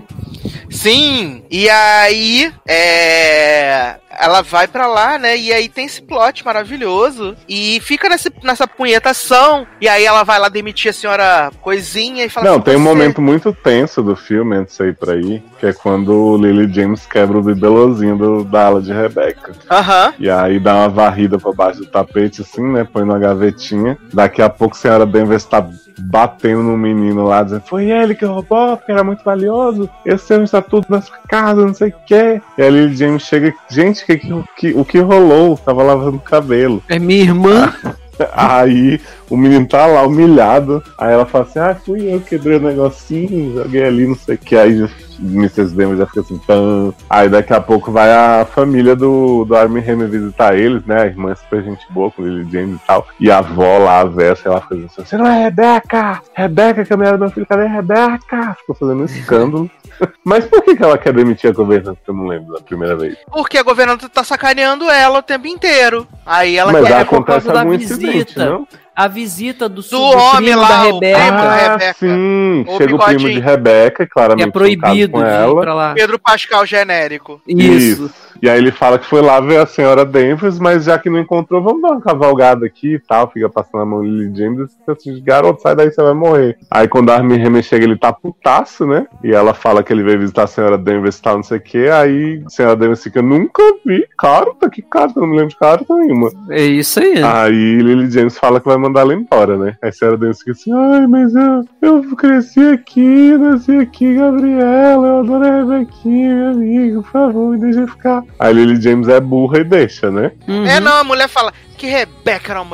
Sim, e aí ela vai pra lá, né? E aí tem esse plot maravilhoso. E fica nessa punhetação. E aí ela vai lá demitir a senhora Coisinha e fala não, assim, tem um momento muito tenso do filme antes de sair pra aí, que é quando o Lily James quebra o bibelozinho da ala de Rebecca. E aí dá uma varrida pra baixo do tapete, assim, né? Põe numa gavetinha. Daqui a pouco a senhora Danvers tá batendo no menino lá, dizendo, foi ele que roubou, porque era muito valioso. Esse homem está tudo nessa casa, não sei o que. E aí Lily James chega, gente, o que rolou? Tava lavando o cabelo. É minha irmã. Aí o menino tá lá humilhado. Aí ela fala assim, fui eu, quebrei o negocinho, joguei ali, não sei o que. Aí Mrs. Denver já fica assim, pã. Aí daqui a pouco vai a família do Armie Hammer visitar eles, né? A irmã é super gente boa com Lily James e tal. E a avó lá, a Vessa, ela fica assim, você não é Rebecca? Rebecca, que a mulher do meu filho, cadê Rebecca? Ficou fazendo um escândalo. Mas por que ela quer demitir a governanta? Eu não lembro da primeira vez. Porque a governanta tá sacaneando ela o tempo inteiro. Aí ela quer acontece algum incidente, não? A visita do homem lá, da Rebecca. Sim, chega o primo de Rebecca, claramente é proibido com ela. Pra lá. Pedro Pascal genérico. Isso. E aí ele fala que foi lá ver a senhora Danvers, mas já que não encontrou, vamos dar uma cavalgada aqui e tal. Fica passando a mão em Lily James e assim, garoto, sai daí, você vai morrer. Aí quando a Armie Hammer chega, ele tá putaço, né? E ela fala que ele veio visitar a senhora Danvers e tal, não sei o que. Aí a senhora Danvers fica, nunca vi carta, que carta? Eu não lembro de carta nenhuma. É isso aí. Aí Lily James fala que vai mandar ela embora, né? Aí a senhora Danvers fica assim, mas eu cresci aqui, nasci aqui, Gabriela, eu adoro a Rebequinha, minha amiga, por favor, me deixa ficar. Aí Lily James é burra e deixa, né? Não, a mulher fala que Rebecca era uma mulher incrível,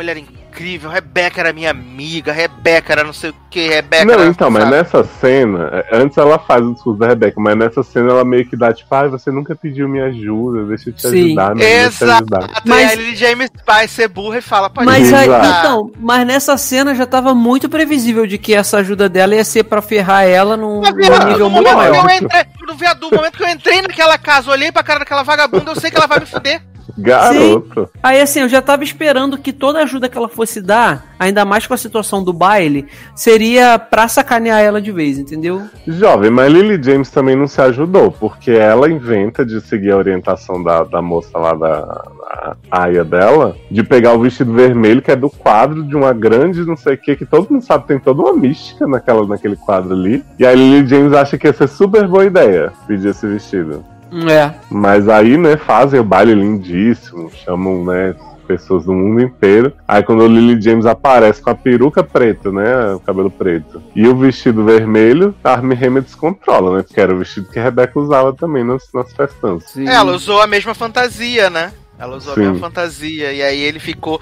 incrível. Rebeca era minha amiga, Rebeca era não sei o que, Rebeca Não, era, então, mas sabe? nessa cena, antes ela faz o discurso da Rebeca, mas nessa cena ela meio que dá, tipo, você nunca pediu minha ajuda, deixa eu te ajudar, né? Exato. Mas- E aí a Lily James vai ser burra e fala, pode Mas aí, Exato. então, mas nessa cena já tava muito previsível de que essa ajuda dela ia ser pra ferrar ela num Mas, viado, nível no muito momento maior. que eu entrei, do momento que eu entrei naquela casa, olhei pra cara daquela vagabunda, eu sei que ela vai me fuder. Garoto. Aí assim, eu já tava esperando que toda ajuda que ela fosse dar, ainda mais com a situação do baile, seria pra sacanear ela de vez, entendeu? Jovem, mas Lily James também não se ajudou, porque ela inventa de seguir a orientação da moça lá, da aia dela, de pegar o vestido vermelho, que é do quadro de uma grande não sei o que todo mundo sabe, tem toda uma mística naquele quadro ali. E aí Lily James acha que ia ser super boa ideia pedir esse vestido. É. Mas aí, né, fazem o baile lindíssimo, chamam, né, pessoas do mundo inteiro. Aí quando o Lily James aparece com a peruca preta, né, o cabelo preto, e o vestido vermelho, a Armie Hammer descontrola, né, porque era o vestido que a Rebeca usava também nas festanças. Sim. Ela usou a mesma fantasia, né? Ela usou Sim. a mesma fantasia. E aí ele ficou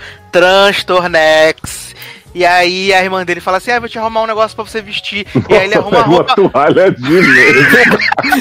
transtornex. E aí a irmã dele fala assim, vou te arrumar um negócio pra você vestir. E aí ele arruma a Pega uma roupa, toalha de mesa.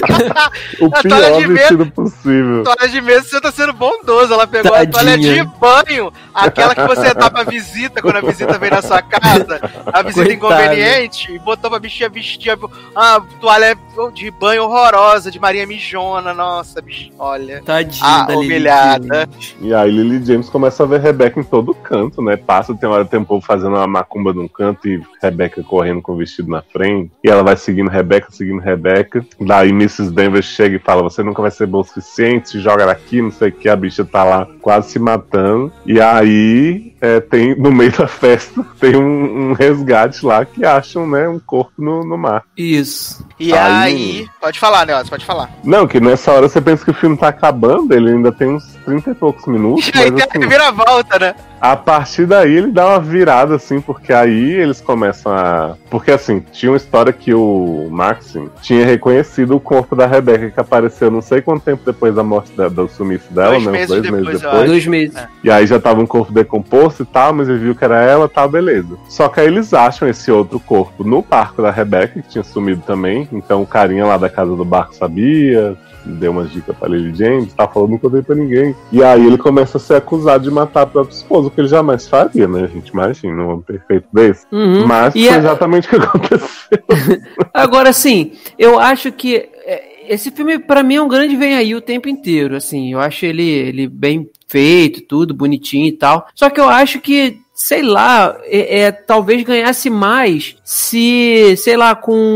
O A toalha pior de vestido possível. toalha de mesa, você tá sendo bondoso. Ela pegou a toalha Tadinha. de banho, aquela que você dá pra visita, quando a visita vem na sua casa, a visita Coitada. inconveniente, e botou pra bichinha vestir uma toalha de banho horrorosa, de Maria Mijona. Nossa, bicho, olha. Tadinha da Lily humilhada. James. E aí Lily James começa a ver Rebeca em todo canto, né? Passa, tem um povo fazendo uma macumba num canto e Rebeca correndo com o vestido na frente. E ela vai seguindo Rebeca. Daí Mrs. Denver chega e fala, você nunca vai ser bom o suficiente, se joga daqui, não sei o que. A bicha tá lá quase se matando. E aí, tem no meio da festa, tem um resgate lá que acham, né, um corpo no mar. Isso. E Aí- aí... Pode falar, Nelson, pode falar. Não, que nessa hora você pensa que o filme tá acabando, ele ainda tem uns 30 e poucos minutos, E aí mas tem a assim... reviravolta, né? A partir daí ele dá uma virada, assim, porque aí eles começam a... Porque, assim, tinha uma história que o Maxim tinha reconhecido o corpo da Rebeca, que apareceu não sei quanto tempo depois da morte do sumiço dela, 2 né? Uns meses 2 depois, meses eu depois. 2 meses. E aí já tava um corpo decomposto e tal, mas ele viu que era ela, tá, beleza. Só que aí eles acham esse outro corpo no barco da Rebeca, que tinha sumido também. Então o carinha lá da casa do barco sabia, deu umas dicas pra Lily James, tá falando, não contei pra ninguém. E aí ele começa a ser acusado de matar a própria esposa, o que ele jamais faria, né, gente? Imagina, um homem perfeito desse. Uhum. Mas E foi a- exatamente o que aconteceu. Agora, assim, eu acho que esse filme, pra mim, é um grande vem aí o tempo inteiro, assim, eu acho ele bem feito, tudo bonitinho e tal, só que eu acho que, sei lá, talvez ganhasse mais se, sei lá,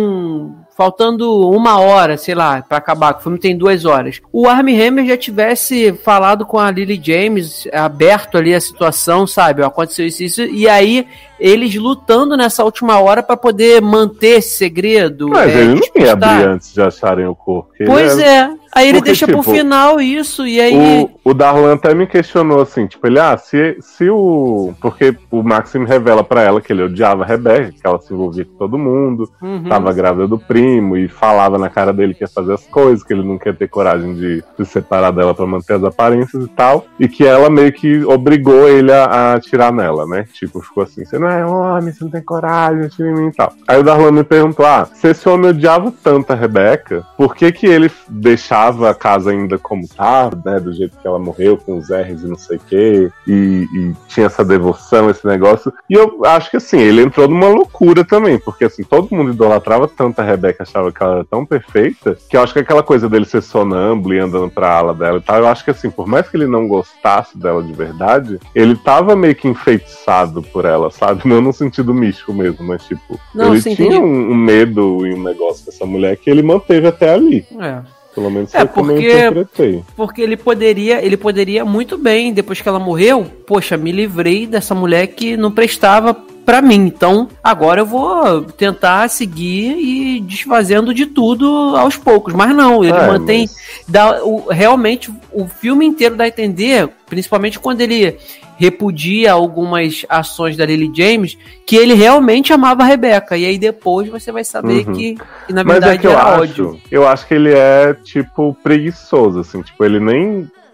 faltando 1 hora, sei lá, pra acabar, que o filme tem 2 horas. O Armie Hammer já tivesse falado com a Lily James, aberto ali a situação, sabe? Aconteceu isso, e aí eles lutando nessa última hora pra poder manter esse segredo. Mas ele não ia despistar. abrir antes de acharem o corpo. Ele Pois era- Aí ele Porque, deixa pro tipo, final isso, e aí... O Darlan até me questionou assim, tipo, ele, se o... Porque o Maxim revela pra ela que ele odiava a Rebeca, que ela se envolvia com todo mundo, Uhum. tava grávida do primo, e falava na cara dele que ia fazer as coisas, que ele não quer ter coragem de se separar dela pra manter as aparências e tal, e que ela meio que obrigou ele a atirar nela, né? Tipo, ficou assim, você não é homem, você não tem coragem, atira em mim e tal. Aí o Darlan me perguntou, se esse homem odiava tanto a Rebeca, por que ele deixava a casa ainda como tava, né, do jeito que ela morreu, com os R's e não sei o quê, e tinha essa devoção, esse negócio, e eu acho que assim, ele entrou numa loucura também, porque assim, todo mundo idolatrava tanto a Rebeca, achava que ela era tão perfeita, que eu acho que aquela coisa dele ser sonâmbulo e andando pra ala dela e tal, eu acho que assim, por mais que ele não gostasse dela de verdade, ele tava meio que enfeitiçado por ela, sabe? Não no sentido místico mesmo, mas tipo, Não, ele sim, tinha entendi. um medo e um negócio com essa mulher que ele manteve até ali. Pelo menos foi como eu interpretei. Porque ele poderia muito bem, depois que ela morreu, poxa, me livrei dessa mulher que não prestava pra mim, então agora eu vou tentar seguir e desfazendo de tudo aos poucos, mas não, ele mantém, realmente o filme inteiro dá a entender, principalmente quando ele repudia algumas ações da Lily James, que ele realmente amava a Rebeca, e aí depois você vai saber que na verdade Mas é que era ódio. eu acho que ele é, tipo, preguiçoso, assim, tipo, ele nem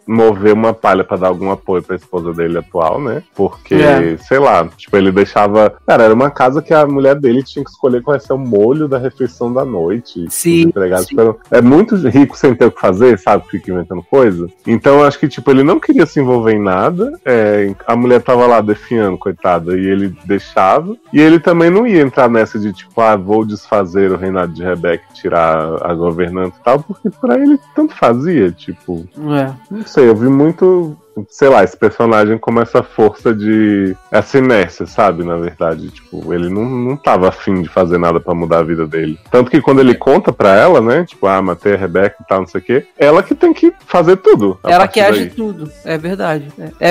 mover uma palha pra dar algum apoio pra esposa dele atual, né? Porque, sei lá, tipo, ele deixava... Cara, era uma casa que a mulher dele tinha que escolher qual ia ser o molho da refeição da noite. Sim, os empregados é muito rico sem ter o que fazer, sabe? Fica inventando coisa. Então, eu acho que, tipo, ele não queria se envolver em nada. A mulher tava lá definhando, coitada, e ele deixava. E ele também não ia entrar nessa de, tipo, vou desfazer o reinado de Rebecca e tirar a governanta e tal, porque pra ele tanto fazia, tipo... Não sei, eu vi muito... Sei lá, esse personagem como essa força de... essa inércia, sabe? Na verdade, tipo, ele não tava afim de fazer nada pra mudar a vida dele. Tanto que quando ele conta pra ela, né? Tipo, matei a Rebecca e tal, não sei o quê. Ela que tem que fazer tudo. Ela que age tudo, é verdade.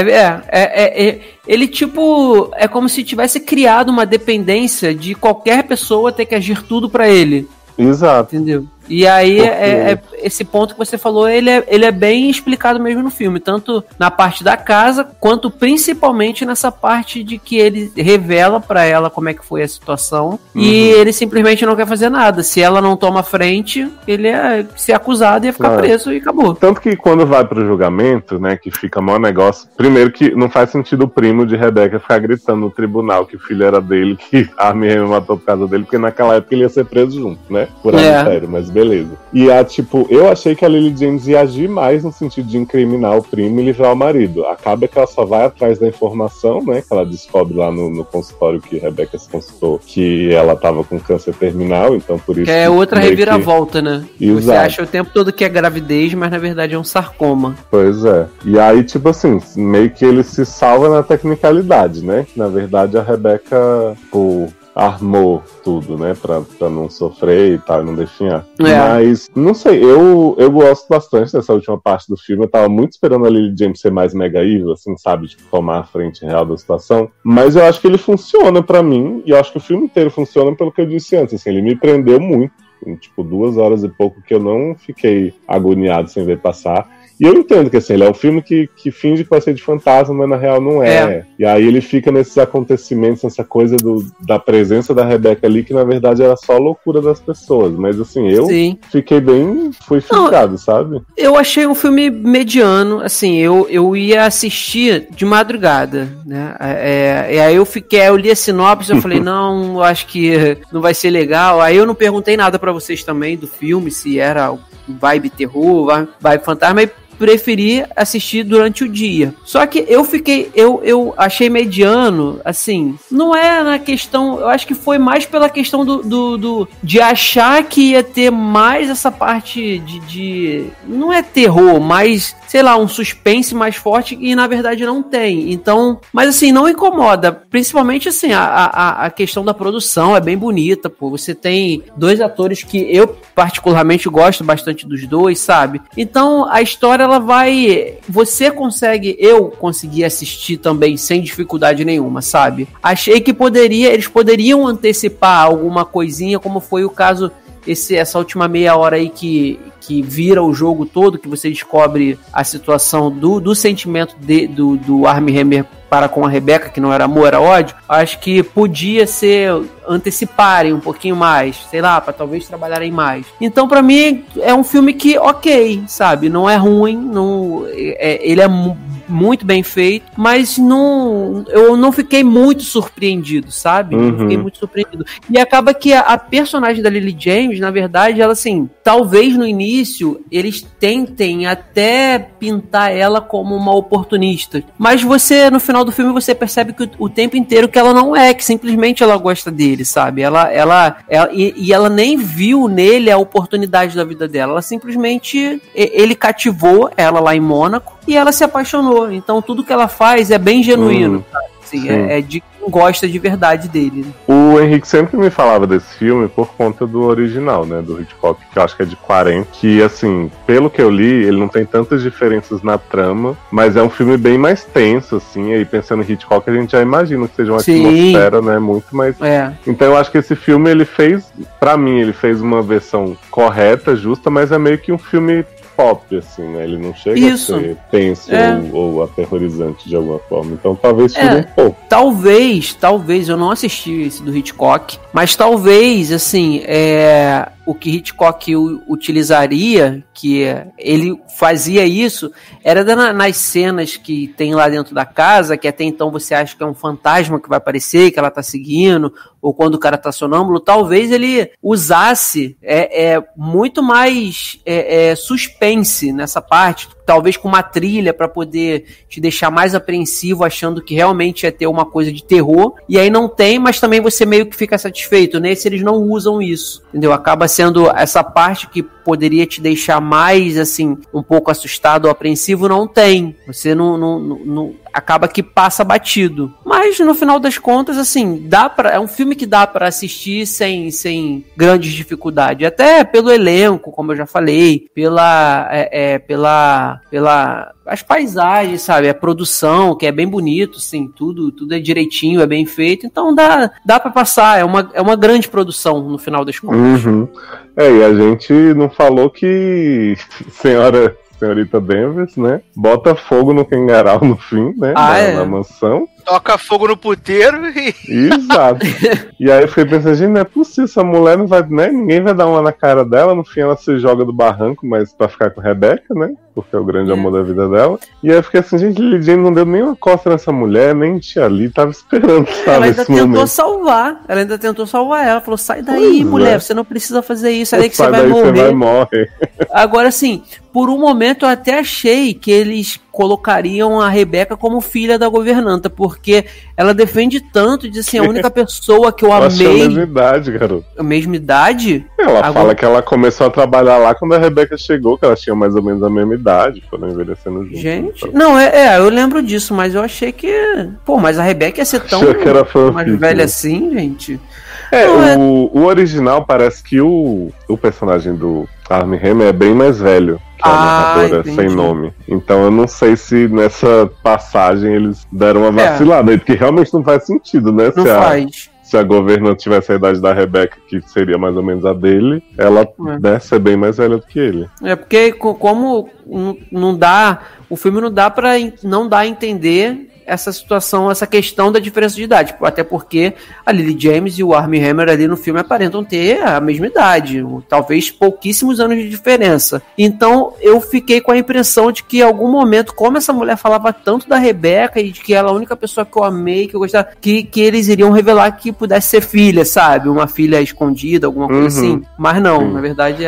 Ele, tipo, é como se tivesse criado uma dependência de qualquer pessoa ter que agir tudo pra ele. Exato. Entendeu? E aí, esse ponto que você falou, ele é bem explicado mesmo no filme, tanto na parte da casa, quanto principalmente nessa parte de que ele revela pra ela como é que foi a situação, e ele simplesmente não quer fazer nada. Se ela não toma frente, ele ia ser acusado e ia ficar preso e acabou. Tanto que quando vai pro julgamento, né, que fica maior negócio, primeiro que não faz sentido o primo de Rebecca ficar gritando no tribunal que o filho era dele, que a minha matou por causa dele, porque naquela época ele ia ser preso junto, né, por adultério, mas beleza. E eu achei que a Lily James ia agir mais no sentido de incriminar o primo e livrar o marido. Acaba que ela só vai atrás da informação, né? Que ela descobre lá no consultório que Rebecca se consultou que ela tava com câncer terminal, então por isso... Que é outra reviravolta, né? Exato. Você acha o tempo todo que é gravidez, mas na verdade é um sarcoma. Pois é. E aí, tipo assim, meio que ele se salva na tecnicalidade, né? Na verdade, a Rebecca, armou tudo, né, pra não sofrer e tal, não definhar. Mas, não sei, eu gosto bastante dessa última parte do filme. Eu tava muito esperando a Lily James ser mais mega evil, assim, sabe, tipo, tomar a frente real da situação. Mas eu acho que ele funciona pra mim, e eu acho que o filme inteiro funciona pelo que eu disse antes, assim, ele me prendeu muito. Tipo, 2 horas e pouco que eu não fiquei agoniado sem ver passar. E eu entendo que, assim, ele é um filme que finge que vai ser de fantasma, mas na real não é. E aí ele fica nesses acontecimentos, essa coisa da presença da Rebecca ali, que na verdade era só a loucura das pessoas. Mas, assim, eu fiquei bem... Fui ficado, sabe? Eu achei um filme mediano, assim, eu ia assistir de madrugada, né? E aí eu li a sinopse, eu falei, não, acho que não vai ser legal. Aí eu não perguntei nada pra vocês também do filme, se era vibe terror, vibe fantasma, e preferi assistir durante o dia. Só que eu achei mediano, assim, não é na questão, eu acho que foi mais pela questão de achar que ia ter mais essa parte de não é terror, mas, sei lá, um suspense mais forte, e na verdade não tem. Então, mas assim, não incomoda, principalmente assim, a questão da produção é bem bonita, pô, você tem 2 atores que eu particularmente gosto bastante dos dois, sabe? Então, a história eu consegui assistir também sem dificuldade nenhuma, sabe? Achei que eles poderiam antecipar alguma coisinha, como foi o caso, essa última meia hora aí que vira o jogo todo, que você descobre a situação do sentimento do Armie Hammer para com a Rebecca, que não era amor, era ódio. Acho que podia ser anteciparem um pouquinho mais, sei lá, para talvez trabalharem mais. Então, pra mim, é um filme que, ok, sabe, não é ruim, ele é muito bem feito, mas eu não fiquei muito surpreendido, sabe? Não fiquei muito surpreendido. E acaba que a personagem da Lily James, na verdade, ela, assim, talvez no início eles tentem até pintar ela como uma oportunista, mas você, no final do filme, você percebe que o tempo inteiro que ela não é, que simplesmente ela gosta dele, sabe? Ela nem viu nele a oportunidade da vida dela, ela simplesmente, ele cativou ela lá em Mônaco e ela se apaixonou, então tudo que ela faz é bem genuíno, sabe? Assim, é de quem gosta de verdade dele. O Henrique sempre me falava desse filme por conta do original, né, do Hitchcock, que eu acho que é de 40, que, assim, pelo que eu li, ele não tem tantas diferenças na trama, mas é um filme bem mais tenso, assim, aí pensando em Hitchcock, a gente já imagina que seja uma atmosfera, né, muito mais... Então eu acho que esse filme, ele fez uma versão correta, justa, mas é meio que um filme pop, assim, né? Ele não chega a ser tenso ou aterrorizante de alguma forma. Então talvez tire um pouco. Talvez, eu não assisti esse do Hitchcock, mas talvez, assim, o que Hitchcock utilizaria, que ele fazia isso, era nas cenas que tem lá dentro da casa, que até então você acha que é um fantasma que vai aparecer, que ela tá seguindo, ou quando o cara tá sonâmbulo, talvez ele usasse muito mais suspense nessa parte, talvez com uma trilha para poder te deixar mais apreensivo, achando que realmente ia ter uma coisa de terror, e aí não tem, mas também você meio que fica satisfeito. Nesse eles não usam isso, entendeu? Acaba sendo essa parte que poderia te deixar mais, assim, um pouco assustado ou apreensivo, não tem. Você não acaba que passa batido. Mas, no final das contas, assim, é um filme que dá pra assistir sem grandes dificuldades. Até pelo elenco, como eu já falei, pela as paisagens, sabe? A produção, que é bem bonito, assim, tudo é direitinho, é bem feito. Então, dá pra passar. É uma grande produção, no final das contas. Uhum. E a gente não falou que senhorita Danvers, né? Bota fogo no Kengarau no fim, né? Na mansão. Toca fogo no puteiro e... Exato. E aí eu fiquei pensando, gente, não é possível, essa mulher não vai, né? Ninguém vai dar uma na cara dela, no fim ela se joga do barranco, mas pra ficar com Rebecca, né? Porque é o grande amor da vida dela. E aí eu fiquei assim, gente, Lily James não deu nenhuma costa nessa mulher, nem tia ali, tava esperando, sabe? Ela ainda tentou salvar ela, falou, sai daí, mulher, você não precisa fazer isso, é aí que você vai morrer. Você vai morrer. Agora, assim, por um momento eu até achei que eles colocariam a Rebecca como filha da governanta, porque ela defende tanto, diz assim, a única pessoa que eu amei... Achei a mesma idade, garoto. A mesma idade? Ela fala que ela começou a trabalhar lá quando a Rebecca chegou, que ela tinha mais ou menos a mesma idade, foram envelhecendo juntos. Gente, então. Não, eu lembro disso, mas eu achei que... Pô, mas a Rebecca ia ser tão mais velha assim, gente... O original parece que o personagem do Armie Hammer é bem mais velho que a narradora sem nome. Então eu não sei se nessa passagem eles deram uma vacilada aí, porque realmente não faz sentido, né? Não faz. Se a governanta tivesse a idade da Rebecca, que seria mais ou menos a dele, ela deve ser bem mais velha do que ele. Porque como não dá, o filme não dá pra não dar a entender essa situação, essa questão da diferença de idade, até porque a Lily James e o Armie Hammer ali no filme aparentam ter a mesma idade, talvez pouquíssimos anos de diferença. Então eu fiquei com a impressão de que em algum momento, como essa mulher falava tanto da Rebecca e de que ela é a única pessoa que eu amei, que eu gostava, que eles iriam revelar que pudesse ser filha, sabe? Uma filha escondida, alguma coisa assim. Mas não, na verdade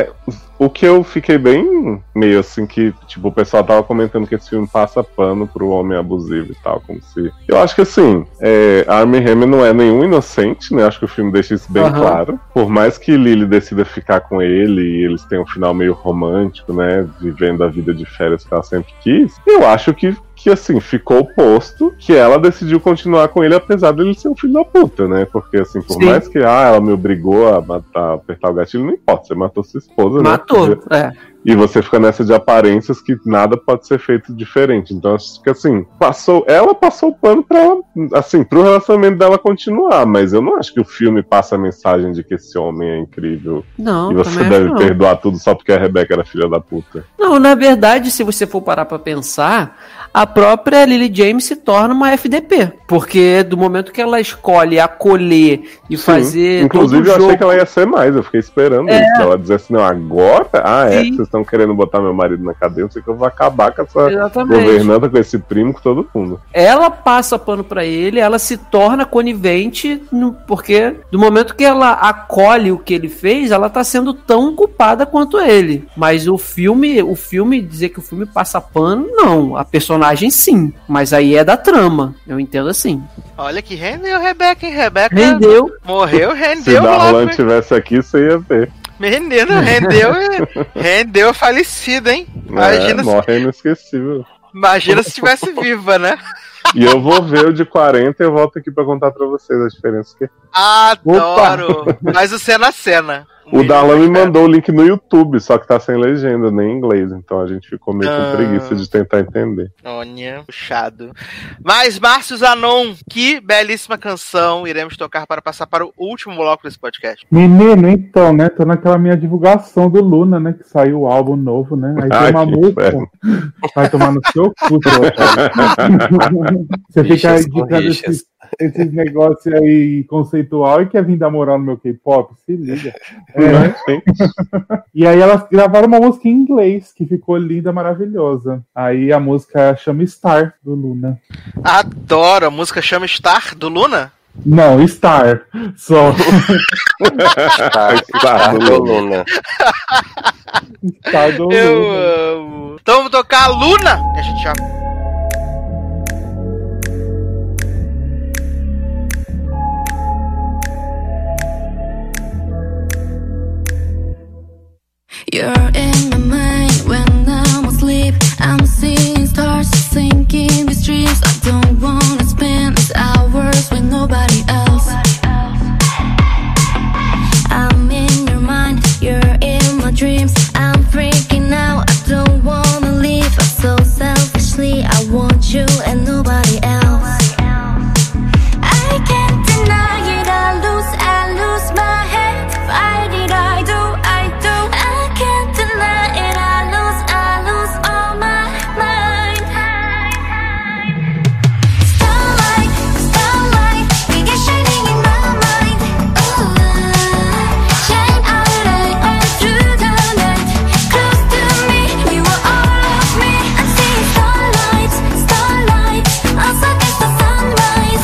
o que eu fiquei bem meio assim, que tipo, o pessoal tava comentando que esse filme passa pano pro homem abusivo e tal, como se... Eu acho que assim, Armie Hammer não é nenhum inocente, né? Acho que o filme deixa isso bem claro. Por mais que Lily decida ficar com ele e eles tenham um final meio romântico, né? Vivendo a vida de férias que ela sempre quis, eu acho que assim, ficou posto que ela decidiu continuar com ele apesar dele ser um filho da puta, né? Porque assim, por mais que ela me obrigou a apertar o gatilho, não importa, você matou sua esposa, matou, né? Porque... E você fica nessa de aparências que nada pode ser feito diferente. Então acho que assim, ela passou o pano pra ela, assim, pro relacionamento dela continuar, mas eu não acho que o filme passa a mensagem de que esse homem é incrível. Não, e você deve perdoar tudo só porque a Rebecca era filha da puta. Não, na verdade, se você for parar pra pensar, a própria Lily James se torna uma FDP. Porque do momento que ela escolhe acolher e fazer. Inclusive, todo o eu achei jogo... que ela ia ser mais, eu fiquei esperando isso. Ela dizer assim, não, agora? Vocês estão querendo botar meu marido na cadeia, eu sei que eu vou acabar com essa governanta, com esse primo, com todo mundo. Ela passa pano pra ele, ela se torna conivente, porque do momento que ela acolhe o que ele fez, ela tá sendo tão culpada quanto ele. Mas o filme, dizer que o filme passa pano, não. A personagem sim, mas aí é da trama, eu entendo assim. Olha que rendeu, Rebecca, hein? Rebecca rendeu. Morreu, rendeu. Se Darlan tivesse aqui, você ia ver. Menino, rendeu falecida, hein? Imagina morre inesquecível. Imagina se estivesse viva, né? E eu vou ver o de 40 e eu volto aqui pra contar pra vocês a diferença que... Adoro! Mas o cena a cena. O Darlan me mandou o link no YouTube, só que tá sem legenda, nem em inglês, então a gente ficou meio com preguiça de tentar entender. Olha, puxado. Mas Márcio Zanon, que belíssima canção iremos tocar para passar para o último bloco desse podcast. Menino, então, né, tô naquela minha divulgação do Luna, né, que saiu o álbum novo, né, aí tem uma música, vai tomar no seu cu, seu otário. Você fica indicando esses negócios aí conceitual e quer vir dar moral no meu K-pop, se liga. E aí elas gravaram uma música em inglês que ficou linda, maravilhosa. Aí a música chama Star, do Luna. Adoro, a música chama Star, do Luna? Não, Star. Só. Star do Luna. Star do Luna. Eu amo. Então vamos tocar a Luna. E a gente já... You're in my mind when I'm asleep. I'm seeing stars sinking these dreams. I don't wanna spend these hours with nobody else. I'm in your mind, you're in my dreams. I'm freaking out, I don't wanna leave. So selfishly, I want you and nobody else. I can't deny it, I lose my head. Why did I do? I can't deny it, I lose all my mind. Starlight, begin shining in my mind. Ooh, shine out all through the night. Close to me, you are all of me. I'm seeing starlight, also it's the sunrise.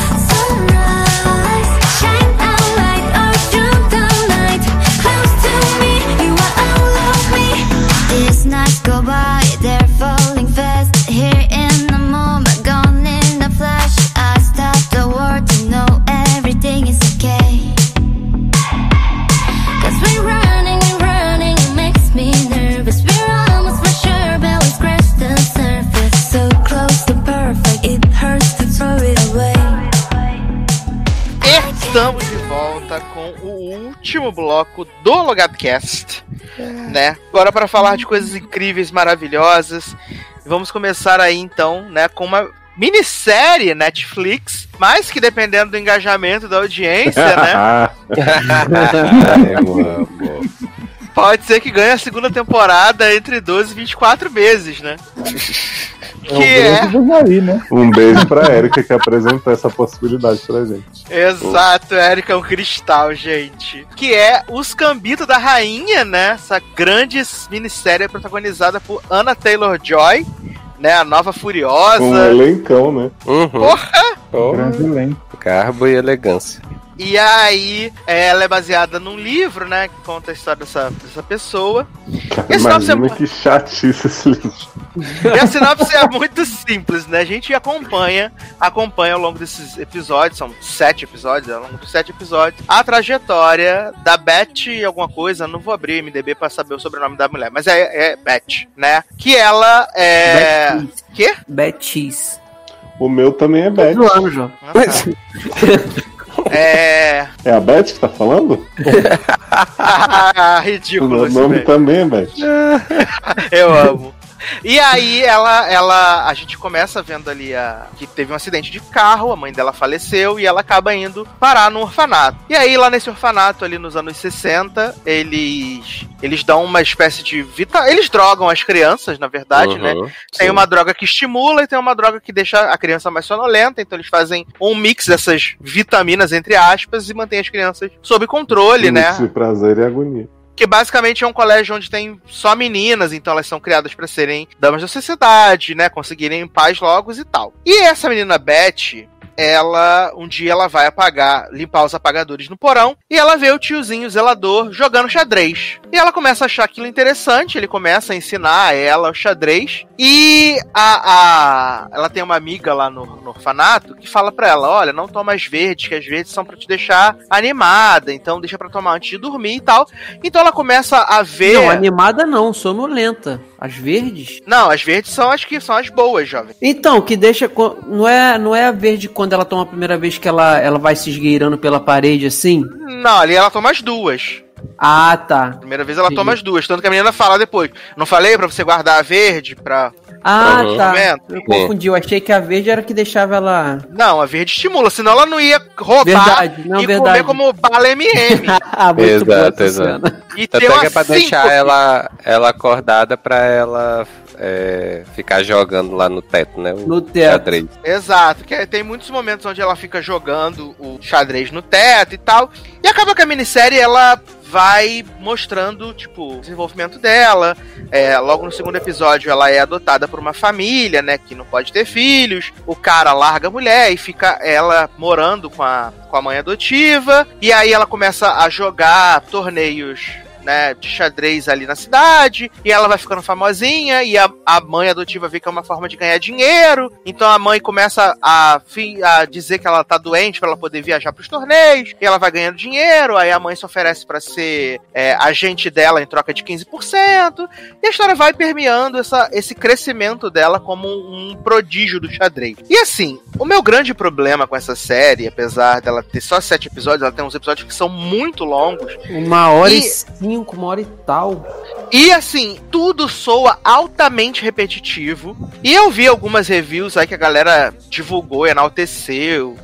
Shine out all through the night. Close to me, you are all of me. These nights go by, they're falling fast. Here in the moment, gone in a flash. I stop the world to know everything is okay. Cause we're running, it makes me nervous. We're almost for sure, but we scratched the surface. So close to perfect, it hurts to throw it away. Estamos de volta com o último bloco do Logadcast, né? Agora para falar de coisas incríveis, maravilhosas. Vamos começar aí então, né, com uma minissérie Netflix, mas que dependendo do engajamento da audiência, né, Eu amo. pode ser que ganhe a segunda temporada entre 12 e 24 meses, né? Que é... Aí, né? Um beijo pra Erika que apresentou essa possibilidade pra gente. Exato, Erika é um cristal, gente. Que é Os Gambito da Rainha, né? Essa grande minissérie protagonizada por Anya Taylor-Joy, né? A nova Furiosa. Um elencão, né? Uhum. Grande elenco. Garbo e elegância. E aí, ela é baseada num livro, né? Que conta a história dessa pessoa. E a sinopse Imagina que chatice esse livro. E a sinopse é muito simples, né? A gente acompanha ao longo desses episódios, são 7 episódios, ao longo dos 7 episódios, a trajetória da Beth alguma coisa, não vou abrir o MDB pra saber o sobrenome da mulher, mas é Beth, né? Que ela é... Beth. Quê? Betis. O meu também é Beth. Do ano, João. Ah, tá. É a Beth que tá falando? Ah, O ridículo meu esse nome velho. também é Beth. Eu amo. E aí a gente começa vendo ali que teve um acidente de carro, a mãe dela faleceu e ela acaba indo parar no orfanato. E aí lá nesse orfanato ali nos anos 60, eles dão uma espécie de eles drogam as crianças, na verdade, né? Tem uma droga que estimula e tem uma droga que deixa a criança mais sonolenta, então eles fazem um mix dessas vitaminas, entre aspas, e mantém as crianças sob controle, né? De prazer e agonia. Que basicamente é um colégio onde tem só meninas, então elas são criadas pra serem damas da sociedade, né? Conseguirem paz logo e tal. E essa menina Beth, um dia ela vai limpar os apagadores no porão, e ela vê o tiozinho zelador jogando xadrez. E ela começa a achar aquilo interessante, ele começa a ensinar ela o xadrez, e ela tem uma amiga lá no orfanato que fala pra ela, olha, não toma as verdes, que as verdes são pra te deixar animada, então deixa pra tomar antes de dormir e tal. Então ela começa a ver... Não, animada não, sonolenta. As verdes? Não, as verdes são as boas, jovem. Então, que deixa... Não é a verde quando ela toma a primeira vez que ela vai se esgueirando pela parede assim? Não, ali ela toma as duas. Ah, tá. Primeira vez ela toma as duas, tanto que a menina fala depois. Não falei pra você guardar a verde pra Ah, Uhum. tá. Vendo? Eu confundi. Eu achei que a verde era que deixava ela... Não, a verde estimula, senão ela não ia rodar Verdade, não, e verdade. comer como bala M&M. Ah, muito boa Exato, essa exato. cena. E Tanto ter é que uma é pra 5. deixar ela acordada pra ela ficar jogando lá no teto, né? O No teto. xadrez. Exato, que tem muitos momentos onde ela fica jogando o xadrez no teto e tal. E acaba que a minissérie, ela vai mostrando, tipo, o desenvolvimento dela. Logo no segundo episódio, ela é adotada por uma família, né, que não pode ter filhos. O cara larga a mulher e fica ela morando com a mãe adotiva. E aí ela começa a jogar torneios, né, de xadrez ali na cidade, e ela vai ficando famosinha, e a mãe adotiva vê que é uma forma de ganhar dinheiro, então a mãe começa a dizer que ela tá doente pra ela poder viajar pros torneios, e ela vai ganhando dinheiro, aí a mãe se oferece pra ser agente dela em troca de 15%, e a história vai permeando esse crescimento dela como um prodígio do xadrez. E assim, o meu grande problema com essa série, apesar dela ter só 7 episódios, ela tem uns episódios que são muito longos, 1h05, 1h e tal. e assim, tudo soa altamente repetitivo. E eu vi algumas reviews aí que a galera divulgou e enalteceu.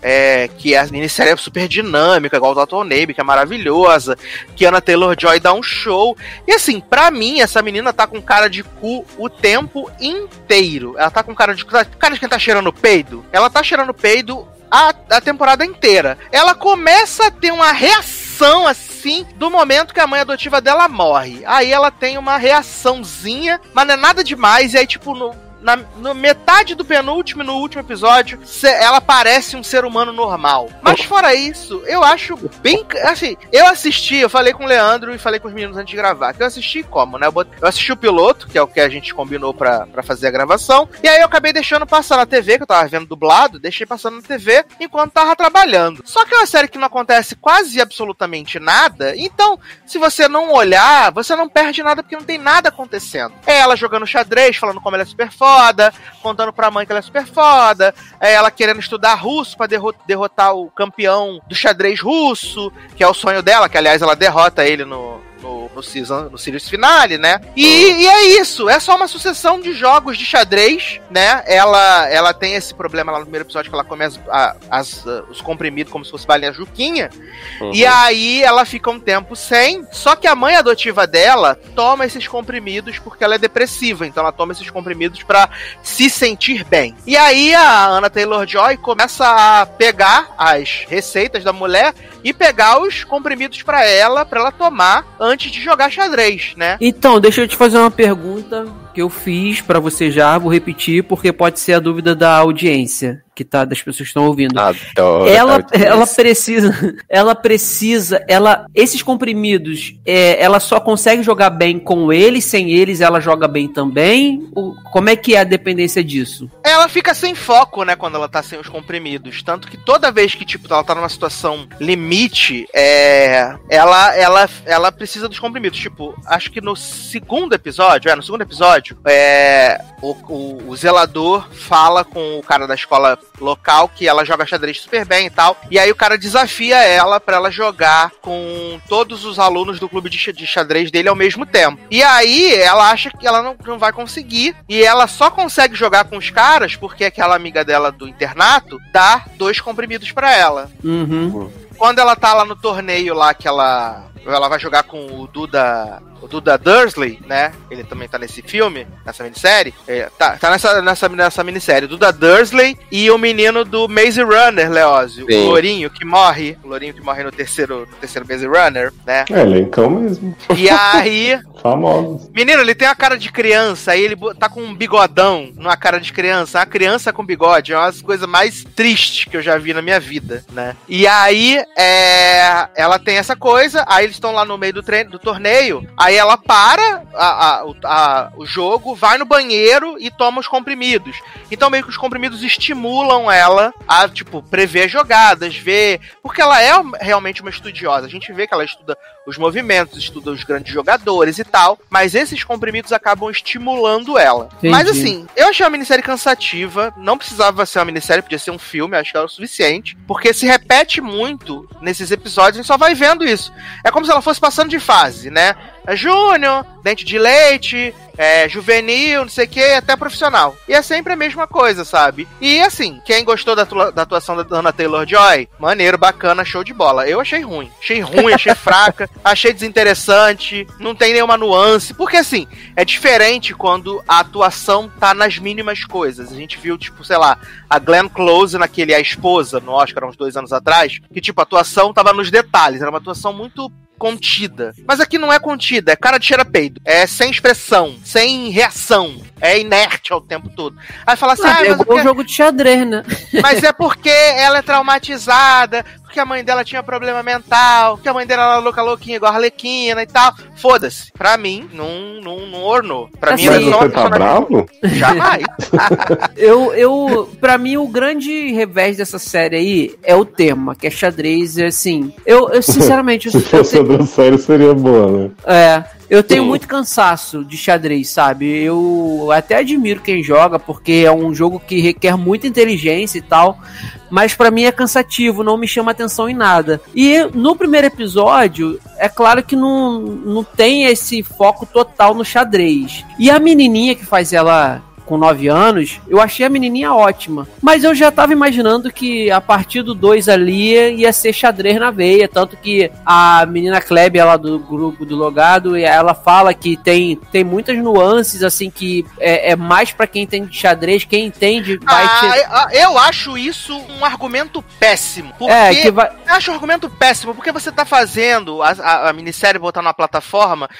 Que a minissérie é super dinâmica, igual o Downton Abbey, que é maravilhosa, que Anya Taylor-Joy dá um show. E assim, pra mim, essa menina tá com cara de cu o tempo inteiro. Ela tá com cara de quem tá cheirando peido. Ela tá cheirando peido a temporada inteira. Ela começa a ter uma reação, assim, do momento que a mãe adotiva dela morre. Aí ela tem uma reaçãozinha, mas não é nada demais. E aí, tipo, no metade do penúltimo e no último episódio, ela parece um ser humano normal. Mas fora isso, eu acho bem... Assim, eu falei com o Leandro e falei com os meninos antes de gravar, que eu assisti como, né? Eu assisti o piloto, que é o que a gente combinou pra fazer a gravação, e aí eu acabei deixando passar na TV, que eu tava vendo dublado, deixei passando na TV enquanto tava trabalhando. Só que é uma série que não acontece quase absolutamente nada, então, se você não olhar, você não perde nada, porque não tem nada acontecendo. É ela jogando xadrez, falando como ela é super foda, contando pra mãe que ela é super foda, ela querendo estudar russo pra derrotar o campeão do xadrez russo, que é o sonho dela, que aliás ela derrota ele no Series Finale, né? E é isso, é só uma sucessão de jogos de xadrez, né? Ela tem esse problema lá no primeiro episódio, que ela come os comprimidos como se fosse balinha juquinha, e aí ela fica um tempo sem, só que a mãe adotiva dela toma esses comprimidos porque ela é depressiva, então ela toma esses comprimidos pra se sentir bem. E aí a Anya Taylor-Joy começa a pegar as receitas da mulher e pegar os comprimidos pra ela tomar antes de jogar xadrez, né? Então, deixa eu te fazer uma pergunta que eu fiz pra você já, vou repetir, porque pode ser a dúvida da audiência, das pessoas que estão ouvindo. Adoro. Ela precisa, esses comprimidos, ela só consegue jogar bem com eles, sem eles ela joga bem também? Como é que é a dependência disso? Ela fica sem foco, né, quando ela tá sem os comprimidos, tanto que toda vez que, tipo, ela tá numa situação limite, ela precisa dos comprimidos, tipo, acho que no segundo episódio, o zelador fala com o cara da escola local que ela joga xadrez super bem e tal, e aí o cara desafia ela pra ela jogar com todos os alunos do clube de xadrez dele ao mesmo tempo. E aí ela acha que ela não vai conseguir, e ela só consegue jogar com os caras porque aquela amiga dela do internato dá 2 comprimidos pra ela. Quando ela tá lá no torneio lá, que ela vai jogar com o Duda Dursley, né? Ele também tá nesse filme, nessa minissérie. Tá nessa minissérie. Duda Dursley e o menino do Maze Runner, Leózio. Sim. O Lourinho que morre no terceiro Maze Runner, né? Elencão mesmo. E aí... Famosos. Menino, ele tem uma cara de criança, aí ele tá com um bigodão numa cara de criança. Uma criança com bigode é uma das coisas mais tristes que eu já vi na minha vida, né? E aí, ela tem essa coisa, aí eles estão lá no meio do torneio, aí ela para o jogo, vai no banheiro e toma os comprimidos. Então meio que os comprimidos estimulam ela a, tipo, prever jogadas, ver... Porque ela é realmente uma estudiosa. A gente vê que ela estuda os movimentos, estuda os grandes jogadores e tal, mas esses comprimidos acabam estimulando ela. Entendi. Mas assim, eu achei a minissérie cansativa, não precisava ser uma minissérie, podia ser um filme, acho que era o suficiente, porque se repete muito nesses episódios, a gente só vai vendo isso. É como se ela fosse passando de fase, né? Júnior, dente de leite, juvenil, não sei o que, até profissional. E é sempre a mesma coisa, sabe? E assim, quem gostou da atuação da Anya Taylor-Joy, maneiro, bacana, show de bola. Eu achei ruim, achei fraca, achei desinteressante, não tem nenhuma nuance, porque assim, é diferente quando a atuação tá nas mínimas coisas. A gente viu, tipo, sei lá, a Glenn Close naquele A Esposa, no Oscar, uns 2 anos atrás, que tipo, a atuação tava nos detalhes, era uma atuação muito contida. Mas aqui não é contida, é cara de cheira-peido. É sem expressão, sem reação. É inerte ao tempo todo. Aí fala assim, é igual o jogo de xadrez, né? Mas é porque ela é traumatizada, porque a mãe dela tinha problema mental, que a mãe dela era louquinha, igual a Arlequina e tal. Foda-se. Pra mim, não ornou. Pra mim, mas ela você tá bravo? Jamais. Pra mim, o grande revés dessa série aí é o tema, que é xadrez, assim... Eu sinceramente... Se fosse outra série, seria boa, né? Eu tenho muito cansaço de xadrez, sabe? Eu até admiro quem joga, porque é um jogo que requer muita inteligência e tal, mas pra mim é cansativo, não me chama atenção em nada. E no primeiro episódio, é claro que não tem esse foco total no xadrez. E a menininha que faz ela com 9 anos, eu achei a menininha ótima. Mas eu já tava imaginando que a partir do 2 ali ia ser xadrez na veia, tanto que a menina Klebe, ela do grupo do Logado, ela fala que tem muitas nuances, assim, que é mais pra quem entende de xadrez, quem entende vai eu acho isso um argumento péssimo. Porque eu acho um argumento péssimo, porque você tá fazendo a minissérie botar numa plataforma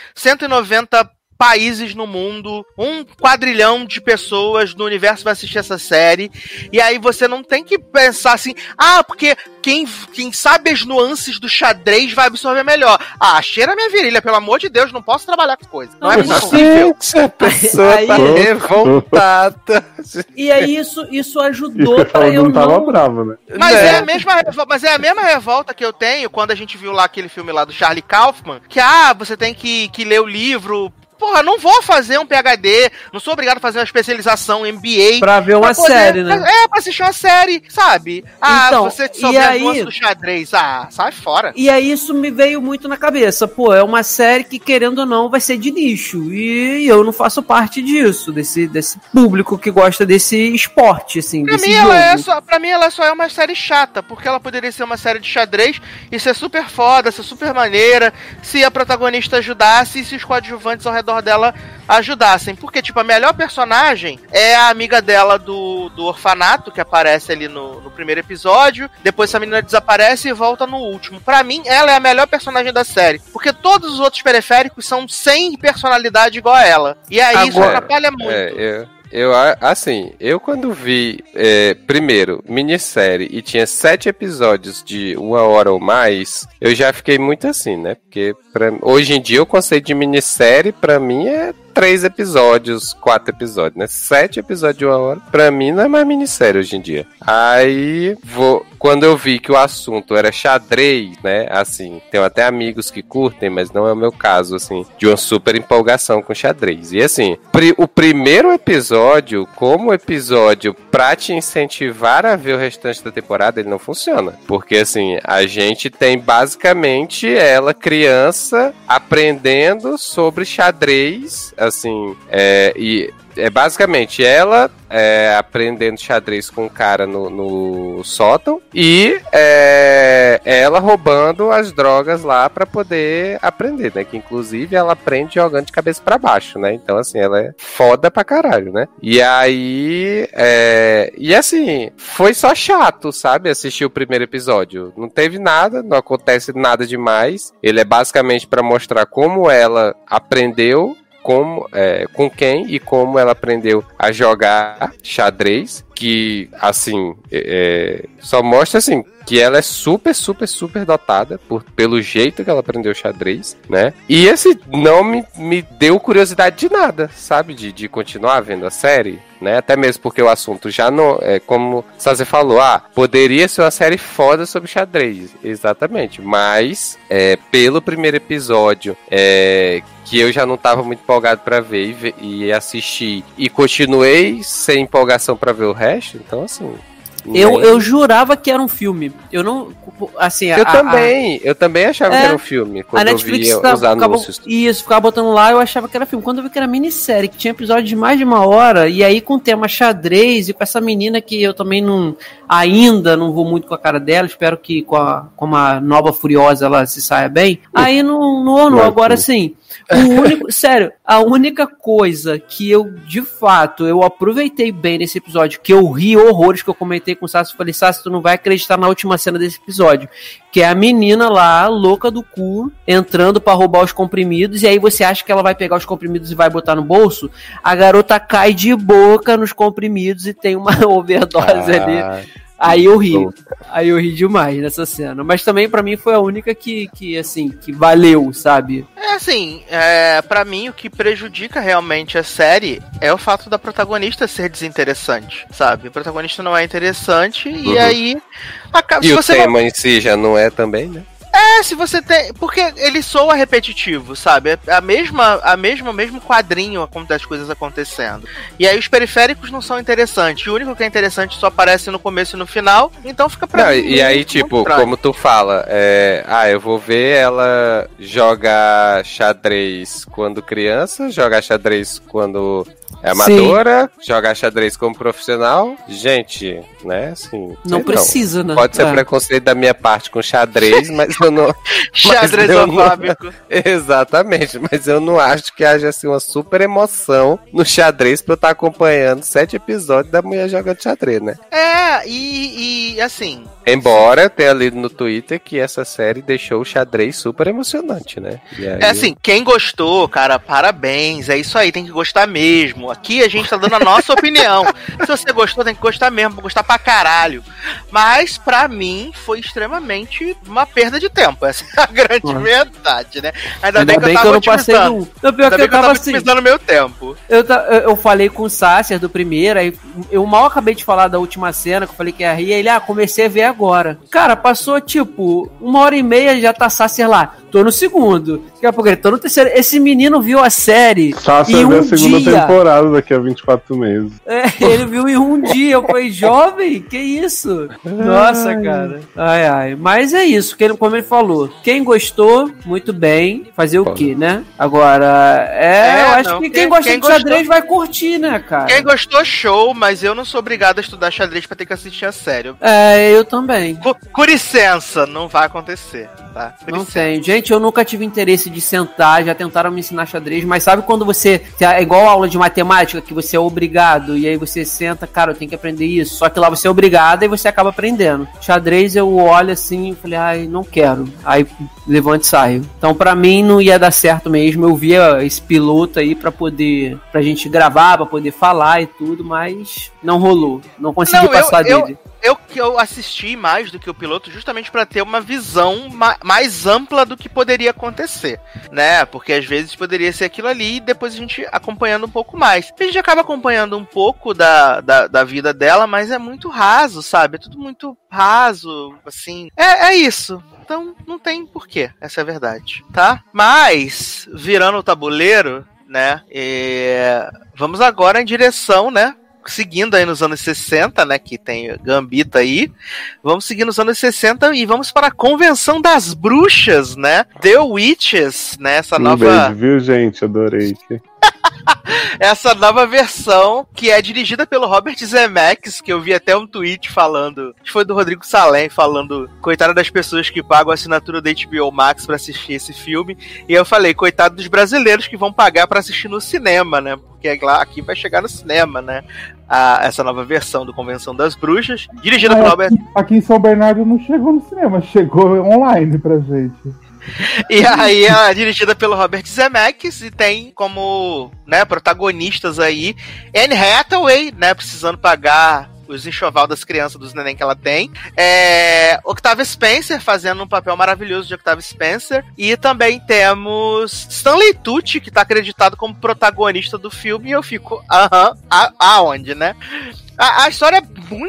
190 países no mundo, 1 quadrilhão de pessoas no universo vai assistir essa série, e aí você não tem que pensar assim, porque quem sabe as nuances do xadrez vai absorver melhor. Cheira minha virilha, pelo amor de Deus, não posso trabalhar com coisa. Não é possível. A pessoa tá revoltada. E aí isso ajudou pra eu não tava bravo, né? Mas é a mesma revolta que eu tenho quando a gente viu lá aquele filme lá do Charlie Kaufman, que você tem que ler o livro. Porra, não vou fazer um PhD, não sou obrigado a fazer uma especialização, MBA. Pra ver uma série, né? Pra assistir uma série, sabe? Então, você souber as nuances do xadrez, sai fora. E aí isso me veio muito na cabeça. Pô, é uma série que, querendo ou não, vai ser de nicho. E eu não faço parte disso, desse público que gosta desse esporte, assim, pra desse mim, jogo. Pra mim, ela só é uma série chata, porque ela poderia ser uma série de xadrez e ser super foda, ser super maneira, se a protagonista ajudasse e se os coadjuvantes ao redor dela ajudassem, porque tipo, a melhor personagem é a amiga dela do orfanato, que aparece ali no primeiro episódio, depois essa menina desaparece e volta no último. Pra mim, ela é a melhor personagem da série, porque todos os outros periféricos são sem personalidade igual a ela, e aí isso atrapalha muito. Eu quando vi, primeiro, minissérie e tinha 7 episódios de 1 hora ou mais, eu já fiquei muito assim, né? Porque hoje em dia o conceito de minissérie, pra mim, é 3 episódios, 4 episódios, né? 7 episódios de 1 hora, pra mim não é mais minissérie hoje em dia. Aí, quando eu vi que o assunto era xadrez, né? Assim, tenho até amigos que curtem, mas não é o meu caso, assim, de uma super empolgação com xadrez. E assim, o primeiro episódio, como episódio pra te incentivar a ver o restante da temporada, ele não funciona. Porque assim, a gente tem basicamente ela, criança, aprendendo sobre xadrez, assim, e é basicamente ela aprendendo xadrez com o cara no sótão e ela roubando as drogas lá pra poder aprender, né? Que inclusive ela aprende jogando de cabeça pra baixo, né? Então assim, ela é foda pra caralho, né? E aí e assim, foi só chato, sabe? Assistir o primeiro episódio. Não teve nada, não acontece nada demais. Ele é basicamente pra mostrar como ela aprendeu, com quem e como ela aprendeu a jogar xadrez, que, assim, só mostra, assim, que ela é super, super, super dotada pelo jeito que ela aprendeu xadrez, né? E esse não me deu curiosidade de nada, sabe? De continuar vendo a série, né? Até mesmo porque o assunto já não... como você falou, poderia ser uma série foda sobre xadrez. Exatamente. Mas, pelo primeiro episódio, que eu já não tava muito empolgado pra ver e assistir, e continuei sem empolgação pra ver o resto, então assim... Eu jurava que era um filme. Eu não. Assim, eu também achava que era um filme. Quando a Netflix eu via os anúncios. Isso, ficava botando lá, eu achava que era filme. Quando eu vi que era minissérie, que tinha episódio de mais de 1 hora, e aí com o tema xadrez, e com essa menina que eu também ainda não vou muito com a cara dela, espero que com a nova Furiosa ela se saia bem. Aí não. Agora sim. Sério, a única coisa que de fato, eu aproveitei bem nesse episódio, que eu ri horrores, que eu comentei com o Sassi, falei, Sassi, tu não vai acreditar na última cena desse episódio, que é a menina lá, louca do cu, entrando pra roubar os comprimidos, e aí você acha que ela vai pegar os comprimidos e vai botar no bolso, a garota cai de boca nos comprimidos e tem uma overdose ali. Aí eu ri demais nessa cena. Mas também pra mim foi a única que valeu, sabe? Pra mim o que prejudica realmente a série é o fato da protagonista ser desinteressante, sabe? O protagonista não é interessante e aí... E o tema em si já não é também, né? Se você tem... Porque ele soa repetitivo, sabe? É o mesmo quadrinho das coisas acontecendo. E aí os periféricos não são interessantes. O único que é interessante só aparece no começo e no final, então fica pra mim. E aí, tipo, como tu fala, eu vou ver ela jogar xadrez quando criança, jogar xadrez quando... é amadora, jogar xadrez como profissional. Gente, né, assim... Não precisa, né? Pode ser preconceito da minha parte com xadrez, mas eu não... Xadrezofóbico. Exatamente, mas eu não acho que haja, assim, uma super emoção no xadrez pra eu estar acompanhando 7 episódios da mulher jogando xadrez, né? E assim... Embora eu tenha lido no Twitter que essa série deixou o xadrez super emocionante, né? Aí... quem gostou, cara, parabéns, é isso aí, tem que gostar mesmo. Aqui a gente tá dando a nossa opinião. Se você gostou, tem que gostar mesmo, gostar pra caralho. Mas, pra mim, foi extremamente uma perda de tempo. Essa é a grande verdade, né? Ainda bem que eu não passei do... Ainda bem que eu tava otimizando o meu tempo. Eu falei com o Sasser do primeiro, aí eu mal acabei de falar da última cena, que eu falei que ia rir, ele, comecei a ver agora. Cara, passou, tipo, 1h30, já tá Sasser lá. Tô no segundo. Daqui a pouco ele tô no terceiro. Esse menino viu a série Sasser vê a segunda temporada daqui a 24 meses. Ele viu em um dia. Eu falei, jovem, que isso? Nossa, cara. Ai. Mas é isso, como ele falou. Quem gostou, muito bem. Fazer o quê, né? Agora, eu acho que quem gosta de xadrez vai curtir, né, cara? Quem gostou, show, mas eu não sou obrigado a estudar xadrez pra ter que assistir a série. Eu também. Com licença, não vai acontecer, tá? Não tem. Gente, eu nunca tive interesse de sentar, já tentaram me ensinar xadrez, mas sabe quando você... É igual aula de matemática, que você é obrigado, e aí você senta, cara, eu tenho que aprender isso. Só que lá você é obrigado e você acaba aprendendo. Xadrez eu olho assim e falei, não quero. Aí levanto e saio. Então pra mim não ia dar certo mesmo. Eu via esse piloto aí pra gente gravar, pra poder falar e tudo, mas não rolou. Não consegui passar dele. Eu assisti mais do que o piloto justamente para ter uma visão mais ampla do que poderia acontecer, né? Porque às vezes poderia ser aquilo ali e depois a gente acompanhando um pouco mais. A gente acaba acompanhando um pouco da vida dela, mas é muito raso, sabe? É tudo muito raso, assim. É isso. Então não tem porquê, essa é a verdade, tá? Mas, virando o tabuleiro, né? Vamos agora em direção, né? Seguindo aí nos anos 60, né, que tem Gambita aí, vamos seguir nos anos 60 e vamos para a Convenção das Bruxas, né, The Witches, né, essa nova... Beijo, viu, gente? Adorei. Essa nova versão, que é dirigida pelo Robert Zemeckis, que eu vi até um tweet falando, acho que foi do Rodrigo Salem, falando, coitada das pessoas que pagam a assinatura da HBO Max pra assistir esse filme, e eu falei, coitado dos brasileiros que vão pagar pra assistir no cinema, né, porque aqui vai chegar no cinema, né, essa nova versão do Convenção das Bruxas, dirigida pelo Robert... Aqui em São Bernardo não chegou no cinema, chegou online pra gente. E aí é dirigida pelo Robert Zemeckis e tem como, né, protagonistas aí Anne Hathaway, né, precisando pagar os enxoval das crianças, dos neném que ela tem. Octavia Spencer fazendo um papel maravilhoso de Octavia Spencer. E também temos Stanley Tucci, que tá acreditado como protagonista do filme. E eu fico, aonde, né? A história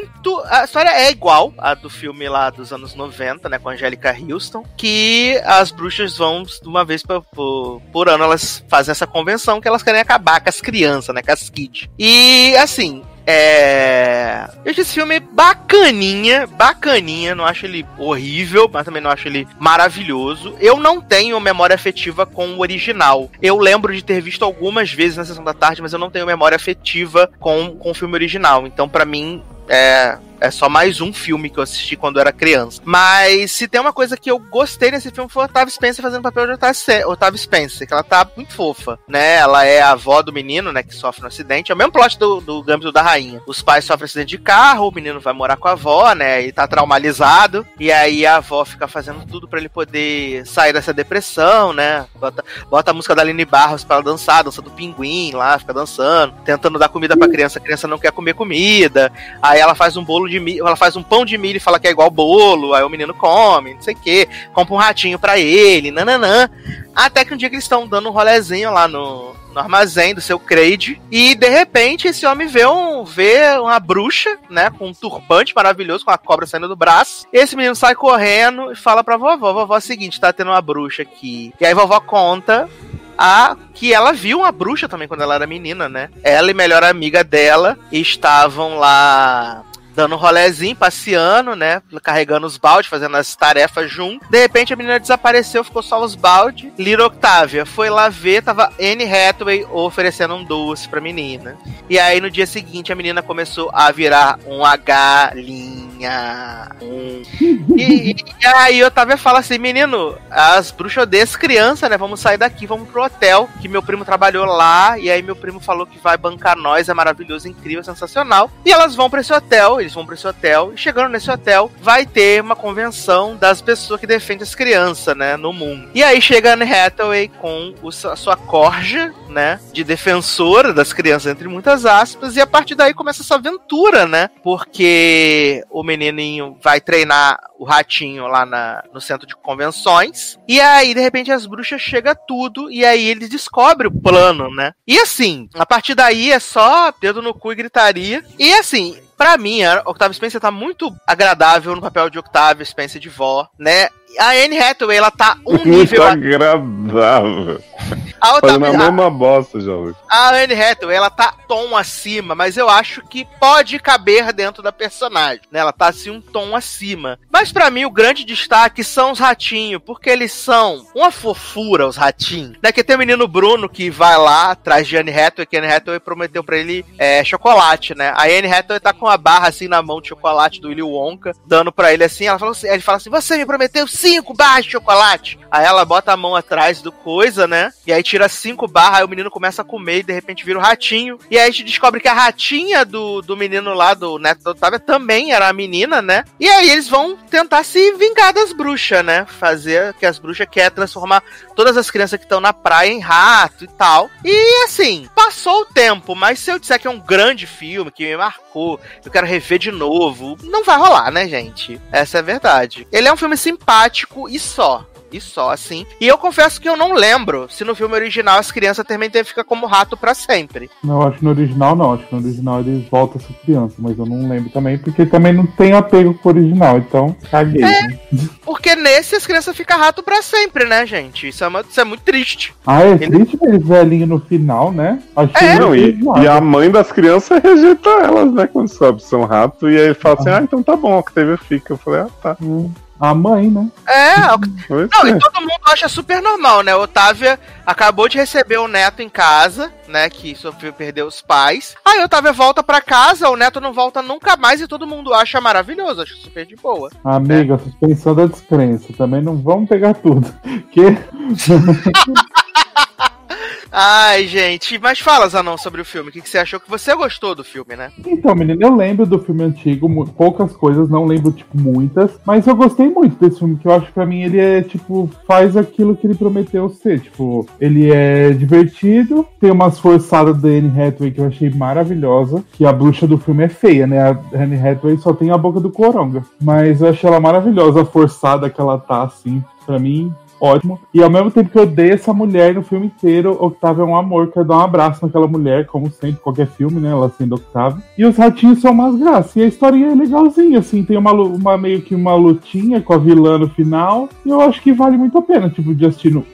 é igual à do filme lá dos anos 90, né, com a Angélica Houston, que as bruxas vão, uma vez por ano, elas fazem essa convenção que elas querem acabar com as crianças, né, com as kids. E, assim, Eu achei esse filme bacaninha, não acho ele horrível, mas também não acho ele maravilhoso. Eu não tenho memória afetiva com o original. Eu lembro de ter visto algumas vezes na Sessão da Tarde, mas eu não tenho memória afetiva com o filme original. Então, pra mim, é só mais um filme que eu assisti quando eu era criança. Mas se tem uma coisa que eu gostei nesse filme foi a Octavia Spencer fazendo o papel de Octavia Spencer, que ela tá muito fofa, né? Ela é a avó do menino, né, que sofre um acidente. É o mesmo plot do Gambito da Rainha. Os pais sofrem um acidente de carro, o menino vai morar com a avó, né, e tá traumatizado. E aí a avó fica fazendo tudo pra ele poder sair dessa depressão, né? Bota a música da Aline Barros pra ela dançar, dança do pinguim lá, fica dançando, tentando dar comida pra criança, a criança não quer comer comida. Aí ela faz um bolo de milho, ela faz um pão de milho e fala que é igual bolo, aí o menino come, não sei o que, compra um ratinho pra ele, nananã. Até que um dia que eles estão dando um rolezinho lá no armazém do seu Craig, e de repente esse homem vê uma bruxa, né, com um turbante maravilhoso, com a cobra saindo do braço. Esse menino sai correndo e fala pra vovó, é o seguinte, tá tendo uma bruxa aqui. E aí vovó conta que ela viu uma bruxa também quando ela era menina, né? Ela e a melhor amiga dela estavam lá dando um rolezinho, passeando, né? Carregando os baldes, fazendo as tarefas junto. De repente a menina desapareceu, ficou só os baldes. Little Octavia foi lá ver, tava Anne Hathaway oferecendo um doce pra menina. E aí no dia seguinte a menina começou a virar uma galinha. E aí Octavia fala assim, menino, as bruxas odeiam as crianças, né? Vamos sair daqui, vamos pro hotel, que meu primo trabalhou lá, e aí meu primo falou que vai bancar nós, é maravilhoso, incrível, sensacional. E elas vão pra esse hotel, eles vão pra esse hotel, e chegando nesse hotel, vai ter uma convenção das pessoas que defendem as crianças, né, no mundo. E aí chega a Anne Hathaway com a sua corja, né, de defensora das crianças, entre muitas aspas, e a partir daí começa essa aventura, né, porque o menininho vai treinar o ratinho lá no centro de convenções, e aí, de repente, as bruxas chegam tudo, e aí eles descobrem o plano, né, e assim, a partir daí é só dedo no cu e gritaria, e assim, pra mim, a Octavia Spencer tá muito agradável no papel de Octavia Spencer de vó, né? A Anne Hathaway, ela tá nível... agradável. Fazendo a mesma bosta, jovem. A Anne Hathaway, ela tá tom acima, mas eu acho que pode caber dentro da personagem, né? Ela tá assim um tom acima. Mas pra mim, o grande destaque são os ratinhos, porque eles são uma fofura, os ratinhos. Né? Que tem o menino Bruno que vai lá atrás de Anne Hathaway, que a Anne Hathaway prometeu pra ele chocolate, né? A Anne Hathaway tá com uma barra assim na mão de chocolate do Willy Wonka, dando pra ele assim, ele fala assim, você me prometeu 5 barras de chocolate. Aí ela bota a mão atrás do coisa, né? E aí tira 5 barras, aí o menino começa a comer e de repente vira um ratinho. E aí a gente descobre que a ratinha do menino lá, do neto da Octavia, também era a menina, né? E aí eles vão tentar se vingar das bruxas, né? Fazer que as bruxas querem transformar todas as crianças que estão na praia em rato e tal. E assim, passou o tempo, mas se eu disser que é um grande filme, que me marcou, eu quero rever de novo, não vai rolar, né, gente? Essa é a verdade. Ele é um filme simpático e só, assim. E eu confesso que eu não lembro se no filme original as crianças também têm que ficar como rato pra sempre. Não, acho que no original não. Acho que no original eles voltam a ser criança, mas eu não lembro também, porque também não tem apego com o original, então caguei. Né? Porque nesse as crianças ficam rato pra sempre, né, gente? Isso é muito triste. Triste ver eles velhinhos no final, né? Não, e a mãe das crianças rejeita elas, né, quando sabe são rato, e aí ele fala assim, então tá bom, a Octavia fica. Eu falei, tá. A mãe, né? E todo mundo acha super normal, né? Otávia acabou de receber o neto em casa, né? Que perdeu os pais. Aí a Otávia volta pra casa, o neto não volta nunca mais e todo mundo acha maravilhoso, acha super de boa. Amiga, suspensão da descrença. Também não vamos pegar tudo. Que... Ai, gente, mas fala, Zanon, sobre o filme. O que você achou? Que você gostou do filme, né? Então, menina, eu lembro do filme antigo, poucas coisas, não lembro, muitas, mas eu gostei muito desse filme, que eu acho que pra mim ele é, faz aquilo que ele prometeu ser, ele é divertido, tem umas forçadas da Anne Hathaway que eu achei maravilhosa, que a bruxa do filme é feia, né? A Anne Hathaway só tem a boca do coronga, mas eu achei ela maravilhosa, a forçada que ela tá, assim, pra mim... Ótimo. E ao mesmo tempo que eu odeio essa mulher no filme inteiro, Octavia é um amor, quero dar um abraço naquela mulher, como sempre, qualquer filme, né? Ela sendo Octavia. E os ratinhos são umas graças. E a historinha é legalzinha, assim, tem meio que uma lutinha com a vilã no final. E eu acho que vale muito a pena, de assistir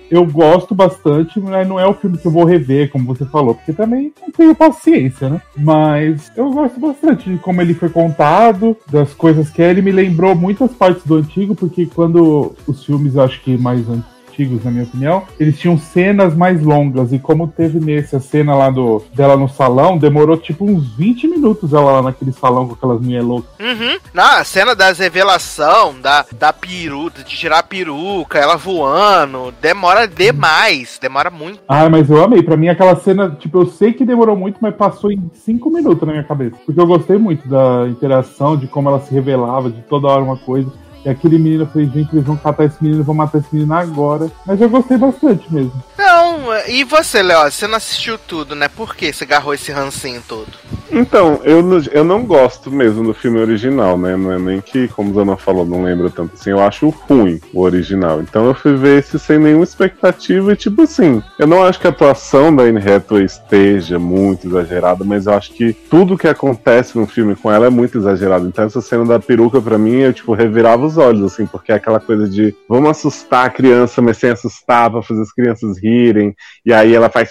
Eu gosto bastante, mas não é o filme que eu vou rever, como você falou, porque também não tenho paciência, né? Mas eu gosto bastante de como ele foi contado, das coisas que é. Ele me lembrou muitas partes do antigo, porque quando os filmes, eu acho que mais antigos, na minha opinião, eles tinham cenas mais longas, e como teve nesse a cena lá dela no salão, demorou tipo uns 20 minutos ela lá naquele salão com aquelas mulheres loucas. Uhum. Na cena das revelação, da peruca, de tirar a peruca, ela voando, demora demais, demora muito. Ah, mas eu amei. Pra mim, aquela cena, tipo, eu sei que demorou muito, mas passou em 5 minutos na minha cabeça. Porque eu gostei muito da interação, de como ela se revelava, de toda hora uma coisa. E aquele menino, eu falei, gente, eles vão catar esse menino, vão matar esse menino agora. Mas eu gostei bastante mesmo. Não, e você, Léo? Você não assistiu tudo, né? Por que você agarrou esse rancinho todo? Então, eu não gosto mesmo do filme original, né? Não é nem que, como a Zana falou, não lembra tanto assim. Eu acho ruim o original. Então eu fui ver esse sem nenhuma expectativa e, tipo assim, eu não acho que a atuação da Anne Hathaway esteja muito exagerada, mas eu acho que tudo que acontece no filme com ela é muito exagerado. Então essa cena da peruca, pra mim, eu, tipo, revirava os olhos, assim, porque é aquela coisa de vamos assustar a criança, mas sem assustar, pra fazer as crianças rirem. E aí ela faz...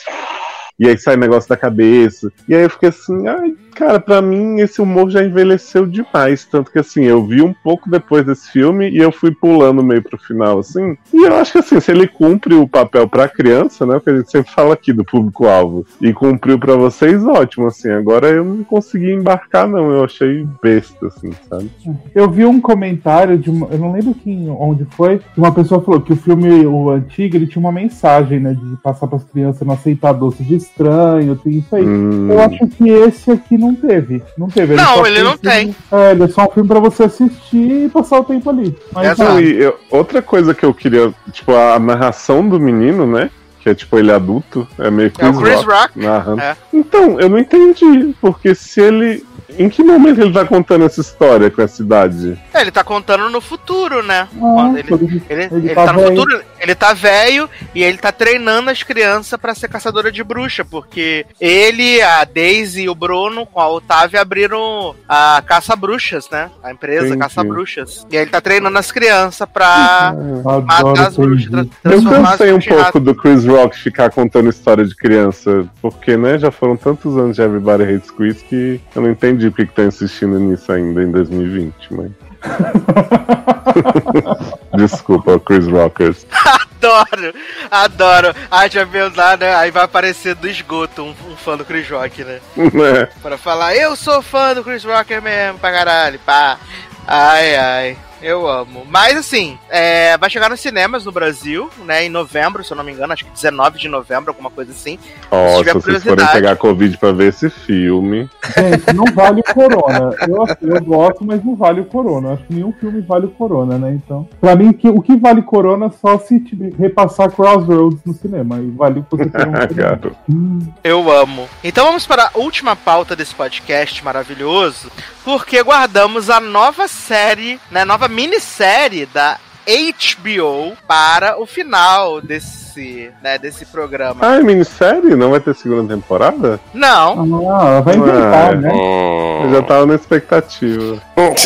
E aí sai negócio da cabeça. E aí eu fiquei assim, ai, cara, pra mim esse humor já envelheceu demais. Tanto que assim, eu vi um pouco depois desse filme e eu fui pulando meio pro final, assim. E eu acho que assim, se ele cumpre o papel pra criança, né, o que a gente sempre fala aqui do público-alvo, e cumpriu pra vocês, ótimo, assim. Agora eu não consegui embarcar, não. Eu achei besta, assim, sabe? Eu vi um comentário de eu não lembro onde foi, que uma pessoa falou que o filme, o antigo, ele tinha uma mensagem, né, de passar pras crianças não aceitar doce de estranho, tem isso aí. Eu acho que esse aqui não teve. Não teve. Ele não tem. Ele é só um filme pra você assistir e passar o tempo ali. Mas, outra coisa que eu queria, tipo, a narração do menino, né? Que é tipo ele adulto, é meio Chris Rock narrando. É. Então, eu não entendi, porque se ele... Em que momento ele tá contando essa história com essa idade? Ele tá contando no futuro, né? Ele tá tá no velho. futuro, ele tá velho e ele tá treinando as crianças pra ser caçadora de bruxa, porque ele, a Daisy e o Bruno com a Otávia abriram a Caça-Bruxas, né? A empresa Entendi. Caça-Bruxas. E aí ele tá treinando as crianças pra matar as bruxas, Eu transformar as cansei um bruxas em rato. pouco do Chris Rock ficar contando história de criança, porque, né, já foram tantos anos de Everybody Hates Chris que eu não entendi porque que tá insistindo nisso ainda em 2020, mas... Desculpa, Chris Rockers. Adoro. Já viu lá, né? Aí vai aparecer do esgoto um fã do Chris Rock, né? Né? Pra falar, eu sou fã do Chris Rock mesmo, pra caralho, pá. Ai. Eu amo. Mas assim, vai chegar nos cinemas no Brasil, né? Em novembro, se eu não me engano, acho que 19 de novembro, alguma coisa assim. Ó, se vocês forem pegar Covid pra ver esse filme. Gente, não vale o Corona. Eu gosto, mas não vale o Corona. Acho que nenhum filme vale o Corona, né? Então, pra mim, o que vale Corona é só se repassar Crossroads no cinema. E vale você ter Eu amo. Então vamos para a última pauta desse podcast maravilhoso, porque guardamos a nova série, né? Nova minissérie da HBO para o final desse programa. Ah, é minissérie? Não vai ter segunda temporada? Não. Vai inventar, né? Eu já tava na expectativa.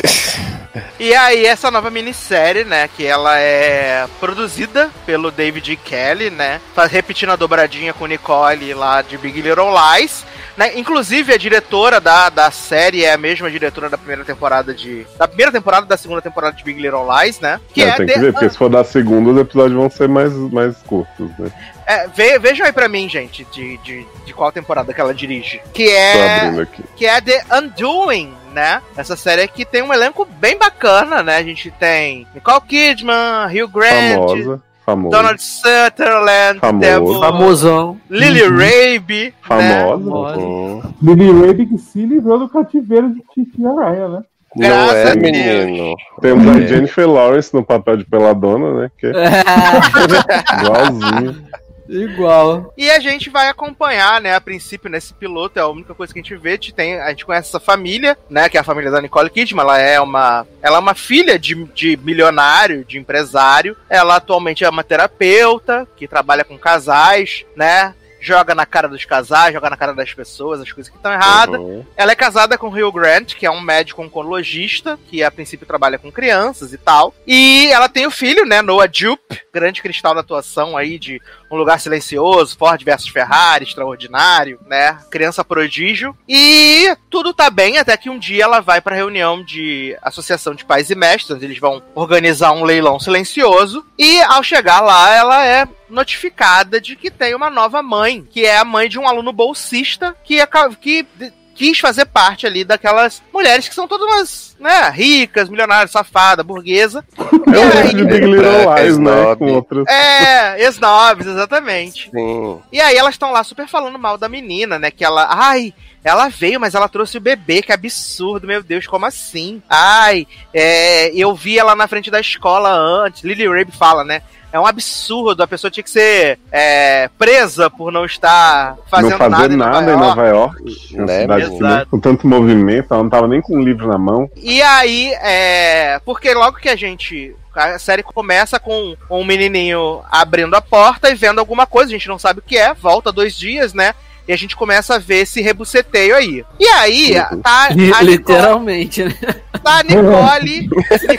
E aí, essa nova minissérie, né, que ela é produzida pelo David E. Kelly, né, repetindo a dobradinha com Nicole lá de Big Little Lies, né, inclusive a diretora da série é a mesma diretora da primeira temporada da segunda temporada de Big Little Lies, né, que tem que ver, porque se for da segunda, os episódios vão ser mais curtos, né. Vejam aí pra mim, gente, de qual temporada que ela dirige. Que é The Undoing, né? Essa série aqui tem um elenco bem bacana, né? A gente tem Nicole Kidman, Hugh Grant, famoso. Donald Sutherland, famosão, Lily Rabe, famosa. Lily Rabe que se livrou do cativeiro de Titi Araya, né? Não é, menino. Temos a Jennifer Lawrence no papel de peladona, né? Que é igualzinho. Igual. E a gente vai acompanhar, né, a princípio nesse piloto, é a única coisa que a gente vê, a gente conhece essa família, né, que é a família da Nicole Kidman, ela é uma filha de milionário, de empresário, ela atualmente é uma terapeuta, que trabalha com casais, né, joga na cara dos casais, joga na cara das pessoas, as coisas que estão erradas. Ela é casada com o Hugh Grant, que é um médico oncologista, que a princípio trabalha com crianças e tal. E ela tem o filho, né, Noah Jupe, grande cristal da atuação aí de Um Lugar Silencioso, Ford vs Ferrari, extraordinário, né, criança prodígio. E tudo tá bem, até que um dia ela vai pra reunião de associação de pais e mestres, onde eles vão organizar um leilão silencioso. E ao chegar lá, ela é notificada de que tem uma nova mãe, que é a mãe de um aluno bolsista que quis fazer parte ali daquelas mulheres que são todas umas, né, ricas, milionárias, safada, burguesa. É o Big Little Lies, né? Com outros. Ex-nobres, exatamente. Sim. E aí elas estão lá super falando mal da menina, né? Que ela veio, mas ela trouxe o bebê, que absurdo, meu Deus, como assim? Eu vi ela na frente da escola antes. Lily Rabe fala, né? É um absurdo, a pessoa tinha que ser presa por não estar fazendo não fazer nada em Nova York. Né, com tanto movimento, ela não tava nem com um livro na mão. E aí, porque logo que a série começa com um menininho abrindo a porta e vendo alguma coisa, a gente não sabe o que é, volta 2 dias, né? E a gente começa a ver esse rebuceteio aí. E aí, tá... Literalmente, né? Tá a Nicole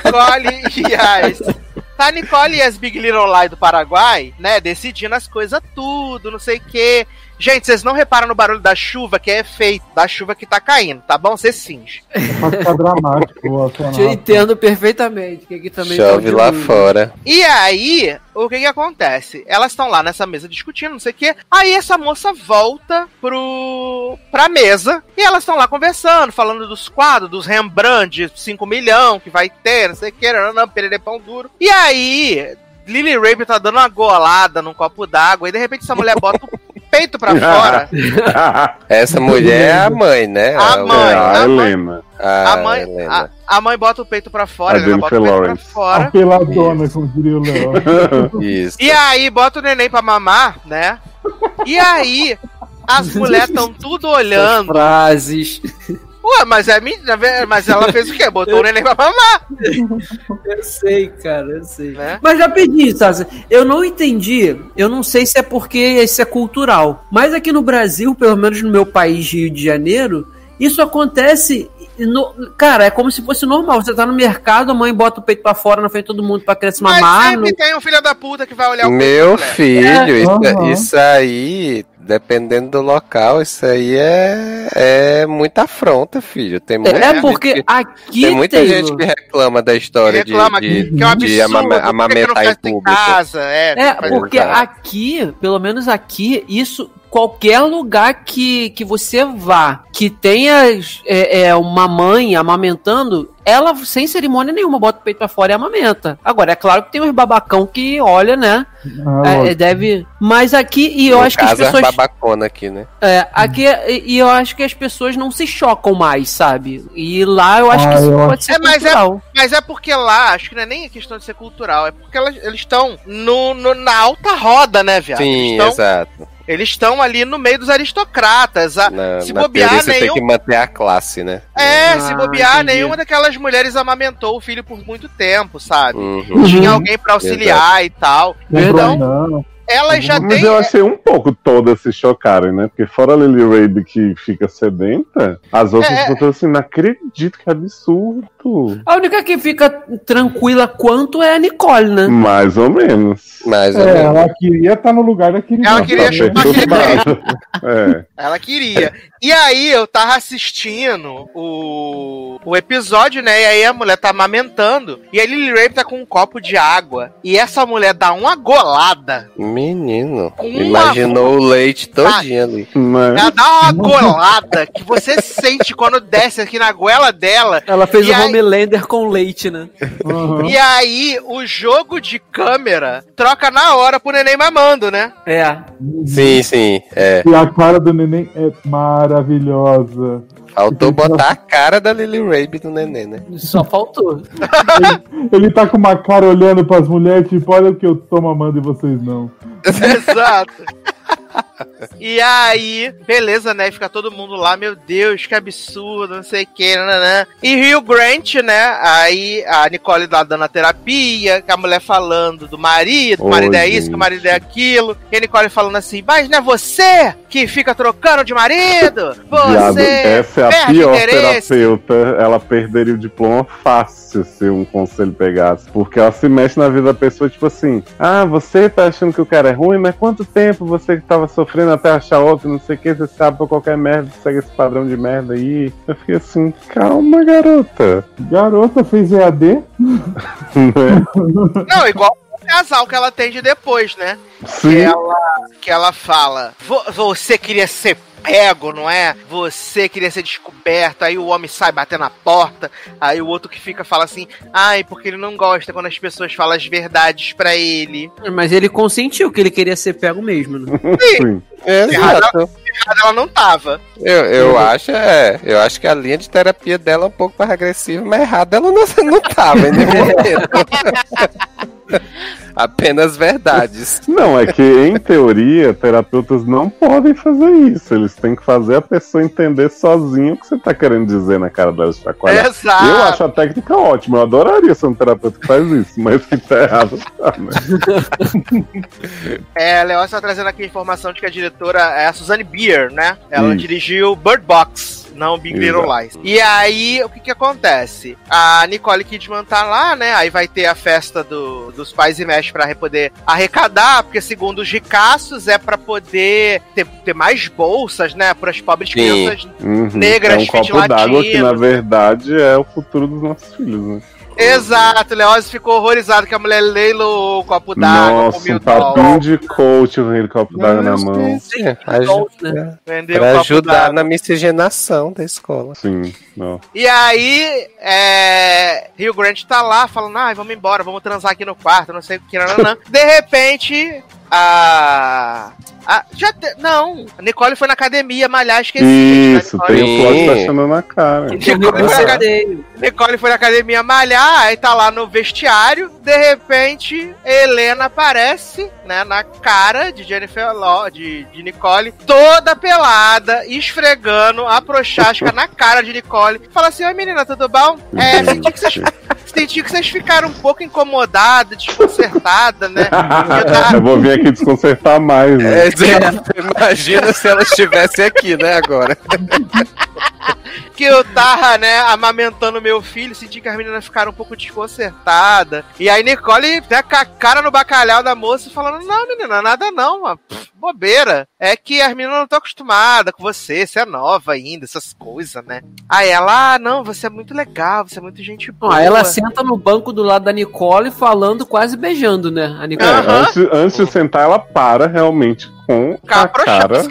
e as Big Little Lies do Paraguai, né, decidindo as coisas tudo, não sei o quê. Gente, vocês não reparam no barulho da chuva, que é efeito da chuva que tá caindo, tá bom? Você finge. Tá dramático. Eu entendo perfeitamente. Que aqui também chove lá fora. E aí, o que acontece? Elas estão lá nessa mesa discutindo, não sei o quê. Aí essa moça volta pra mesa e elas estão lá conversando, falando dos quadros, dos Rembrandt de 5 milhões que vai ter, não sei o quê, perere pão duro. E aí, Lily Rabe tá dando uma golada num copo d'água e de repente essa mulher bota o peito pra fora. Essa mulher é a mãe, né? A Helena. A mãe bota o peito pra fora, ela bota o peito pra fora. A peladona, como diria o Léo. Isso. E aí bota o neném pra mamar, né? E aí as mulheres estão tudo olhando. Frases. Ué, mas ela fez o quê? Botou o neném pra mamar. Eu sei, cara, eu sei. Né? Mas já pedi, Sasha. Eu não entendi. Eu não sei se é porque isso é cultural. Mas aqui no Brasil, pelo menos no meu país, Rio de Janeiro, isso acontece... Cara, é como se fosse normal. Você tá no mercado, a mãe bota o peito pra fora na frente de todo mundo pra criança mamar. Mas sempre tem um filho da puta que vai olhar o peito. Meu filho, isso aí, dependendo do local, isso aí é muita afronta, filho. Tem muita porque aqui tem muita gente que reclama da história de amamentar em público. Casa, porque aqui, pelo menos aqui, isso... Qualquer lugar que você vá, que tenha uma mãe amamentando, ela, sem cerimônia nenhuma, bota o peito pra fora e amamenta. Agora, é claro que tem uns babacão que olha, né? Deve... Mas aqui, e eu acho que as pessoas... babacona aqui, né? Aqui, e eu acho que as pessoas não se chocam mais, sabe? E lá eu acho que isso pode ser cultural. Mas é porque lá, acho que não é nem a questão de ser cultural, é porque eles estão na alta roda, né, viado? Sim, exato. Eles estão ali no meio dos aristocratas. Se bobear, você tem que manter a classe, né? Se bobear, nenhuma daquelas mulheres amamentou o filho por muito tempo, sabe? Tinha alguém pra auxiliar e tal. Então, ela já tem... Mas eu achei um pouco todas se chocarem, né? Porque fora a Lily Rabe que fica sedenta, as outras ficam assim, não acredito, que absurdo. A única que fica tranquila quanto é a Nicole, né? Mais ou menos. Ela queria estar no lugar da querida. Ela queria chupar aquele Ela queria. E aí eu tava assistindo o episódio, né? E aí a mulher tá amamentando. E a Lily Rabe tá com um copo de água. E essa mulher dá uma golada. Menino, imaginou o leite todinho ali. Ela dá uma golada que você sente quando desce aqui na goela dela. Ela fez o Homelander com leite, né? E aí o jogo de câmera troca na hora pro neném mamando, né? Sim. E a cara do neném é maravilhosa. Faltou botar a cara da Lily Rabe no neném, né? Só faltou. Ele tá com uma cara olhando pras mulheres, tipo, olha o que eu tô mamando e vocês não. Exato. E aí, beleza, né? Fica todo mundo lá, meu Deus, que absurdo, não sei o que, né? E Hugh Grant, né? Aí a Nicole lá dando a terapia, que a mulher falando do marido, que o marido é isso, que o marido é aquilo. E a Nicole falando assim, mas não é você que fica trocando de marido? Viado, Você essa é a perde pior interesse. terapeuta. Ela perderia o diploma fácil se um conselho pegasse. Porque ela se mexe na vida da pessoa, tipo assim, ah, você tá achando que o cara é ruim, mas quanto tempo você que tava sofrendo até achar outro, não sei o que, você sabe pra qualquer merda, segue esse padrão de merda aí. Eu fiquei assim, calma, garota. Garota fez EAD? Não, igual o casal que ela atende depois, né? Sim. Que ela fala, você queria ser pego, não é? Você queria ser descoberto, aí o homem sai batendo na porta, aí o outro que fica fala assim, ai, porque ele não gosta quando as pessoas falam as verdades pra ele. Mas ele consentiu que ele queria ser pego mesmo, né? Sim. Exato. Ela não tava. Eu acho que a linha de terapia dela é um pouco mais agressiva, mas errada ela não tava em nenhum momento. Apenas verdades. Não, é que em teoria, terapeutas não podem fazer isso. Eles têm que fazer a pessoa entender sozinho o que você tá querendo dizer na cara dela de chacoalhar. Exato. Eu acho a técnica ótima, eu adoraria ser um terapeuta que faz isso, mas que tá errado, tá, né? Léo está trazendo aqui a informação de que a diretora é a Suzanne Bier, né? Ela Isso. dirigiu Bird Box, não Big Little Lies. E aí, o que acontece? A Nicole Kidman tá lá, né? Aí vai ter a festa dos pais e mestres pra poder arrecadar, porque segundo os ricaços é pra poder ter mais bolsas, né? Para as pobres crianças negras, é um copo d'água que na verdade é o futuro dos nossos filhos, né? Exato, Leózio ficou horrorizado que a mulher leilou o copo d'água com Nossa, um papinho de coach com aquele copo d'água na mão. Sim, Vendeu o pra copo ajudar d'água. na miscigenação da escola. Sim, não. E aí, Hugh Grant tá lá falando, vamos embora, vamos transar aqui no quarto, não sei o que, não. De repente, a Nicole foi na academia malhar, esqueci. Isso, tem o plot tá chamando na cara. Nicole foi na academia malhar, aí tá lá no vestiário, de repente, Helena aparece, né, na cara de Jennifer de Nicole, toda pelada, esfregando a prochasca na cara de Nicole. Fala assim, oi menina, tudo bom? Senti que vocês ficaram um pouco incomodadas, desconcertadas, né? Eu vou vir aqui desconcertar mais, né? Imagina se ela estivesse aqui, né, agora. Que eu tava, né, amamentando meu filho, senti que as meninas ficaram um pouco desconcertadas. E aí Nicole, né, com a cara no bacalhau da moça, falando, não, menina, nada não, mano. Bobeira. É que as meninas não estão acostumadas com você é nova ainda, essas coisas, né? Aí ela, não, você é muito legal, você é muito gente boa. Aí ela senta no banco do lado da Nicole falando, quase beijando, né? A Nicole. Antes de sentar, ela para realmente com a cara,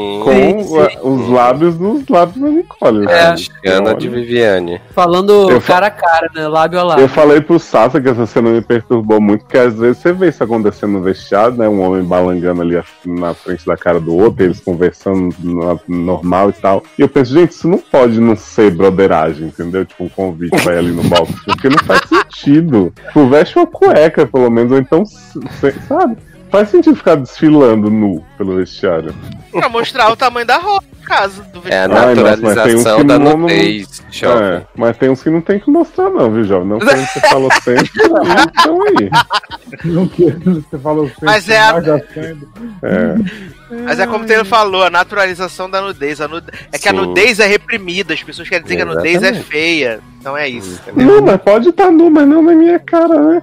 com os lábios nos lábios da Nicole. Ana de Viviane. Falando cara a cara, né? Lábio a lábio. Eu falei pro Sassa que essa cena me perturbou muito, porque às vezes você vê isso acontecendo no vestiário, né? Um homem balangando ali na frente da cara do outro, eles conversando normal e tal. E eu penso, gente, isso não pode não ser broderagem, entendeu? Tipo, um convite vai ali no balcão, porque não faz sentido. Tipo, veste uma cueca, pelo menos, ou então, sabe? Faz sentido ficar desfilando nu pelo vestiário. Pra mostrar o tamanho da roupa, no caso do vestiário. É a naturalização da nudez, jovem. Mas tem uns que não tem que mostrar não, viu, jovem? Não sei se você falou sempre, então aí. Não quero, você falou sempre. Mas Mas é como o Taylor falou, a naturalização da nudez. É que a nudez é reprimida, as pessoas querem dizer que a nudez é feia. Então é isso, entendeu? Não, mas pode estar nu, mas não na minha cara, né?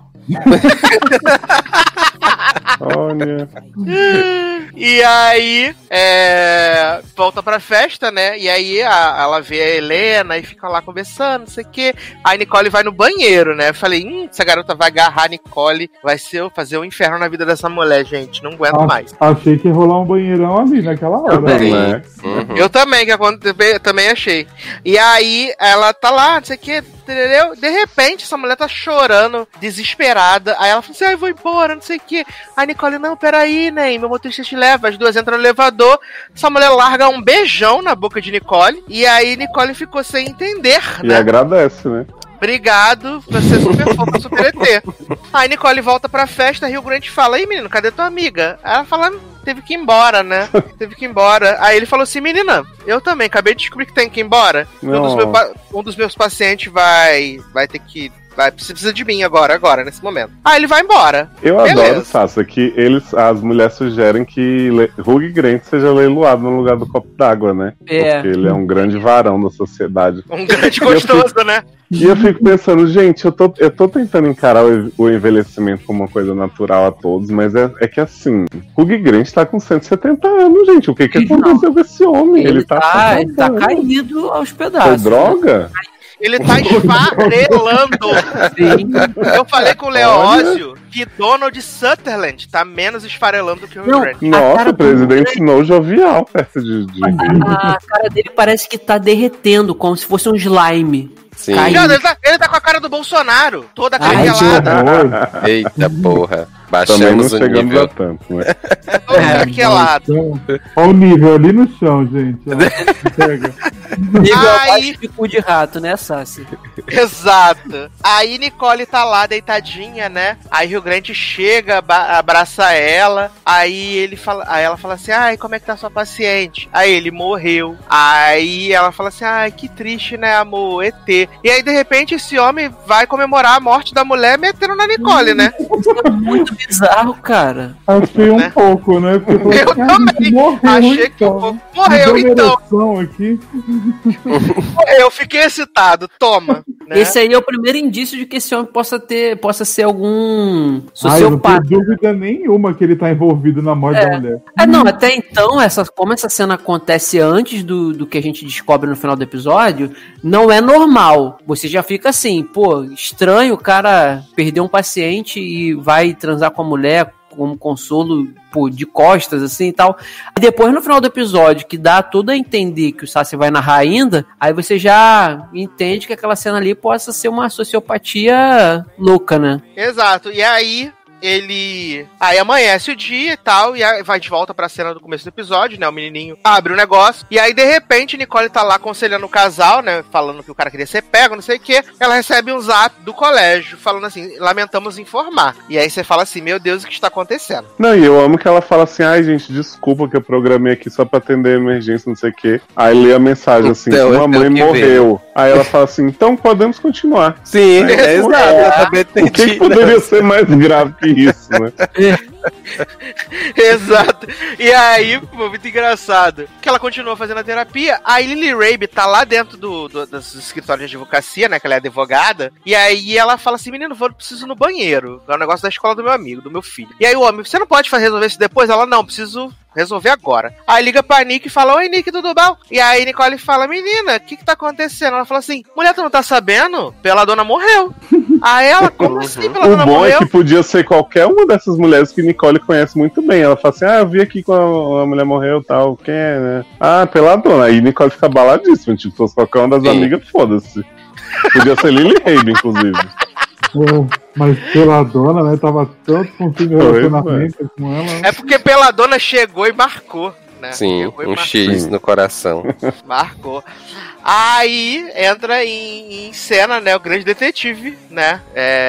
Olha. E aí, volta pra festa, né? E aí ela vê a Helena e fica lá conversando, não sei o quê. Aí Nicole vai no banheiro, né? Eu falei, essa garota vai agarrar a Nicole, vai fazer um inferno na vida dessa mulher, gente. Não aguento mais. Achei que ia rolar um banheirão ali naquela hora. Né? Eu também, também achei. E aí ela tá lá, não sei o quê. Entendeu? De repente, essa mulher tá chorando, desesperada. Aí ela fala assim, eu vou embora, não sei o que. Aí Nicole, não, peraí, né? Meu motorista te leva. As duas entram no elevador. Essa mulher larga um beijão na boca de Nicole. E aí Nicole ficou sem entender, né? E agradece, né? Obrigado, você é super fofa, super ET. Aí Nicole volta pra festa, Hugh Grant fala, ei menino, cadê tua amiga? Aí ela fala, teve que ir embora, né? Teve que ir embora. Aí ele falou assim, menina, eu também acabei de descobrir que tem que ir embora. Um dos meus pacientes vai ter que... precisa de mim agora, nesse momento. Aí ele vai embora. Eu adoro, Sassa, que as mulheres sugerem que Hugh Grant seja leiloado no lugar do copo d'água, né? Porque ele é um grande varão da sociedade. Um grande gostoso, né? E eu fico pensando, gente, eu tô tentando encarar o envelhecimento como uma coisa natural a todos, mas é que assim, Hugh Grant tá com 170 anos, gente. O que aconteceu com esse homem? Ele tá caído aos pedaços. Foi droga? Ele tá esfarelando. Sim. Eu falei com o Leózio que Donald Sutherland tá menos esfarelando que o Hugh Grant. Nossa, o presidente Snow jovial perto de A cara dele parece que tá derretendo, como se fosse um slime. Sim. Ele tá com a cara do Bolsonaro, toda craquelada. Eita porra. Também não Baixamos o chegamos nível. a tanto, né? Todo craquelado. Olha o nível ali no chão, gente. Pega. Nível abaixo de cu de rato, né, Sassi? Exato. Aí Nicole tá lá deitadinha, né? Aí Hugh Grant chega, abraça ela. Aí ela fala assim, ai, como é que tá sua paciente? Aí ele morreu. Aí ela fala assim, ai, que triste, né, amor? ET. E aí, de repente, esse homem vai comemorar a morte da mulher metendo na Nicole, né? Muito bizarro, cara. Achei um pouco, né? Porque eu também. Achei que um pouco. Morreu, então. Aqui. Eu fiquei excitado. Toma. Né? Esse aí é o primeiro indício de que esse homem possa ser algum sociopata. Não tenho dúvida nenhuma que ele tá envolvido na morte da mulher. Não, até então, como essa cena acontece antes do que a gente descobre no final do episódio, não é normal. Você já fica assim, pô, estranho o cara perder um paciente e vai transar com a mulher como consolo, pô, de costas, assim e tal. E depois, no final do episódio, que dá tudo a entender que o Sassi vai narrar ainda, aí você já entende que aquela cena ali possa ser uma sociopatia louca, né? Exato. E aí aí amanhece o dia e tal, e aí vai de volta pra cena do começo do episódio, né, o menininho abre o negócio, e aí de repente Nicole tá lá aconselhando o casal, né, falando que o cara queria ser pego, não sei o que, ela recebe um zap do colégio, falando assim, lamentamos informar, e aí você fala assim, meu Deus, o que está acontecendo? Não, e eu amo que ela fala assim, ai gente, desculpa que eu programei aqui só pra atender a emergência, não sei o que, aí lê a mensagem assim, Então, sua mãe morreu, aí ela fala assim, então podemos continuar. Sim, exato. O que poderia ser mais grave que isso, né? Exato. E aí, pô, muito engraçado que ela continua fazendo a terapia. A Lily Rabe tá lá dentro dos escritórios de advocacia, né? Que ela é advogada. E aí ela fala assim, menino, eu preciso ir no banheiro. É um negócio da escola do meu amigo, do meu filho. E aí o homem, você não pode resolver isso depois? Ela, não, preciso resolver agora. Aí liga pra Nick e fala, oi Nick, tudo bom? E aí Nicole fala, menina, o que tá acontecendo? Ela fala assim, mulher, tu não tá sabendo? Peladona morreu. Aí ela, como assim Peladona morreu? O bom é que podia ser qualquer uma dessas mulheres que Nicole conhece muito bem. Ela fala assim, eu vi aqui quando a mulher morreu e tal, quem é, né? Ah, Peladona. Aí Nicole fica baladíssima, tipo, se fosse qualquer uma das amigas, foda-se. Podia ser Lily Rabe, inclusive. Mas Peladona, né? Tava tanto contigo relacionamento com ela. É porque Peladona chegou e marcou, né? Sim, um X no coração. Marcou. Aí entra em cena, né? O grande detetive, né?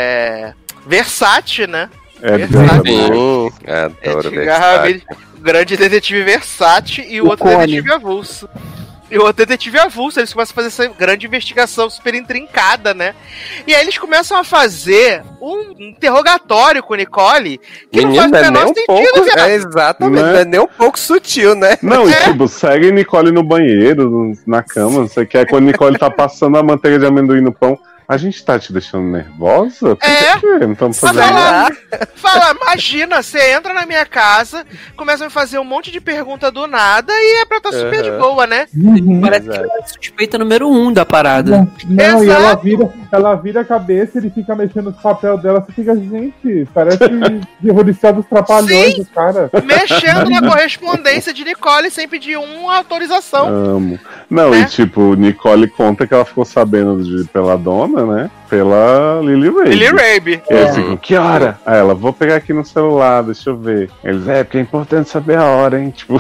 Versace, né? Sim, adoro Versace. O grande detetive Versace e o outro detetive avulso. E o detetive avulso, eles começam a fazer essa grande investigação super intrincada, né? E aí eles começam a fazer um interrogatório com Nicole que menina, não faz o menor sentido, viado. Exatamente, não é nem um pouco sutil, né? Não, e tipo, segue Nicole no banheiro, na cama, não sei o que. É quando Nicole tá passando a manteiga de amendoim no pão. A gente tá te deixando nervosa? Por quê? Não estamos fazendo nada. Fala, imagina, você entra na minha casa, começa a me fazer um monte de pergunta do nada e é pra estar super de boa, né? Parece que ela é suspeita número 1 da parada. Não, e ela vira a cabeça, ele fica mexendo os papéis dela, você fica, gente, parece de Rodicial dos Trapalhões, o cara. Mexendo na correspondência de Nicole sem pedir uma autorização. Amo. Não, né? E tipo, Nicole conta que ela ficou sabendo de Peladona, né? Pela Lily Rabe. Lily Rabe. E eles ficam, que hora? Aí ela, vou pegar aqui no celular, deixa eu ver. Eles, porque é importante saber a hora, hein? Tipo...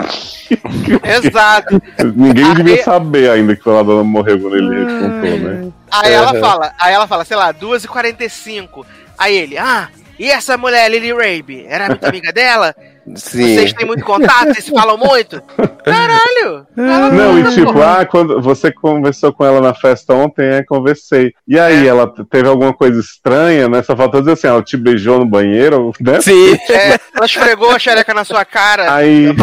Exato. Ninguém devia saber ainda que Peladona morreu quando ele contou, né? Aí ela fala, sei lá, 2h45. Aí ele, e essa mulher, Lily Rabe, era muito amiga dela? Sim. Vocês têm muito contato? Vocês se falam muito? Caralho! Não, e tipo, quando você conversou com ela na festa ontem, conversei. E aí, ela teve alguma coisa estranha, né? Só faltou dizer assim, ela te beijou no banheiro, né? Sim. Ela esfregou a xereca na sua cara. Aí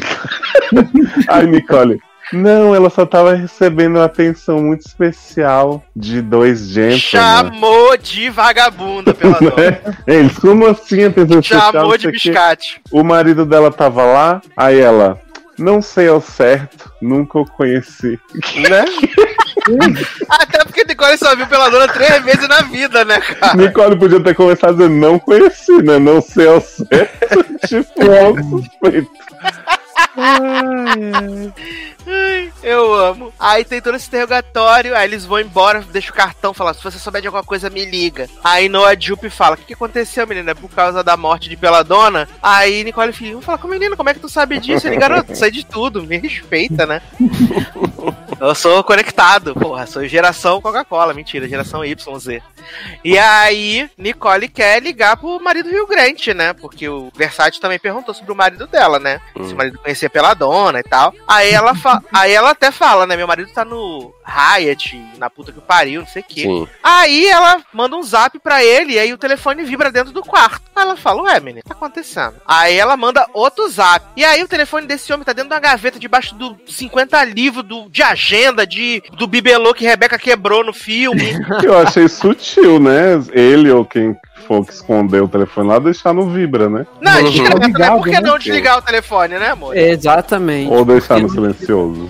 Nicole, não, ela só tava recebendo uma atenção muito especial de 2 gentlemen. Chamou de vagabunda pela dona. Eles, como assim atenção especial? Chamou de biscate. O marido dela tava lá, aí ela, não sei ao certo, nunca o conheci. Né? Até porque Nicole só viu pela dona 3 vezes na vida, né, cara? Nicole podia ter começado dizendo, não conheci, né? Não sei ao certo. Tipo, algo suspeito. Eu amo. Aí tem todo esse interrogatório, aí eles vão embora, deixa o cartão, fala, se você souber de alguma coisa, me liga. Aí Noah Jupe fala, o que aconteceu, menina? É por causa da morte de Peladona? Aí Nicole e Filho, fala, menina, como é que tu sabe disso? Ele, garoto, sei de tudo, me respeita, né? Eu sou conectado, porra, sou geração Coca-Cola, mentira, geração YZ. E aí, Nicole quer ligar pro marido Rio Grande, né? Porque o Versace também perguntou sobre o marido dela, né? Se o marido conhecia Peladona e tal. Aí ela até fala, né? Meu marido tá no Riot, na puta que pariu, não sei o quê. Sim. Aí ela manda um zap pra ele, e aí o telefone vibra dentro do quarto. Aí ela fala, ué, menina, o que tá acontecendo? Aí ela manda outro zap. E aí o telefone desse homem tá dentro de uma gaveta, debaixo do 50 livros de agenda, do bibelô que Rebeca quebrou no filme. Eu achei sutil, né? Ele ou quem for que escondeu o telefone lá, deixar no vibra, né? Não, é discreto, né? Ligado, Por que né? não desligar o telefone, né, amor? Exatamente. Ou deixar no silencioso.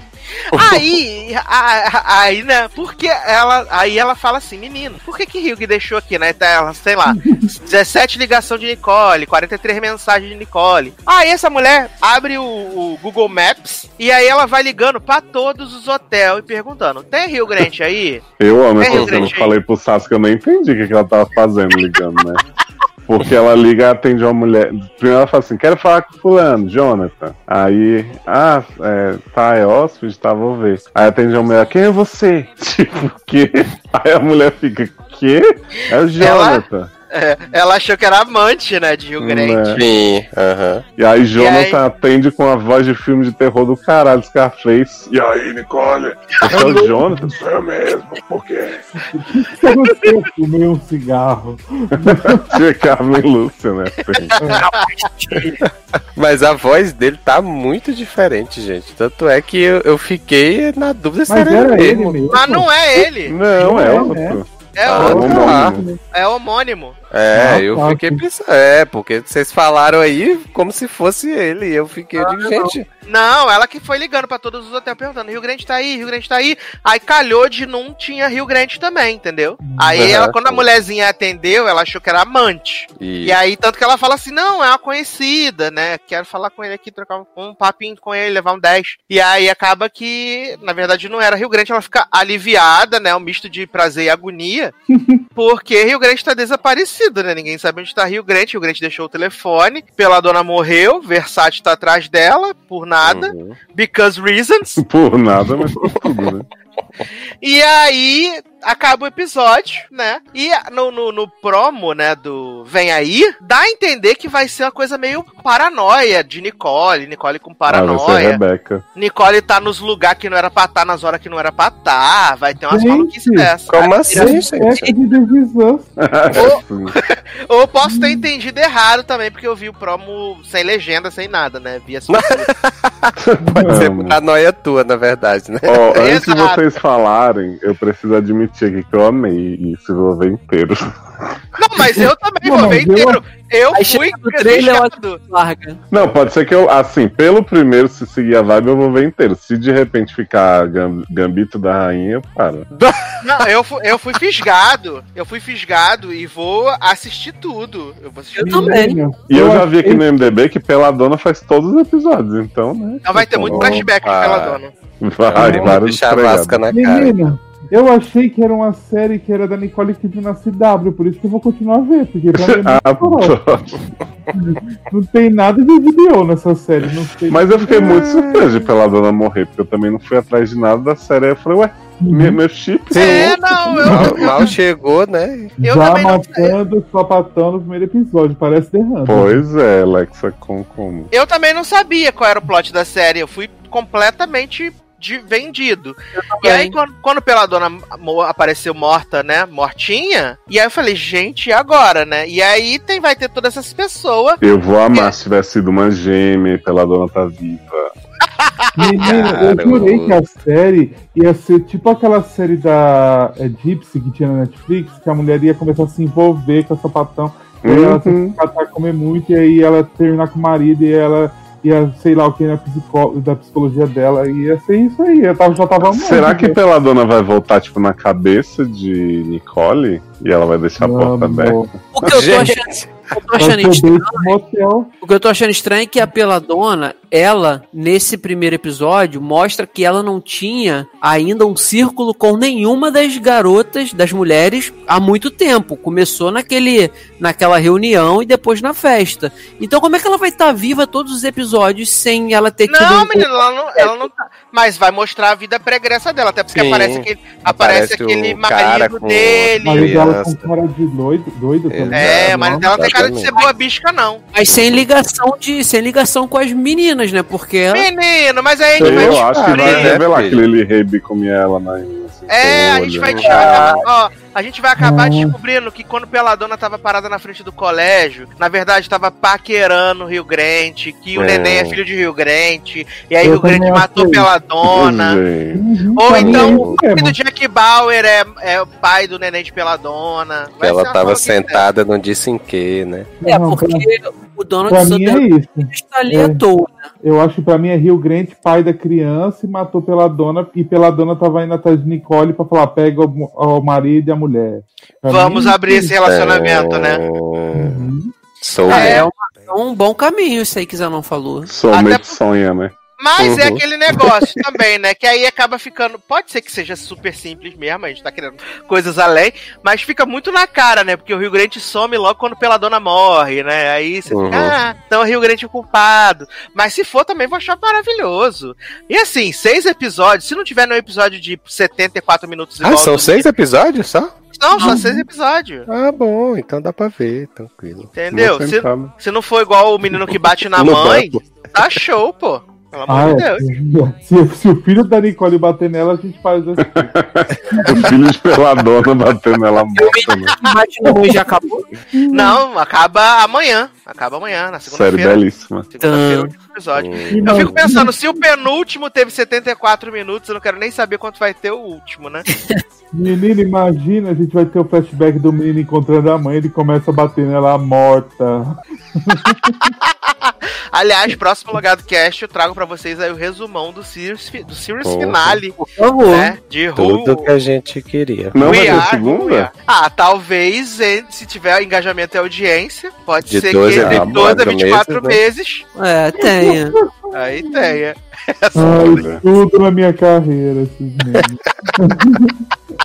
Aí, né, porque ela fala assim, menino, por que Hugh deixou aqui, né, tá, ela, sei lá, 17 ligação de Nicole, 43 mensagens de Nicole. Aí essa mulher abre o Google Maps e aí ela vai ligando pra todos os hotéis e perguntando, tem Rio Grande aí? Eu amo É, essa Rio cena. Eu Grande. falei pro Sassi que eu nem entendi o que ela tava fazendo ligando, né? Porque ela liga e atende uma mulher. Primeiro ela fala assim, quero falar com fulano, Jonathan. Aí, tá, é hóspede, tá, vou ver. Aí atende uma mulher, quem é você? Tipo, o quê? Aí a mulher fica, quê? É o Jonathan. Ela achou que era amante, né, de Rio Grande. Né? Sim, aham. E aí Jonathan E aí- atende com a voz de filme de terror do caralho, Scarface. E aí, Nicole? Esse é o Jonathan? Sou eu mesmo, por quê? Eu fumei um cigarro. Tinha Carmen Lúcia, né? Mas a voz dele tá muito diferente, gente. Tanto é que eu fiquei na dúvida se Mas era era ele ele mesmo. mesmo. Mas não é ele, Não, é É, outro. é Ah, outro, tá. é homônimo. É, Ah, eu tá, fiquei sim. pensando. Porque vocês falaram aí como se fosse ele. E eu fiquei, eu digo, gente. Não, ela que foi ligando pra todos os hotéis perguntando, Rio Grande tá aí, Rio Grande tá aí. Aí calhou de não tinha Rio Grande também, entendeu? Aí ela, quando a mulherzinha atendeu, ela achou que era amante. E aí, tanto que ela fala assim, não, é uma conhecida, né? Quero falar com ele aqui, trocar um papinho com ele, levar um 10. E aí acaba que, na verdade, não era Rio Grande, ela fica aliviada, né? Um misto de prazer e agonia. Porque Rio Grande tá desaparecido, né? Ninguém sabe onde tá Rio Grande deixou o telefone, Peladona morreu, Versace tá atrás dela, por nada, because reasons. Por nada, mas por tudo, né? E aí, acaba o episódio, né? E no promo, né, do Vem Aí, dá a entender que vai ser uma coisa meio paranoia de Nicole com Ah, vai ser paranoia. Rebeca. Nicole tá nos lugares que não era pra estar, nas horas que não era pra estar. Vai ter umas Gente, maluquices dessas. Como assim, gente? Essa de decisão. Ou posso ter entendido errado também, porque eu vi o promo sem legenda, sem nada, né? Vi assim. Pode ser Amo. paranoia tua, na verdade, né? Ó, antes de Exato. vocês falarem, eu preciso admitir aqui que eu amei isso, eu vou ver inteiro. Não, mas eu também Não, vou ver mas eu- inteiro. Eu Aí fui chega no trailer, fisgado. Larga. Não, pode ser que eu, assim, pelo primeiro, se seguir a vibe, eu vou ver inteiro. Se de repente ficar Gambito da Rainha, para. Não, eu fui fisgado. Eu fui fisgado e vou assistir tudo. Eu vou assistir Eu tudo. também. E eu já vi aqui no MDB que Peladona faz todos os episódios, então, né? Então vai ter muito flashback de Opa. Peladona. Vai, Vamos vários deixar a Vasca na cara. Menina, eu achei que era uma série que era da Nicole Kidman na CW, por isso que eu vou continuar a ver, porque pra mim é muito Ah, legal. Não tem nada de HBO nessa série. Não sei. mas eu fiquei muito surpreso de Peladona morrer, porque eu também não fui atrás de nada da série. Aí eu falei, ué, Meu chip. Mal chegou, né? Eu Já também não matando o sapatão no primeiro episódio, parece The Hunter. Pois é, Alexa, como? Eu também não sabia qual era o plot da série. Eu fui completamente vendido. E aí, quando Peladona apareceu morta, né? Mortinha. E aí eu falei, gente, e agora, né? E aí vai ter todas essas pessoas. Eu vou amar se tivesse sido uma gêmea e Peladona tá viva. Menino, eu jurei que a série ia ser tipo aquela série da Gypsy que tinha na Netflix, que a mulher ia começar a se envolver com a sapatão. E aí ela se catar, comer muito, e aí ela terminar com o marido, e ela ia, sei lá o que, da psicologia dela, e ia ser isso aí. Já tava amando. Será que Peladona vai voltar, tipo, na cabeça de Nicole? E ela vai deixar a porta aberta? O que eu tô achando estranho. O que eu tô achando estranho é que a Peladona, ela, nesse primeiro episódio, mostra que ela não tinha ainda um círculo com nenhuma das garotas, das mulheres, há muito tempo. Começou naquela reunião e depois na festa. Então como é que ela vai estar viva todos os episódios sem ela ter tido... Não, menino, ela não tá. Mas vai mostrar a vida pregressa dela, até porque aparece aquele marido dele. Marido dela com cara de doido também. Mas ela não tem cara de ser boa bisca, não. Mas sem ligação com as meninas, né? Porque ela... Menino, mas aí a gente vai Eu acho que vai revelar que Lily Rabe comia ela na... a gente vai a gente vai acabar descobrindo que quando Peladona tava parada na frente do colégio, na verdade tava paquerando o Rio Grande, que o neném é filho de Rio Grande, e aí o Rio Grande matou Peladona. Ou então o pai do Jack Bauer é o pai do neném de Peladona. Ela tava sentada, não disse em que, né? Porque o dono do Sudão está ali à toa. Eu acho que pra mim é Rio Grande, pai da criança, e matou Peladona, e Peladona tava indo atrás de Nicole pra falar, pega o marido e a mulher. Vamos abrir esse relacionamento, né? É um bom caminho, isso aí que Zé não falou. Somente sonha, né? Mas é aquele negócio também, né? Que aí acaba ficando... Pode ser que seja super simples mesmo, a gente tá querendo coisas além, mas fica muito na cara, né? Porque o Rio Grande some logo quando Peladona morre, né? Aí você fica, então o Rio Grande é culpado. Mas se for, também vou achar maravilhoso. E assim, 6 episódios, se não tiver no episódio de 74 minutos igual... são 6 episódios só? Não, só 6 episódios. Ah, bom, então dá pra ver, tranquilo. Entendeu? Se não for igual o menino que bate na mãe, tá show, pô. Pelo amor de Deus. Se o filho da Nicole bater nela, a gente faz assim. O filho de Peladona bater nela morta, né? Bate na mãe já acabou? Não, acaba amanhã. Acaba amanhã, na segunda-feira. Série belíssima. Segunda-feira, o último episódio. Eu fico pensando, se o penúltimo teve 74 minutos, eu não quero nem saber quanto vai ter o último, né? Menino, imagina, a gente vai ter o flashback do menino encontrando a mãe, ele começa a bater nela morta. Aliás, próximo Logado Cast eu trago pra vocês aí o resumão do series finale. Por favor. Né, de Tudo que a gente queria. Não vai ter segunda? Talvez, se tiver engajamento e audiência, pode ser que 12 de 12 a 24 meses. Tenha. Aí tenha. Tudo na minha carreira, esses memes.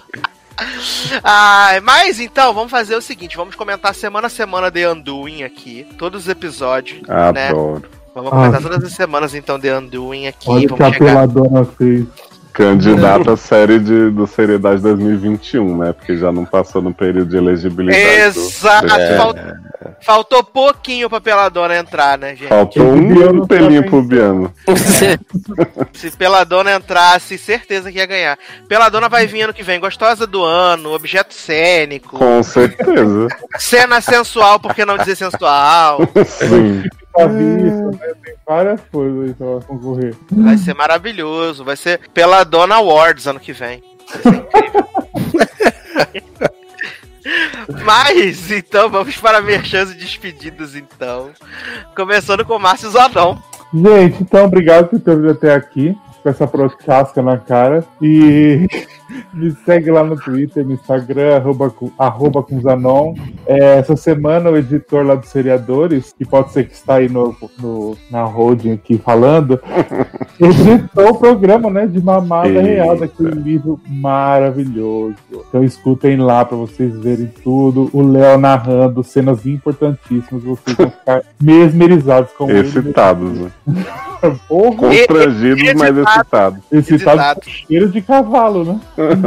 Mas então, vamos fazer o seguinte, vamos comentar semana a semana The Undoing aqui, todos os episódios, né? Vamos comentar todas as semanas então The Undoing aqui. Olha o que a Peladona fez. Candidata à série do Seriedade 2021, né? Porque já não passou no período de elegibilidade. Exato, faltou pouquinho pra Peladona entrar, né, gente? Faltou um pelinho pro Biano. Se Peladona entrasse, certeza que ia ganhar. Peladona vai vir ano que vem, gostosa do ano, objeto cênico. Com certeza. Cena sensual, por que não dizer sensual? Sim. Tem várias coisas aí pra concorrer. Vai ser maravilhoso, vai ser Peladona Awards ano que vem. Vai ser incrível. Mas, então, vamos para merchans e despedidas, então. Começando com o Márcio Zanon. Gente, então, obrigado por ter vindo até aqui, com essa prochasca na cara. E me segue lá no Twitter, no Instagram, arroba com Zanon. Essa semana, o editor lá dos Seriadores, que pode ser que está aí na holding aqui falando, editou o programa, né, de Mamada Real, daquele livro maravilhoso. Então escutem lá pra vocês verem tudo. O Léo narrando cenas importantíssimas, vocês vão ficar mesmerizados com ele. Excitados, né? Porra, Constrangidos, mas excitados. excitado com cheiro de cavalo, né?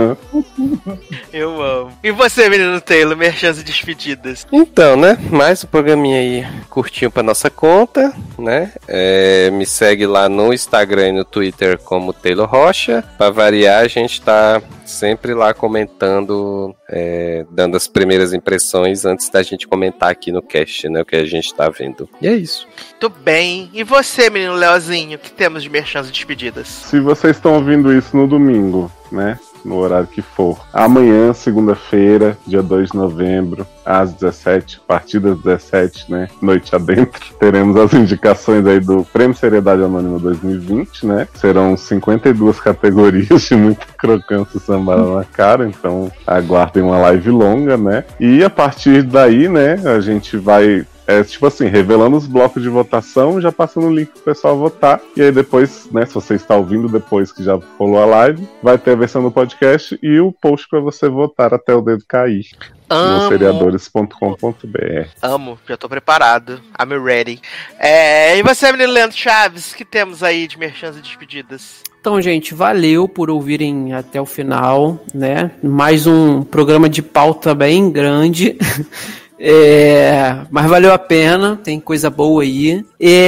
Eu amo. E você, menino Taylor, merchans e despedidas? Então, né? Mais um programinha aí curtinho pra nossa conta, né? Me segue lá no Instagram e no Twitter como Taylor Rocha. Pra variar, a gente tá sempre lá comentando, dando as primeiras impressões antes da gente comentar aqui no cast, né? O que a gente tá vendo. E é isso. Muito bem. E você, menino Leozinho, o que temos de merchans e despedidas? Se vocês estão ouvindo isso no domingo, né? No horário que for. Amanhã, segunda-feira, dia 2 de novembro, às 17, a partir das 17, né? Noite adentro. Teremos as indicações aí do Prêmio Seriedade Anônima 2020, né? Serão 52 categorias de muita crocância e sambada na cara, então aguardem uma live longa, né? E a partir daí, né, a gente vai... tipo assim, revelando os blocos de votação, já passando o link pro pessoal votar. E aí depois, né, se você está ouvindo depois que já rolou a live, vai ter a versão do podcast e o post para você votar até o dedo cair. No seriadores.com.br. Amo, já tô preparado. I'm ready. E você, menino Leandro Chaves, o que temos aí de merchans e despedidas? Então, gente, valeu por ouvirem até o final, né? Mais um programa de pauta bem grande. Mas valeu a pena, tem coisa boa aí.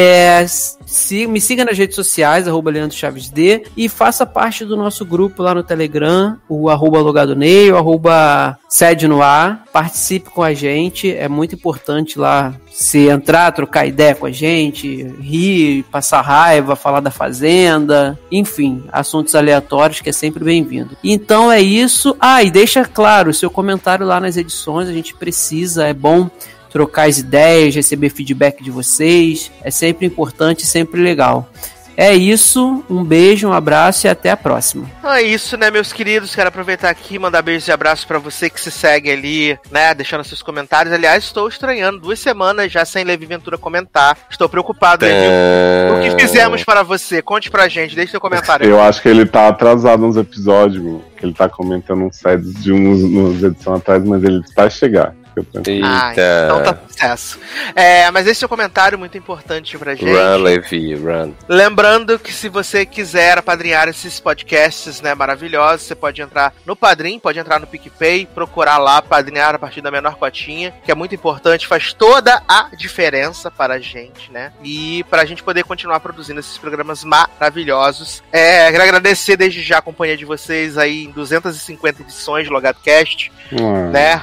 Me siga nas redes sociais, @LeandroChavesD, e faça parte do nosso grupo lá no Telegram, o @LogadoNey, o @SedeNoar. Participe com a gente, é muito importante lá se entrar, trocar ideia com a gente, rir, passar raiva, falar da Fazenda, enfim, assuntos aleatórios que é sempre bem-vindo. Então é isso. E deixa claro o seu comentário lá nas edições, a gente precisa, é bom trocar as ideias, receber feedback de vocês, é sempre importante, sempre legal. É isso, um beijo, um abraço e até a próxima. É isso, né, meus queridos? Quero aproveitar aqui e mandar beijos e abraços pra você que se segue ali, né, deixando seus comentários. Aliás, estou estranhando, 2 semanas já sem Levi Ventura comentar. Estou preocupado, Levi. O que fizemos para você? Conte pra gente, deixe seu comentário. Eu acho que ele tá atrasado nos episódios, que ele tá comentando uns sites de umas edições atrás, mas ele vai chegar. Então tá sucesso. Mas esse é um comentário muito importante pra gente. Run, Levi, run. Lembrando que se você quiser apadrinhar esses podcasts, né, maravilhosos, você pode entrar no Padrim, pode entrar no PicPay, procurar lá, apadrinhar a partir da menor cotinha, que é muito importante, faz toda a diferença para a gente, né? E pra gente poder continuar produzindo esses programas maravilhosos. Quero agradecer desde já a companhia de vocês aí em 250 edições de LogadoCast, né?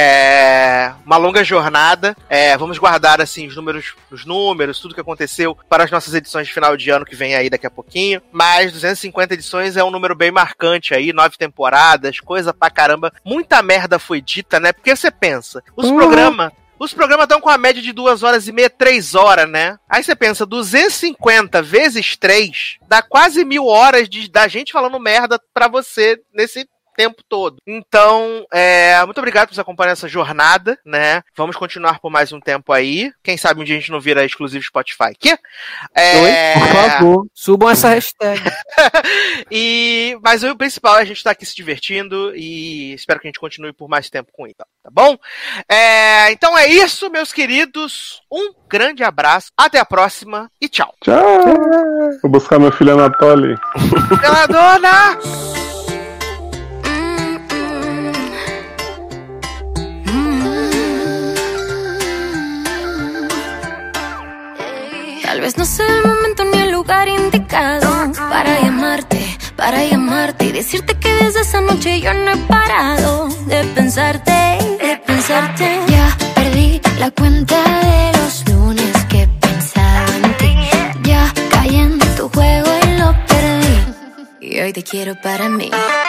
Uma longa jornada. Vamos guardar assim os números, tudo que aconteceu para as nossas edições de final de ano que vem aí daqui a pouquinho. Mas 250 edições é um número bem marcante aí, 9 temporadas, coisa pra caramba. Muita merda foi dita, né? Porque você pensa, os programas estão com a média de 2 horas e meia, 3 horas, né? Aí você pensa, 250 vezes 3 dá quase 1000 horas da gente falando merda pra você nesse tempo todo. Então, muito obrigado por nos acompanhar nessa jornada, né? Vamos continuar por mais um tempo aí. Quem sabe um dia a gente não vira exclusivo Spotify. Por favor, subam essa hashtag. Mas o principal é a gente estar aqui se divertindo e espero que a gente continue por mais tempo com isso, tá bom? Então é isso, meus queridos. Um grande abraço, até a próxima e tchau. Tchau! Vou buscar meu filho Anatoly. Pela dona! Tal vez no sea el momento ni el lugar indicado para llamarte y decirte que desde esa noche yo no he parado de pensarte. Ya perdí la cuenta de los lunes que he pensado en ti. Ya caí en tu juego y lo perdí. Y hoy te quiero para mí.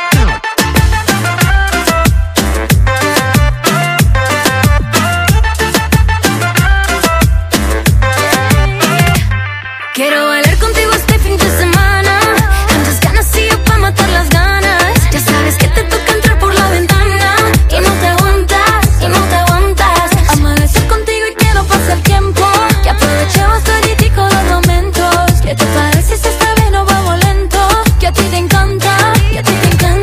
Quiero bailar contigo este fin de semana. Tantas ganas y yo pa' matar las ganas. Ya sabes que te toca entrar por la ventana. Y no te aguantas. Amanecer contigo y que no pase el tiempo. Que aprovechemos toditico los momentos. ¿Qué te parece si esta vez nos vamos lento? Que a ti te encanta, que a ti te encanta.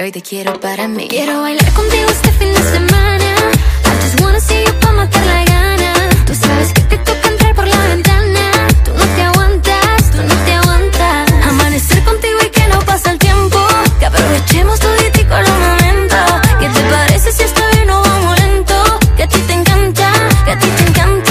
y te quiero para mí. Quiero bailar contigo este fin de semana. I just wanna see you pa' matar la gana. Tú sabes que te toca entrar por la ventana. Tú no te aguantas, tú no te aguantas. Amanecer contigo y que no pasa el tiempo. Que aprovechemos toditico los momentos. ¿Qué te parece si esta vez no vamos lento? Que a ti te encanta, que a ti te encanta.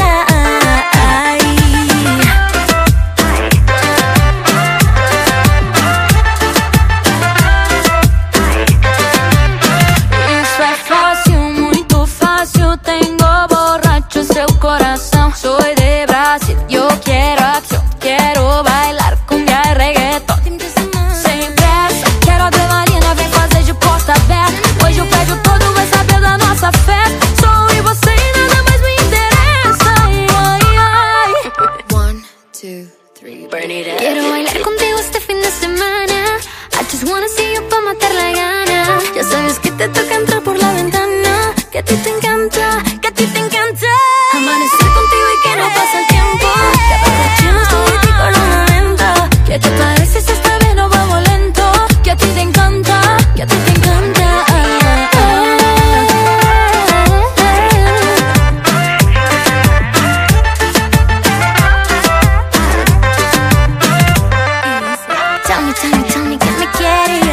Isso é fácil, muito fácil. Tengo borracho seu coração. Soy de Brasil, yo quiero acción. Quiero bailar cumbia e reggaeton. Sem pressa, quero adrenalina, vem fazer de porta aberta. Hoje o prédio todo vai saber da nossa festa. Sou eu e você e nada mais me interessa. Ai, ai, ai. 1, 2, 3, burn it up. Quiero bailar contigo este fin de semana. I just wanna see you pa' matar la gana. Ya sabes que te toca entrar por la ventana. Que a ti te encanta, que a ti te encanta. Amanecer contigo y que no pasa el tiempo. Que aprovechemos toditico los momentos. ¿Qué te parece si esta vez no vamos lento? Que a ti te encanta, que a ti te encanta. Tell me, tell me, tell me que me quieres.